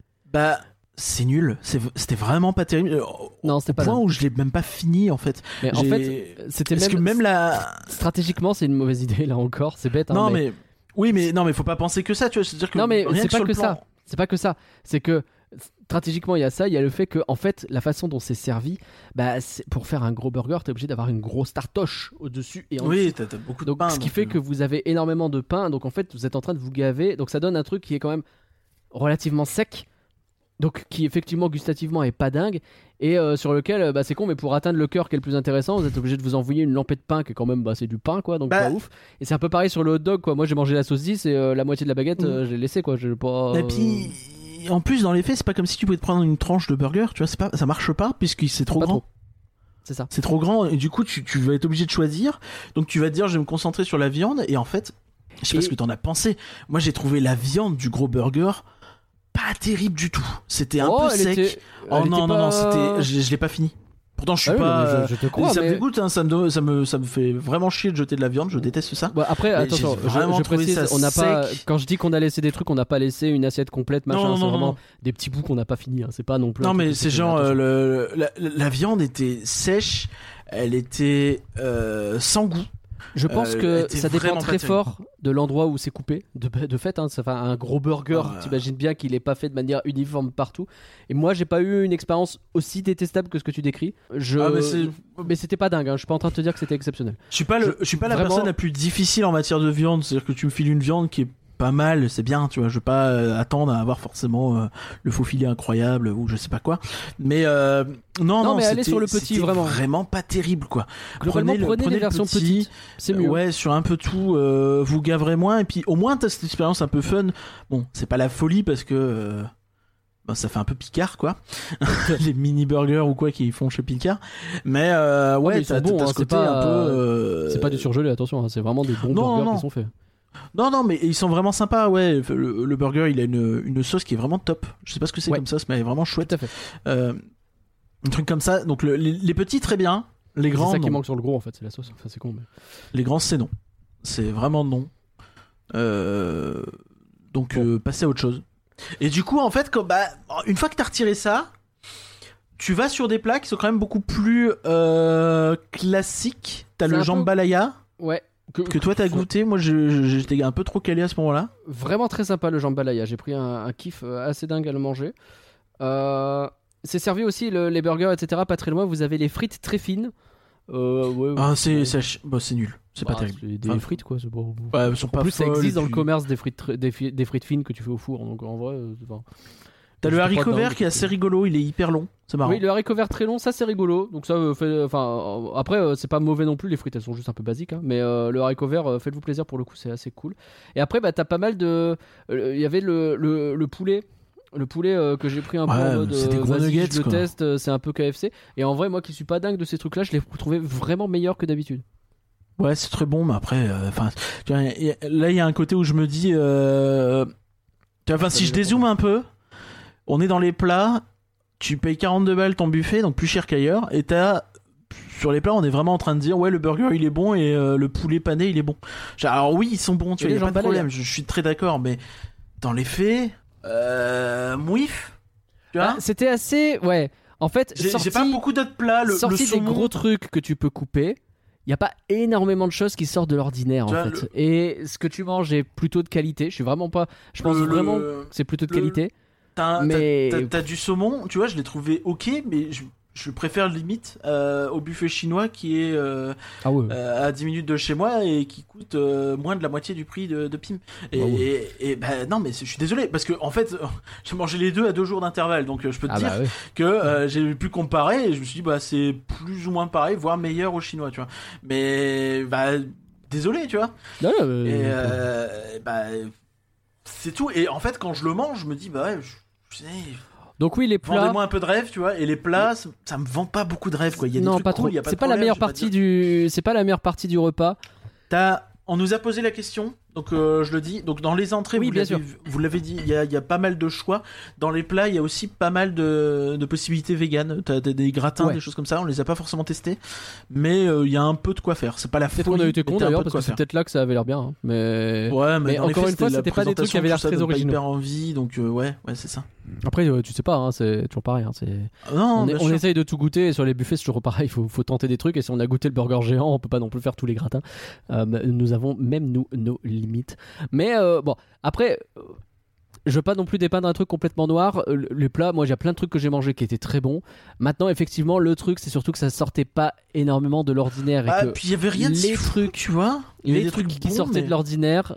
c'est nul. C'était vraiment pas terrible. Non, c'était pas. Au point où je l'ai même pas fini en fait. Mais en fait, c'était même stratégiquement, c'est une mauvaise idée là encore. C'est bête. Non mais oui, mais non mais faut pas penser que ça, tu vois. C'est-à-dire que non mais rien c'est pas que plan... ça. C'est pas que ça. C'est que stratégiquement, il y a ça, il y a le fait que en fait, la façon dont c'est servi, pour faire un gros burger, t'es obligé d'avoir une grosse tartoche au-dessus et en dessous. Oui, t'as beaucoup de pain. Ce qui fait que vous avez énormément de pain, donc en fait, vous êtes en train de vous gaver, donc ça donne un truc qui est quand même relativement sec, donc qui effectivement gustativement est pas dingue, et sur lequel, c'est con, mais pour atteindre le cœur qui est le plus intéressant, vous êtes obligé de vous envoyer une lampée de pain qui est quand même, c'est du pain quoi, donc pas ouf. Et c'est un peu pareil sur le hot dog quoi. Moi j'ai mangé la saucisse et la moitié de la baguette, je l'ai laissé quoi. J'ai pas. Et puis. En plus, dans les faits, c'est pas comme si tu pouvais te prendre une tranche de burger, tu vois, ça marche pas puisque c'est trop grand. C'est ça. C'est trop grand et du coup, tu vas être obligé de choisir. Donc tu vas te dire, je vais me concentrer sur la viande et en fait, je sais pas ce que t'en as pensé. Moi, j'ai trouvé la viande du gros burger pas terrible du tout. C'était un peu sec. Non, je l'ai pas fini. Pourtant, je suis pas. Je te crois, ça me dégoûte, hein, ça me fait vraiment chier de jeter de la viande. Je déteste ça. Après, attention, je précise, on n'a pas. Quand je dis qu'on a laissé des trucs, on n'a pas laissé une assiette complète, machin. C'est vraiment des petits bouts qu'on n'a pas fini. Hein. C'est pas non plus. Non, mais c'est genre la viande était sèche, elle était sans goût. Je pense que ça dépend très fort de l'endroit où c'est coupé. De fait, hein, un gros burger, t'imagines bien qu'il est pas fait de manière uniforme partout. Et moi, j'ai pas eu une expérience aussi détestable que ce que tu décris. Mais c'était pas dingue. Hein. Je suis pas en train de te dire que c'était exceptionnel. Je suis pas la personne la plus difficile en matière de viande. C'est-à-dire que tu me files une viande qui est pas mal, c'est bien, tu vois. Je veux pas attendre à avoir forcément le faux filet incroyable ou je sais pas quoi. Mais non, mais allez sur le petit, vraiment pas terrible quoi. Prenez les versions petites, c'est mieux. Ouais, sur un peu tout, vous gaverez moins et puis au moins t'as cette expérience un peu fun. Bon, c'est pas la folie parce que ça fait un peu Picard quoi. Les mini burgers ou quoi qu'ils font chez Picard. Mais ouais, t'as ce côté un peu. C'est pas du surgelé, attention. Hein, c'est vraiment des bons burgers qui sont faits. Non, mais ils sont vraiment sympas, ouais. Le burger, il a une sauce qui est vraiment top. Je sais pas ce que c'est comme sauce, mais elle est vraiment chouette. Tout à fait. Un truc comme ça. Donc les petits, très bien. Les grands, c'est ça qui non. manque sur le gros, en fait, c'est la sauce. Enfin, c'est con. Mais... Les grands, c'est non. C'est vraiment non. Donc, passez à autre chose. Et du coup, en fait, une fois que t'as retiré ça, tu vas sur des plats qui sont quand même beaucoup plus classiques. T'as le jambalaya. Ouais. Que toi t'as goûté. Moi j'étais un peu trop calé à ce moment-là. Vraiment très sympa le jambalaya. J'ai pris un kiff assez dingue à le manger. C'est servi aussi les burgers etc. Pas très loin. Vous avez les frites très fines. C'est nul. C'est pas terrible. C'est des frites quoi. Elles sont en plus ça existe dans le commerce des frites fines que tu fais au four. Donc en vrai. T'as le haricot vert qui est assez rigolo, il est hyper long, c'est marrant. Oui, le haricot vert très long, ça c'est rigolo. Donc ça après c'est pas mauvais non plus, les frites elles sont juste un peu basiques hein. Mais le haricot vert faites-vous plaisir pour le coup, c'est assez cool. Et après t'as pas mal de il y avait le poulet. Le poulet que j'ai pris un peu en mode c'est des gros nuggets, je le teste, c'est un peu KFC. Et en vrai moi qui suis pas dingue de ces trucs là, je les trouvais vraiment meilleurs que d'habitude. Ouais, c'est très bon, mais après là il y a un côté où je me dis si je dézoome un peu, on est dans les plats, tu payes 42 balles ton buffet, donc plus cher qu'ailleurs, et sur les plats, on est vraiment en train de dire ouais, le burger il est bon et le poulet pané il est bon. Alors oui, ils sont bons, tu vois, y a pas de problème, je suis très d'accord, mais dans les faits, mouif, tu vois. C'était assez, ouais. En fait, j'ai pas beaucoup d'autres plats. Le sorti saumon, des gros trucs que tu peux couper. Il n'y a pas énormément de choses qui sortent de l'ordinaire en fait. Et ce que tu manges est plutôt de qualité. Je pense vraiment que c'est plutôt de qualité. T'as du saumon, tu vois, je l'ai trouvé ok, mais je préfère limite au buffet chinois qui est à 10 minutes de chez moi et qui coûte moins de la moitié du prix de Pim. Et non, mais je suis désolé parce que en fait, j'ai mangé les deux à 2 jours d'intervalle, donc je peux te dire que j'ai pu comparer et je me suis dit c'est plus ou moins pareil, voire meilleur au chinois, tu vois. Mais désolé, tu vois. C'est tout. Et en fait, quand je le mange, je me dis, bah ouais, Donc oui, les plats. Vendez-moi un peu de rêve, tu vois. Et les plats, ça me vend pas beaucoup de rêve, quoi. Il y a des non, trucs pas cool, trop. y a pas C'est de pas la problème, meilleure je vais pas partie dire. c'est pas la meilleure partie du repas. On nous a posé la question, donc je le dis. Donc dans les entrées, Oui, bien sûr. vous l'avez dit, il y a pas mal de choix. Dans les plats, il y a aussi pas mal de possibilités véganes. T'as des gratins, des choses comme ça. On les a pas forcément testés, mais il y a un peu de quoi faire. C'est pas la folie. Peut-être qu'on a été con mais t'as un d'ailleurs peu de parce que quoi c'est faire. peut-être là que ça avait l'air bien. Hein. Mais Ouais, dans les encore faits, une fois, la c'était pas des trucs qui avaient l'air présentation, très tout ça donne pas originaux. hyper envie, donc ouais, c'est ça. Après, tu sais pas, hein, c'est toujours pareil. Hein, Non, on essaye de tout goûter et sur les buffets, c'est toujours pareil. Faut tenter des trucs et si on a goûté le burger géant, on peut pas non plus faire tous les gratins. Nous avons même nous nos limites. Mais bon, après. Je veux pas non plus dépeindre un truc complètement noir. Les plats, moi j'ai plein de trucs que j'ai mangés qui étaient très bons. Maintenant, effectivement, le truc c'est surtout que ça sortait pas énormément de l'ordinaire. Et que puis il y avait rien de les trucs, tu vois. Les trucs qui sortaient de l'ordinaire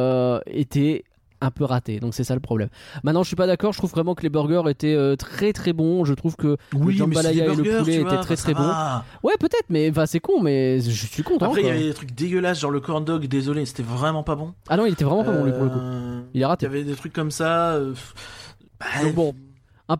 étaient un peu ratés. Donc c'est ça le problème. Maintenant, je suis pas d'accord. Je trouve vraiment que les burgers étaient très très bons. Je trouve que le jambalaya et le poulet étaient très très bons. Ouais, peut-être, mais c'est con, mais je suis content. Après, il y quoi. avait des trucs dégueulasses, genre le corn dog. Désolé, c'était vraiment pas bon. Ah non, il était vraiment pas bon lui pour le coup. Il est raté. Il y avait des trucs comme ça. Donc bon. Un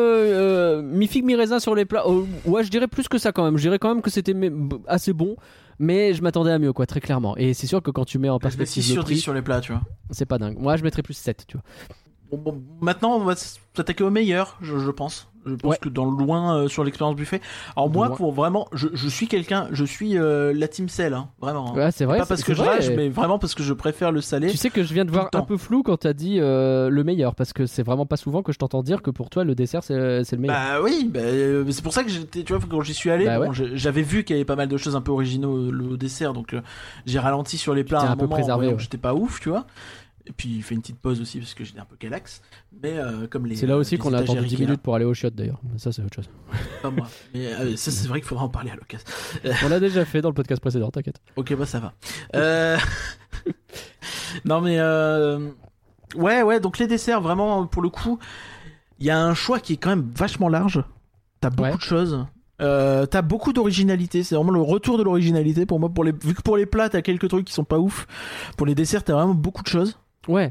peu mi-figue mi-raisin sur les plats. Ouais, je dirais plus que ça quand même. Je dirais quand même que c'était assez bon, mais je m'attendais à mieux, quoi, très clairement. Et c'est sûr que quand tu mets en perspective je mets 6 le sur 10 prix, sur les plats, tu vois. c'est pas dingue. Moi, je mettrais plus 7, tu vois. Bon, maintenant, on va s'attaquer au meilleur, je pense. Je pense que dans le loin sur l'expérience buffet. Alors moi, pour vraiment, je suis quelqu'un, je suis la team sel, hein, vraiment. Ouais, c'est vrai. Pas parce que je rage, mais vraiment parce que je préfère le salé. Tu sais que je viens de voir un peu flou quand t'as dit le meilleur, parce que c'est vraiment pas souvent que je t'entends dire que pour toi le dessert c'est le meilleur. Bah oui, c'est pour ça que j'étais, tu vois, quand j'y suis allé, j'avais vu qu'il y avait pas mal de choses un peu originaux au dessert, donc j'ai ralenti sur les plats à un peu préservé. J'étais pas ouf, tu vois. Et puis il fait une petite pause aussi parce que j'étais un peu calax. Mais comme les. C'est là aussi qu'on a attendu 10 minutes pour aller au chiottes d'ailleurs. Ça c'est autre chose. Pas moi. Mais ça c'est vrai qu'il faudra en parler à l'occasion. On l'a déjà fait dans le podcast précédent, t'inquiète. Ok, bah ça va. Non mais ouais, donc les desserts vraiment pour le coup, il y a un choix qui est quand même vachement large. T'as beaucoup de choses. T'as beaucoup d'originalité, c'est vraiment le retour de l'originalité pour moi. Vu que pour les plats t'as quelques trucs qui sont pas ouf, pour les desserts t'as vraiment beaucoup de choses. Ouais.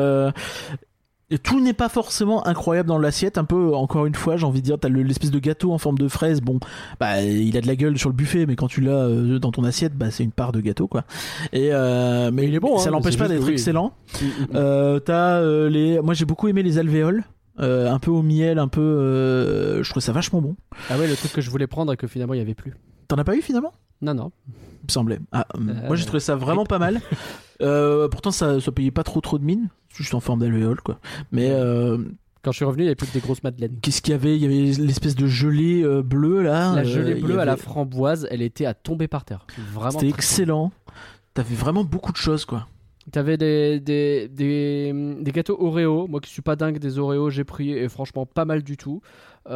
Et tout n'est pas forcément incroyable dans l'assiette. Un peu, encore une fois, j'ai envie de dire, t'as l'espèce de gâteau en forme de fraise. Bon, bah, il a de la gueule sur le buffet, mais quand tu l'as dans ton assiette, bah, c'est une part de gâteau, quoi. Et mais il est bon. Ça l'empêche pas d'être excellent. T'as moi, j'ai beaucoup aimé les alvéoles. Un peu au miel, un peu. Je trouve ça vachement bon. Ah ouais, le truc que je voulais prendre et que finalement il y avait plus. T'en as pas eu finalement ? Non. Il me semblait. Moi j'ai trouvé ça vraiment pas mal. Pourtant ça payait pas trop de mine. Juste en forme d'alvéole, quoi. Mais quand je suis revenu, il y avait plus que des grosses madeleines. Qu'est-ce qu'il y avait ? Il y avait l'espèce de gelée bleue là. La gelée bleue à la framboise, elle était à tomber par terre. Vraiment. C'était excellent. T'avais vraiment beaucoup de choses, quoi. T'avais des gâteaux Oreo. Moi qui suis pas dingue des Oreo, j'ai pris et franchement pas mal du tout.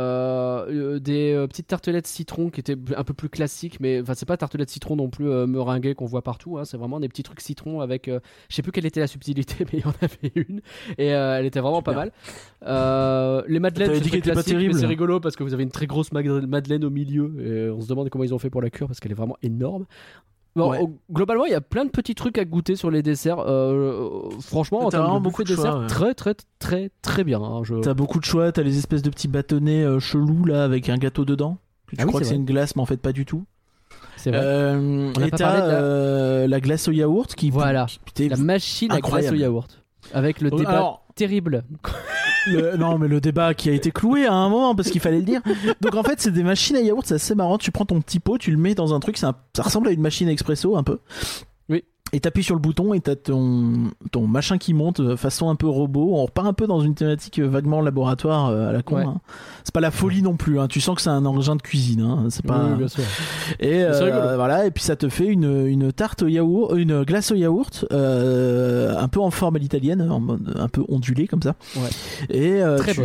Des petites tartelettes citron qui étaient un peu plus classiques, mais c'est pas tartelettes citron non plus meringuées qu'on voit partout, hein. C'est vraiment des petits trucs citron avec je sais plus quelle était la subtilité, mais il y en avait une et elle était vraiment pas mal. Les madeleines c'est très classique, mais c'est rigolo parce que vous avez une très grosse madeleine au milieu et on se demande comment ils ont fait pour la cuire parce qu'elle est vraiment énorme. Bon, globalement, il y a plein de petits trucs à goûter sur les desserts. Franchement, en termes de buffet de dessert, très bien. Hein, T'as beaucoup de choix. T'as les espèces de petits bâtonnets chelous là avec un gâteau dedans. Tu crois que c'est une glace, mais en fait pas du tout. C'est vrai. Et t'as la glace au yaourt qui. Voilà. La machine à glace au yaourt avec le débat terrible. Non mais le débat qui a été cloué à un moment parce qu'il fallait le dire. Donc en fait c'est des machines à yaourt, c'est assez marrant. Tu prends ton petit pot, tu le mets dans un truc, ça ressemble à une machine expresso un peu. Oui. Et t'appuies sur le bouton et t'as ton machin qui monte façon un peu robot. On repart un peu dans une thématique vaguement laboratoire à la con. Ouais. Hein. C'est pas la folie non plus. Hein. Tu sens que c'est un engin de cuisine. Hein. C'est pas. Oui, bien sûr. Et voilà. Et puis ça te fait une tarte au yaourt, une glace au yaourt, un peu en forme à l'italienne, en mode un peu ondulée comme ça. Ouais. Et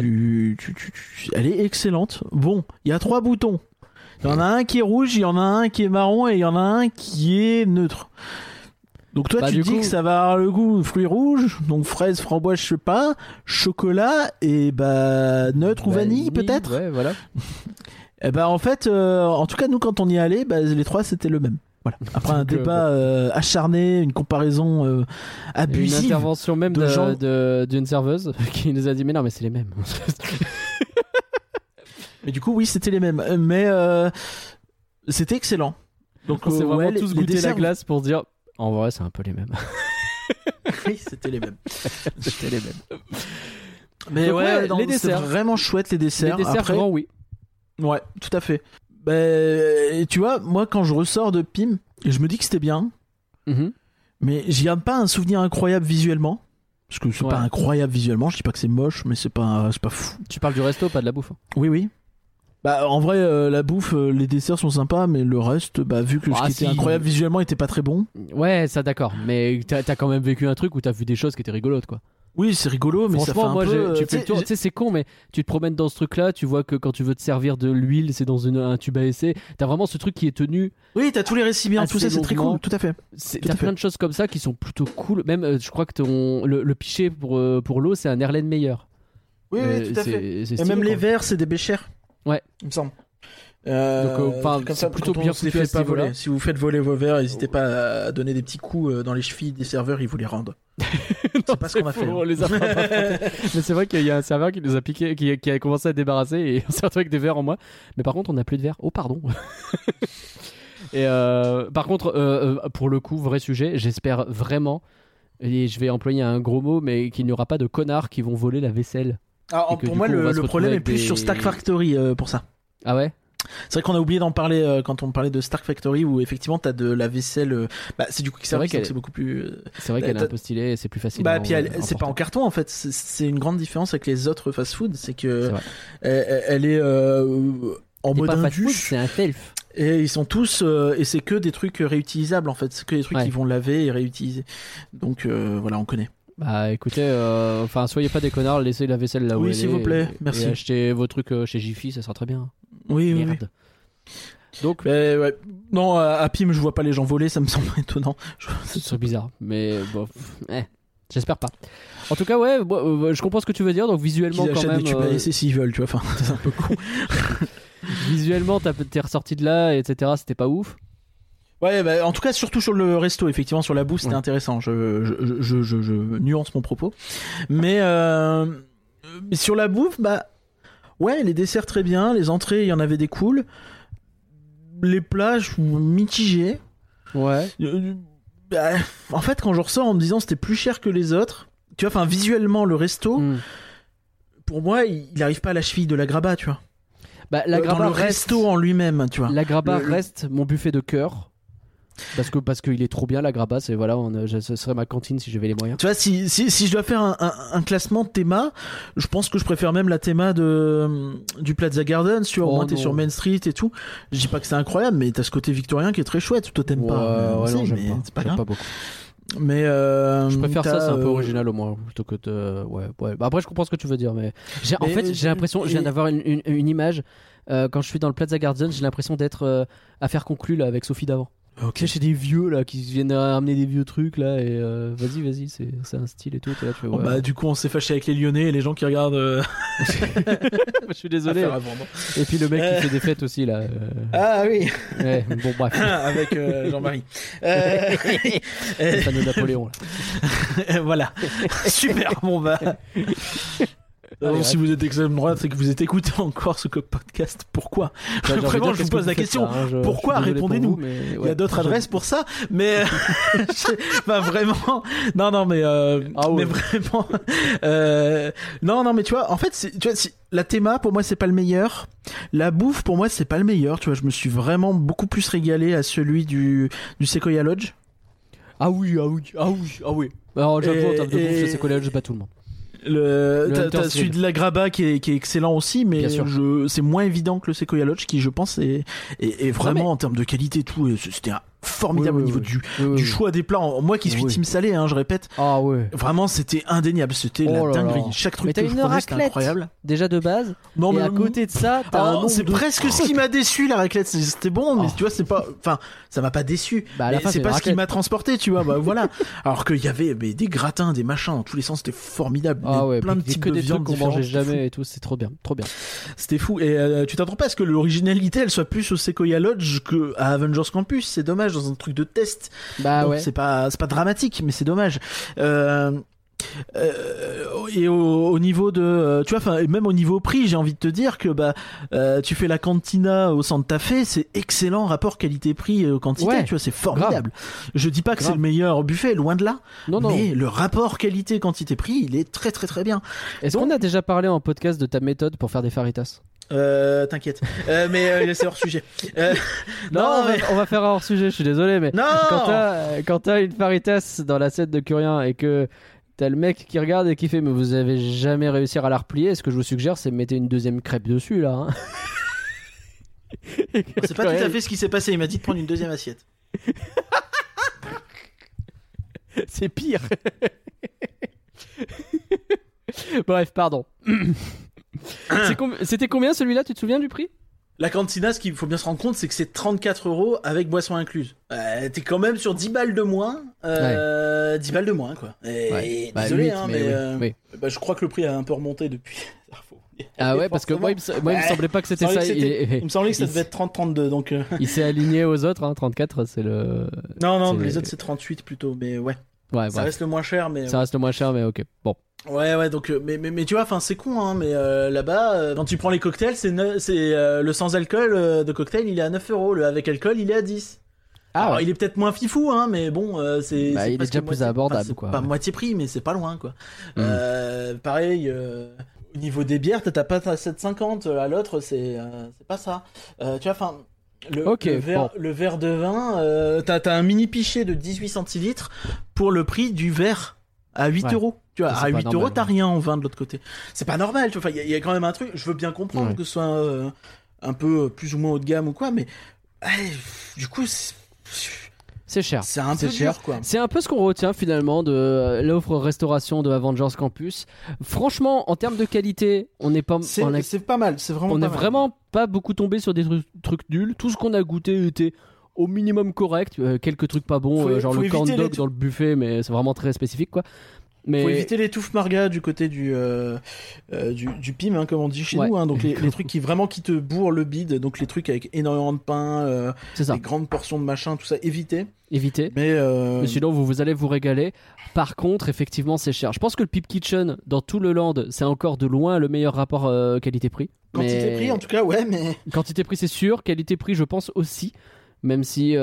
elle est excellente. Bon, il y a 3 boutons. Il y en a un qui est rouge, il y en a un qui est marron et il y en a un qui est neutre. Donc toi tu dis que ça va avoir le goût fruits rouges, donc fraise, framboise, je sais pas, chocolat et neutre ou vanille peut-être. Ouais, voilà. Et en fait, en tout cas nous quand on y allait, les 3 c'était le même. Voilà. Après un débat acharné, une comparaison abusive. Une intervention même d'une serveuse qui nous a dit mais non mais c'est les mêmes. Mais du coup oui c'était les mêmes. Mais c'était excellent. Donc on s'est vraiment ouais, tous goûté la glace pour dire en vrai c'est un peu les mêmes. Oui c'était les mêmes. C'était les mêmes. Mais donc, ouais, les desserts. c'est vraiment chouette les desserts. Les desserts après, grand oui. Ouais, tout à fait. Tu vois, moi quand je ressors de Pim, je me dis que c'était bien, mais j'y garde pas un souvenir incroyable visuellement. Parce que c'est pas incroyable visuellement, je dis pas que c'est moche, mais c'est pas fou. Tu parles du resto, pas de la bouffe. Oui. Bah en vrai, la bouffe, les desserts sont sympas, mais le reste, vu que ce qui était incroyable visuellement était pas très bon. Ouais, ça d'accord, mais t'as quand même vécu un truc où t'as vu des choses qui étaient rigolotes quoi. Oui, c'est rigolo, mais ça fait un peu... tu fais le tour, tu sais, c'est con, mais tu te promènes dans ce truc-là, tu vois que quand tu veux te servir de l'huile, c'est dans un tube à essai. T'as vraiment ce truc qui est tenu. Oui, t'as tous les récipients, tout ça, c'est très cool, tout à fait. T'as plein de choses comme ça qui sont plutôt cool. Même, je crois que le pichet pour l'eau, c'est un Erlenmeyer. Oui, tout à fait. Et même les verres, c'est des Becher. Ouais. Il me semble. Donc, c'est plutôt bien foutu à ce niveau-là. Si vous faites voler vos verres, n'hésitez pas à donner des petits coups dans les chevilles des serveurs, ils vous les rendent. C'est pas ce qu'on a fait. On les a pas mais c'est vrai qu'il y a un serveur qui nous a piqué, qui a commencé à débarrasser et on s'est retrouvé avec des verres en moins. Mais par contre, on n'a plus de verres. Oh, pardon. Et par contre, pour le coup, vrai sujet, j'espère vraiment, et je vais employer un gros mot, mais qu'il n'y aura pas de connards qui vont voler la vaisselle. Alors, pour moi, le problème est plus sur Stack Factory pour ça. Ah ouais? C'est vrai qu'on a oublié d'en parler quand on parlait de Stark Factory où effectivement t'as de la vaisselle. C'est du quick service, donc c'est beaucoup plus. C'est vrai qu'elle est un peu stylée et c'est plus facile. Puis c'est pas en carton en fait. C'est une grande différence avec les autres fast-food, c'est que elle est en mode indus. C'est un self. Et ils sont tous et c'est que des trucs réutilisables en fait. C'est que des trucs qu'ils vont laver et réutiliser. Donc voilà, on connaît. Bah écoutez, soyez pas des connards, laissez la vaisselle là où elle est. Oui, s'il vous plaît, merci. Et achetez vos trucs chez Jiffy, ça sera très bien. Oui. Donc, non, à Pim, je vois pas les gens voler, ça me semble étonnant. C'est bizarre, mais bon, j'espère pas. En tout cas, je comprends ce que tu veux dire. Donc visuellement, quand même, des tubes à laisser s'ils veulent, tu vois. Enfin, c'est un peu con. Visuellement, t'es ressorti de là, etc. C'était pas ouf. Ouais, en tout cas, surtout sur le resto, effectivement, sur la bouffe, c'était intéressant. Je nuance mon propos, mais sur la bouffe, ouais, les desserts très bien, les entrées, il y en avait des cools, les plats, mitigés. Ouais. En fait, quand je ressors en me disant c'était plus cher que les autres, tu vois, visuellement, le resto, pour moi, il arrive pas à la cheville de la Graba, tu vois. La Graba dans le resto en lui-même, tu vois. La Graba reste mon buffet de cœur. Parce qu'il est trop bien la Graba, ce serait ma cantine si j'avais les moyens. Tu vois, si je dois faire un classement de théma, je pense que je préfère même la théma du Plaza Gardens, tu vois, au moins t'es sur Main Street et tout. Je dis pas que c'est incroyable, mais t'as ce côté victorien qui est très chouette. Toi t'aimes pas, non, j'aime pas. C'est pas grave. Pas beaucoup. Mais je préfère ça, c'est un peu original au moins plutôt que après je comprends ce que tu veux dire, mais j'ai l'impression, je viens d'avoir une image quand je suis dans le Plaza Gardens, j'ai l'impression d'être à faire conclure là avec Sophie d'avant. Ok. Tu sais, chez des vieux là qui viennent ramener des vieux trucs là et vas-y, c'est un style et tout. Là, tu vois, du coup, on s'est fâché avec les Lyonnais et les gens qui regardent. Je suis désolé. Et puis le mec qui fait des fêtes aussi là. Ah oui. Ouais, bon bref. Avec Jean-Marie. Le panneau Napoléon là. Voilà. Super. Bon si vous êtes extrême droite, c'est que vous êtes écouté encore ce podcast. Pourquoi vraiment, je vous pose la question. Pourquoi répondez-nous. Il y a d'autres adresses pour ça, mais vraiment. Non, mais mais vraiment. Non, mais tu vois, en fait, la théma pour moi c'est pas le meilleur. La bouffe pour moi c'est pas le meilleur. Tu vois, je me suis vraiment beaucoup plus régalé à celui du Sequoia Lodge. Ah oui. Alors j'avoue, en termes de bouffe, le Sequoia Lodge, pas tout le monde. T'as celui de la Graba qui est excellent aussi, mais c'est moins évident que le Sequoia Lodge qui je pense est vraiment en termes de qualité et tout, c'était formidable au niveau du choix des plats. Moi qui suis team salé, je répète, vraiment c'était indéniable, c'était la dinguerie. Chaque truc que je prenais c'était incroyable. Déjà de base, et à côté de ça c'est presque ce qui m'a déçu, la raclette. C'était bon, mais tu vois, c'est pas, enfin ça m'a pas déçu, c'est pas ce qui m'a transporté, tu vois. Voilà. Alors qu'il y avait des gratins, des machins dans tous les sens, c'était formidable. Plein de types de viande qu'on mangeait jamais et tout, c'est trop bien. C'était fou. Et tu t'attends pas à ce que l'originalité elle soit plus au Sequoia Lodge que à Avengers Campus, c'est dommage. dans un truc de test. Bah Donc, ouais. c'est pas dramatique, mais c'est dommage. Et au niveau de tu vois, enfin, et même au niveau prix, j'ai envie de te dire que tu fais la cantina au Santa Fe, c'est excellent rapport qualité-prix quantité, Ouais, tu vois, c'est formidable. Je dis pas que c'est le meilleur buffet, loin de là, Non. mais le rapport qualité quantité-prix, il est très très très bien. Est-ce qu'on a déjà parlé en podcast de ta méthode pour faire des faritas? T'inquiète, mais c'est hors sujet. Non, on va faire un hors sujet, je suis désolé, mais Non. quand t'as une faritas dans l'assiette de Curien et que t'as le mec qui regarde et qui fait mais vous avez jamais réussi à la replier, ce que je vous suggère c'est de mettre une deuxième crêpe dessus là. Hein. C'est pas tout à fait ce qui s'est passé, il m'a dit de prendre une deuxième assiette. C'est pire. Bref, pardon. C'était combien celui-là, tu te souviens du prix? La cantina, ce qu'il faut bien se rendre compte, c'est que c'est 34€ avec boisson incluse. T'es quand même sur 10 balles de moins. 10 balles de moins, quoi. Et désolé, 8, hein, mais je crois que le prix a un peu remonté depuis. Ah ouais, parce que moi, il me semblait pas que c'était ça. Il me semblait que ça devait être 30-32, donc... Il s'est aligné aux autres, hein, 34, c'est le... Non, les autres c'est 38 plutôt, mais ouais. Ça reste le moins cher, mais... Ça reste le moins cher, mais ok, bon. Ouais, donc mais tu vois, enfin c'est con, hein, mais là-bas, quand tu prends les cocktails, c'est le sans alcool de cocktail, il est à 9€, le avec alcool, il est à 10. Alors, il est peut-être moins fifou, hein, mais bon, c'est il est déjà plus abordable, c'est quoi. Pas moitié prix, mais c'est pas loin, quoi. Pareil, au niveau des bières, t'as pas 7,50, à l'autre, c'est pas ça. Tu vois, enfin. Le verre de vin, t'as un mini pichet de 18 centilitres pour le prix du verre à 8€. Tu vois, à 8€, t'as rien en vin de l'autre côté. C'est pas normal, tu vois. Enfin, il y a quand même un truc. Je veux bien comprendre que ce soit un peu plus ou moins haut de gamme ou quoi, mais du coup, c'est cher. C'est un peu cher, quoi. C'est un peu ce qu'on retient finalement de l'offre restauration de Avengers Campus. Franchement, en termes de qualité, on n'est pas. C'est pas mal. C'est vraiment. On n'est vraiment pas beaucoup tombé sur des trucs nuls. Tout ce qu'on a goûté était au minimum correct. Quelques trucs pas bons, genre le corn dog dans le buffet, mais c'est vraiment très spécifique, quoi. Mais... Faut éviter les touffes marga du côté du PIM, hein, comme on dit chez nous, hein, donc les trucs qui te bourrent le bide, donc les trucs avec énormément de pain, les grandes portions de machin, tout ça, évitez. Mais sinon vous allez vous régaler. Par contre, effectivement, c'est cher. Je pense que le Pip Kitchen dans tout le land, c'est encore de loin le meilleur rapport qualité-prix. Quantité-prix, en tout cas, ouais, mais quantité-prix, c'est sûr. Qualité-prix, je pense aussi, même si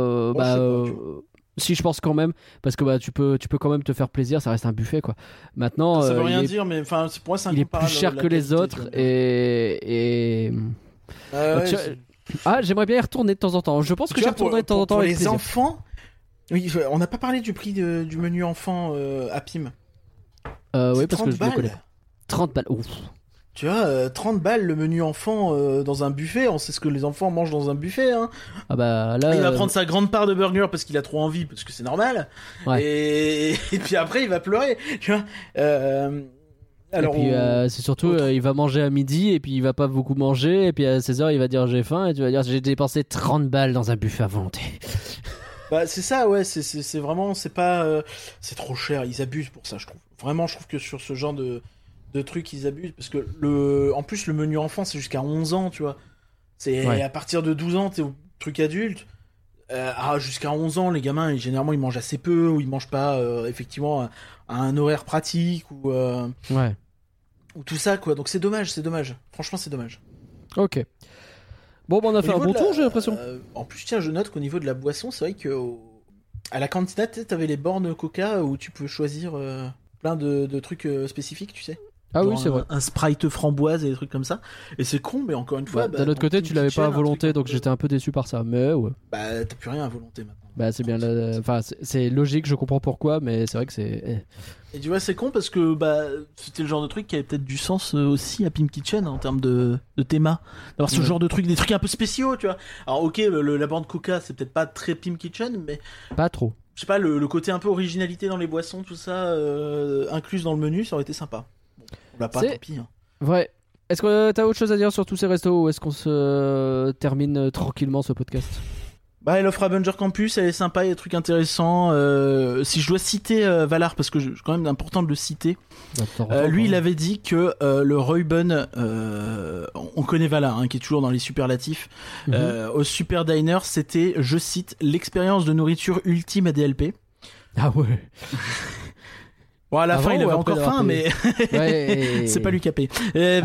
si, je pense quand même, parce que tu peux quand même te faire plaisir, ça reste un buffet, quoi. Maintenant, ça veut rien dire, mais enfin, pour moi, c'est il est plus cher que les autres et j'aimerais bien y retourner de temps en temps. Je pense que j'y retournerai de temps en temps avec plaisir. Pour les enfants, oui, on n'a pas parlé du prix du menu enfant à PIM. Oui, parce que je le connais. 30 balles. Ouf. Tu vois, 30 balles le menu enfant dans un buffet, on sait ce que les enfants mangent dans un buffet, hein. Ah bah là. Il va prendre sa grande part de burger parce qu'il a trop envie, parce que c'est normal. Ouais. Et puis après, il va pleurer, tu vois. Alors, et puis c'est surtout, il va manger à midi, et puis il va pas beaucoup manger, et puis à 16h, il va dire j'ai faim, et tu vas dire j'ai dépensé 30 balles dans un buffet à volonté. Bah, c'est ça, ouais, c'est vraiment, c'est pas. C'est trop cher, ils abusent pour ça, je trouve. Vraiment, je trouve que sur ce genre de trucs, ils abusent, parce que en plus le menu enfant c'est jusqu'à 11 ans, tu vois. C'est à partir de 12 ans t'es au truc adulte. Jusqu'à 11 ans, les gamins généralement ils mangent assez peu, ou ils mangent pas effectivement à un horaire pratique, ou tout ça, quoi. Donc c'est dommage. Franchement, c'est dommage. Ok. Bon, on a fait un bon tour, j'ai l'impression. En plus, tiens, je note qu'au niveau de la boisson, c'est vrai que à la cantina, t'avais les bornes Coca où tu peux choisir plein de trucs spécifiques, tu sais. Ah oui, c'est vrai. Un Sprite framboise et des trucs comme ça. Et c'est con, mais encore une fois. D'un autre côté, tu l'avais pas à volonté, donc j'étais un peu déçu par ça. Mais ouais. Bah, t'as plus rien à volonté maintenant. Bah, c'est bien. Enfin, c'est logique, je comprends pourquoi, mais c'est vrai que c'est. Et tu vois, c'est con parce que c'était le genre de truc qui avait peut-être du sens aussi à Pim Kitchen en termes de théma. D'avoir ce genre de trucs, des trucs un peu spéciaux, tu vois. Alors, ok, la bande Coca, c'est peut-être pas très Pim Kitchen, mais. Pas trop. Je sais pas, le côté un peu originalité dans les boissons, tout ça, inclus dans le menu, ça aurait été sympa. On l'a pas, tant pis. Hein. Ouais. Est-ce que t'as autre chose à dire sur tous ces restos, ou est-ce qu'on se termine tranquillement ce podcast ? Bah, l'offre Avenger Campus, elle est sympa, il y a des trucs intéressants. Si je dois citer Valar, parce que c'est quand même important de le citer, lui il avait dit que le Reuben, on connaît Valar, hein, qui est toujours dans les superlatifs, au Super Diner, c'était, je cite, l'expérience de nourriture ultime à DLP. Ah ouais. Bon, à la fin, il avait encore faim, mais c'est pas lui qui a payé. Mais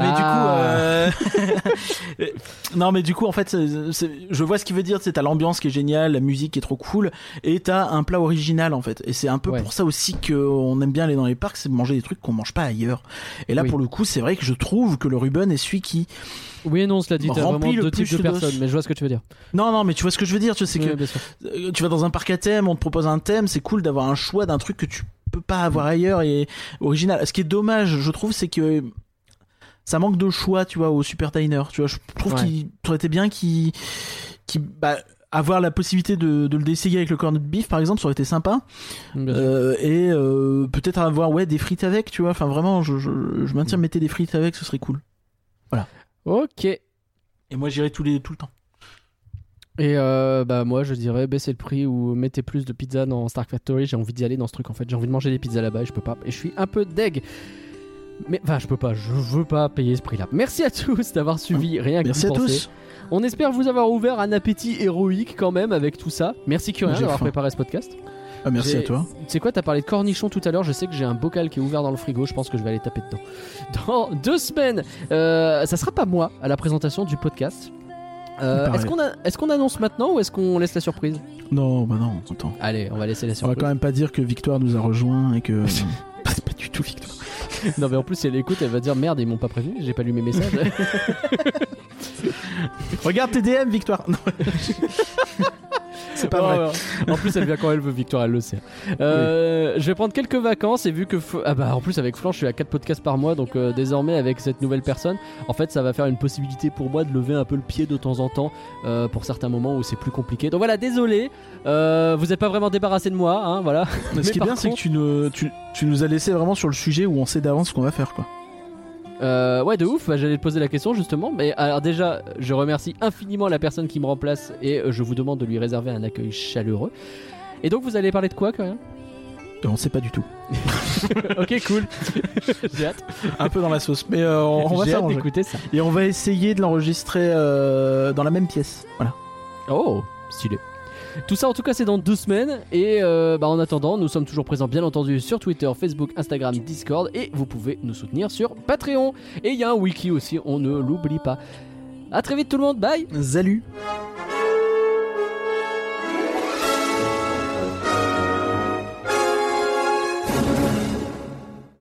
du coup, non, mais du coup, en fait, je vois ce qu'il veut dire. C'est t'as l'ambiance qui est géniale, la musique qui est trop cool, et t'as un plat original, en fait. Et c'est un peu pour ça aussi qu'on aime bien aller dans les parcs, c'est de manger des trucs qu'on mange pas ailleurs. Et là, pour le coup, c'est vrai que je trouve que le Reuben est celui qui... Oui et non, cela dit, t'as vraiment deux types de personnes, mais je vois ce que tu veux dire. Non, mais tu vois ce que je veux dire, tu sais que tu vas dans un parc à thème, on te propose un thème, c'est cool d'avoir un choix d'un truc que tu peux pas avoir ailleurs et original. Ce qui est dommage, je trouve, c'est que ça manque de choix, tu vois, au Super Diner. Tu vois, je trouve qu'il aurait été bien avoir la possibilité de le d'essayer avec le cornet de beef, par exemple, ça aurait été sympa. Et peut-être avoir des frites avec, tu vois. Enfin, vraiment, je maintiens, mettez des frites avec, ce serait cool. Voilà. Ok. Et moi, j'irai tout le temps. Et moi je dirais baissez le prix ou mettez plus de pizza dans Stark Factory. J'ai envie d'y aller dans ce truc, en fait. J'ai envie de manger des pizzas là-bas et je peux pas. Et je suis un peu deg. Mais enfin, je veux pas payer ce prix-là. Merci à tous d'avoir suivi Rien que Merci d'y à penser. tous. On espère vous avoir ouvert un appétit héroïque quand même avec tout ça. Merci Curien d'avoir préparé ce podcast. Ah, merci à toi. Tu sais quoi, t'as parlé de cornichons tout à l'heure. Je sais que j'ai un bocal qui est ouvert dans le frigo. Je pense que je vais aller taper dedans. Dans 2 semaines, ça sera pas moi à la présentation du podcast. Est-ce qu'on annonce maintenant ou est-ce qu'on laisse la surprise? Non, attends. Allez, on va laisser la surprise. On va quand même pas dire que Victoire nous a rejoint et que... c'est pas du tout Victoire. Non mais en plus si elle écoute, elle va dire merde, ils m'ont pas prévenu, j'ai pas lu mes messages. Regarde tes DM, Victoire. Non. C'est pas vrai. En plus elle vient quand elle veut, Victoire, elle le sait. Je vais prendre quelques vacances et vu que en plus avec Flan je suis à 4 podcasts par mois, donc désormais avec cette nouvelle personne, en fait ça va faire une possibilité pour moi de lever un peu le pied de temps en temps pour certains moments où c'est plus compliqué. Donc voilà, désolé, vous n'êtes pas vraiment débarrassé de moi, hein, voilà. Mais ce qui est bien, c'est que tu nous as laissé vraiment sur le sujet où on sait d'avance ce qu'on va faire, quoi. Ouais, de ouf, j'allais te poser la question justement. Mais alors déjà, je remercie infiniment la personne qui me remplace et je vous demande de lui réserver un accueil chaleureux. Et donc vous allez parler de quoi, quand même? On sait pas du tout. Ok, cool. J'ai hâte. Un peu dans la sauce, mais on va J'ai hâte s'arranger. d'écouter ça. Et on va essayer de l'enregistrer dans la même pièce. Voilà. Oh, stylé. Tout ça en tout cas c'est dans 2 semaines. Et en attendant, nous sommes toujours présents bien entendu sur Twitter, Facebook, Instagram, Discord. Et vous pouvez nous soutenir sur Patreon. Et il y a un wiki aussi, on ne l'oublie pas. A très vite tout le monde, bye. Salut.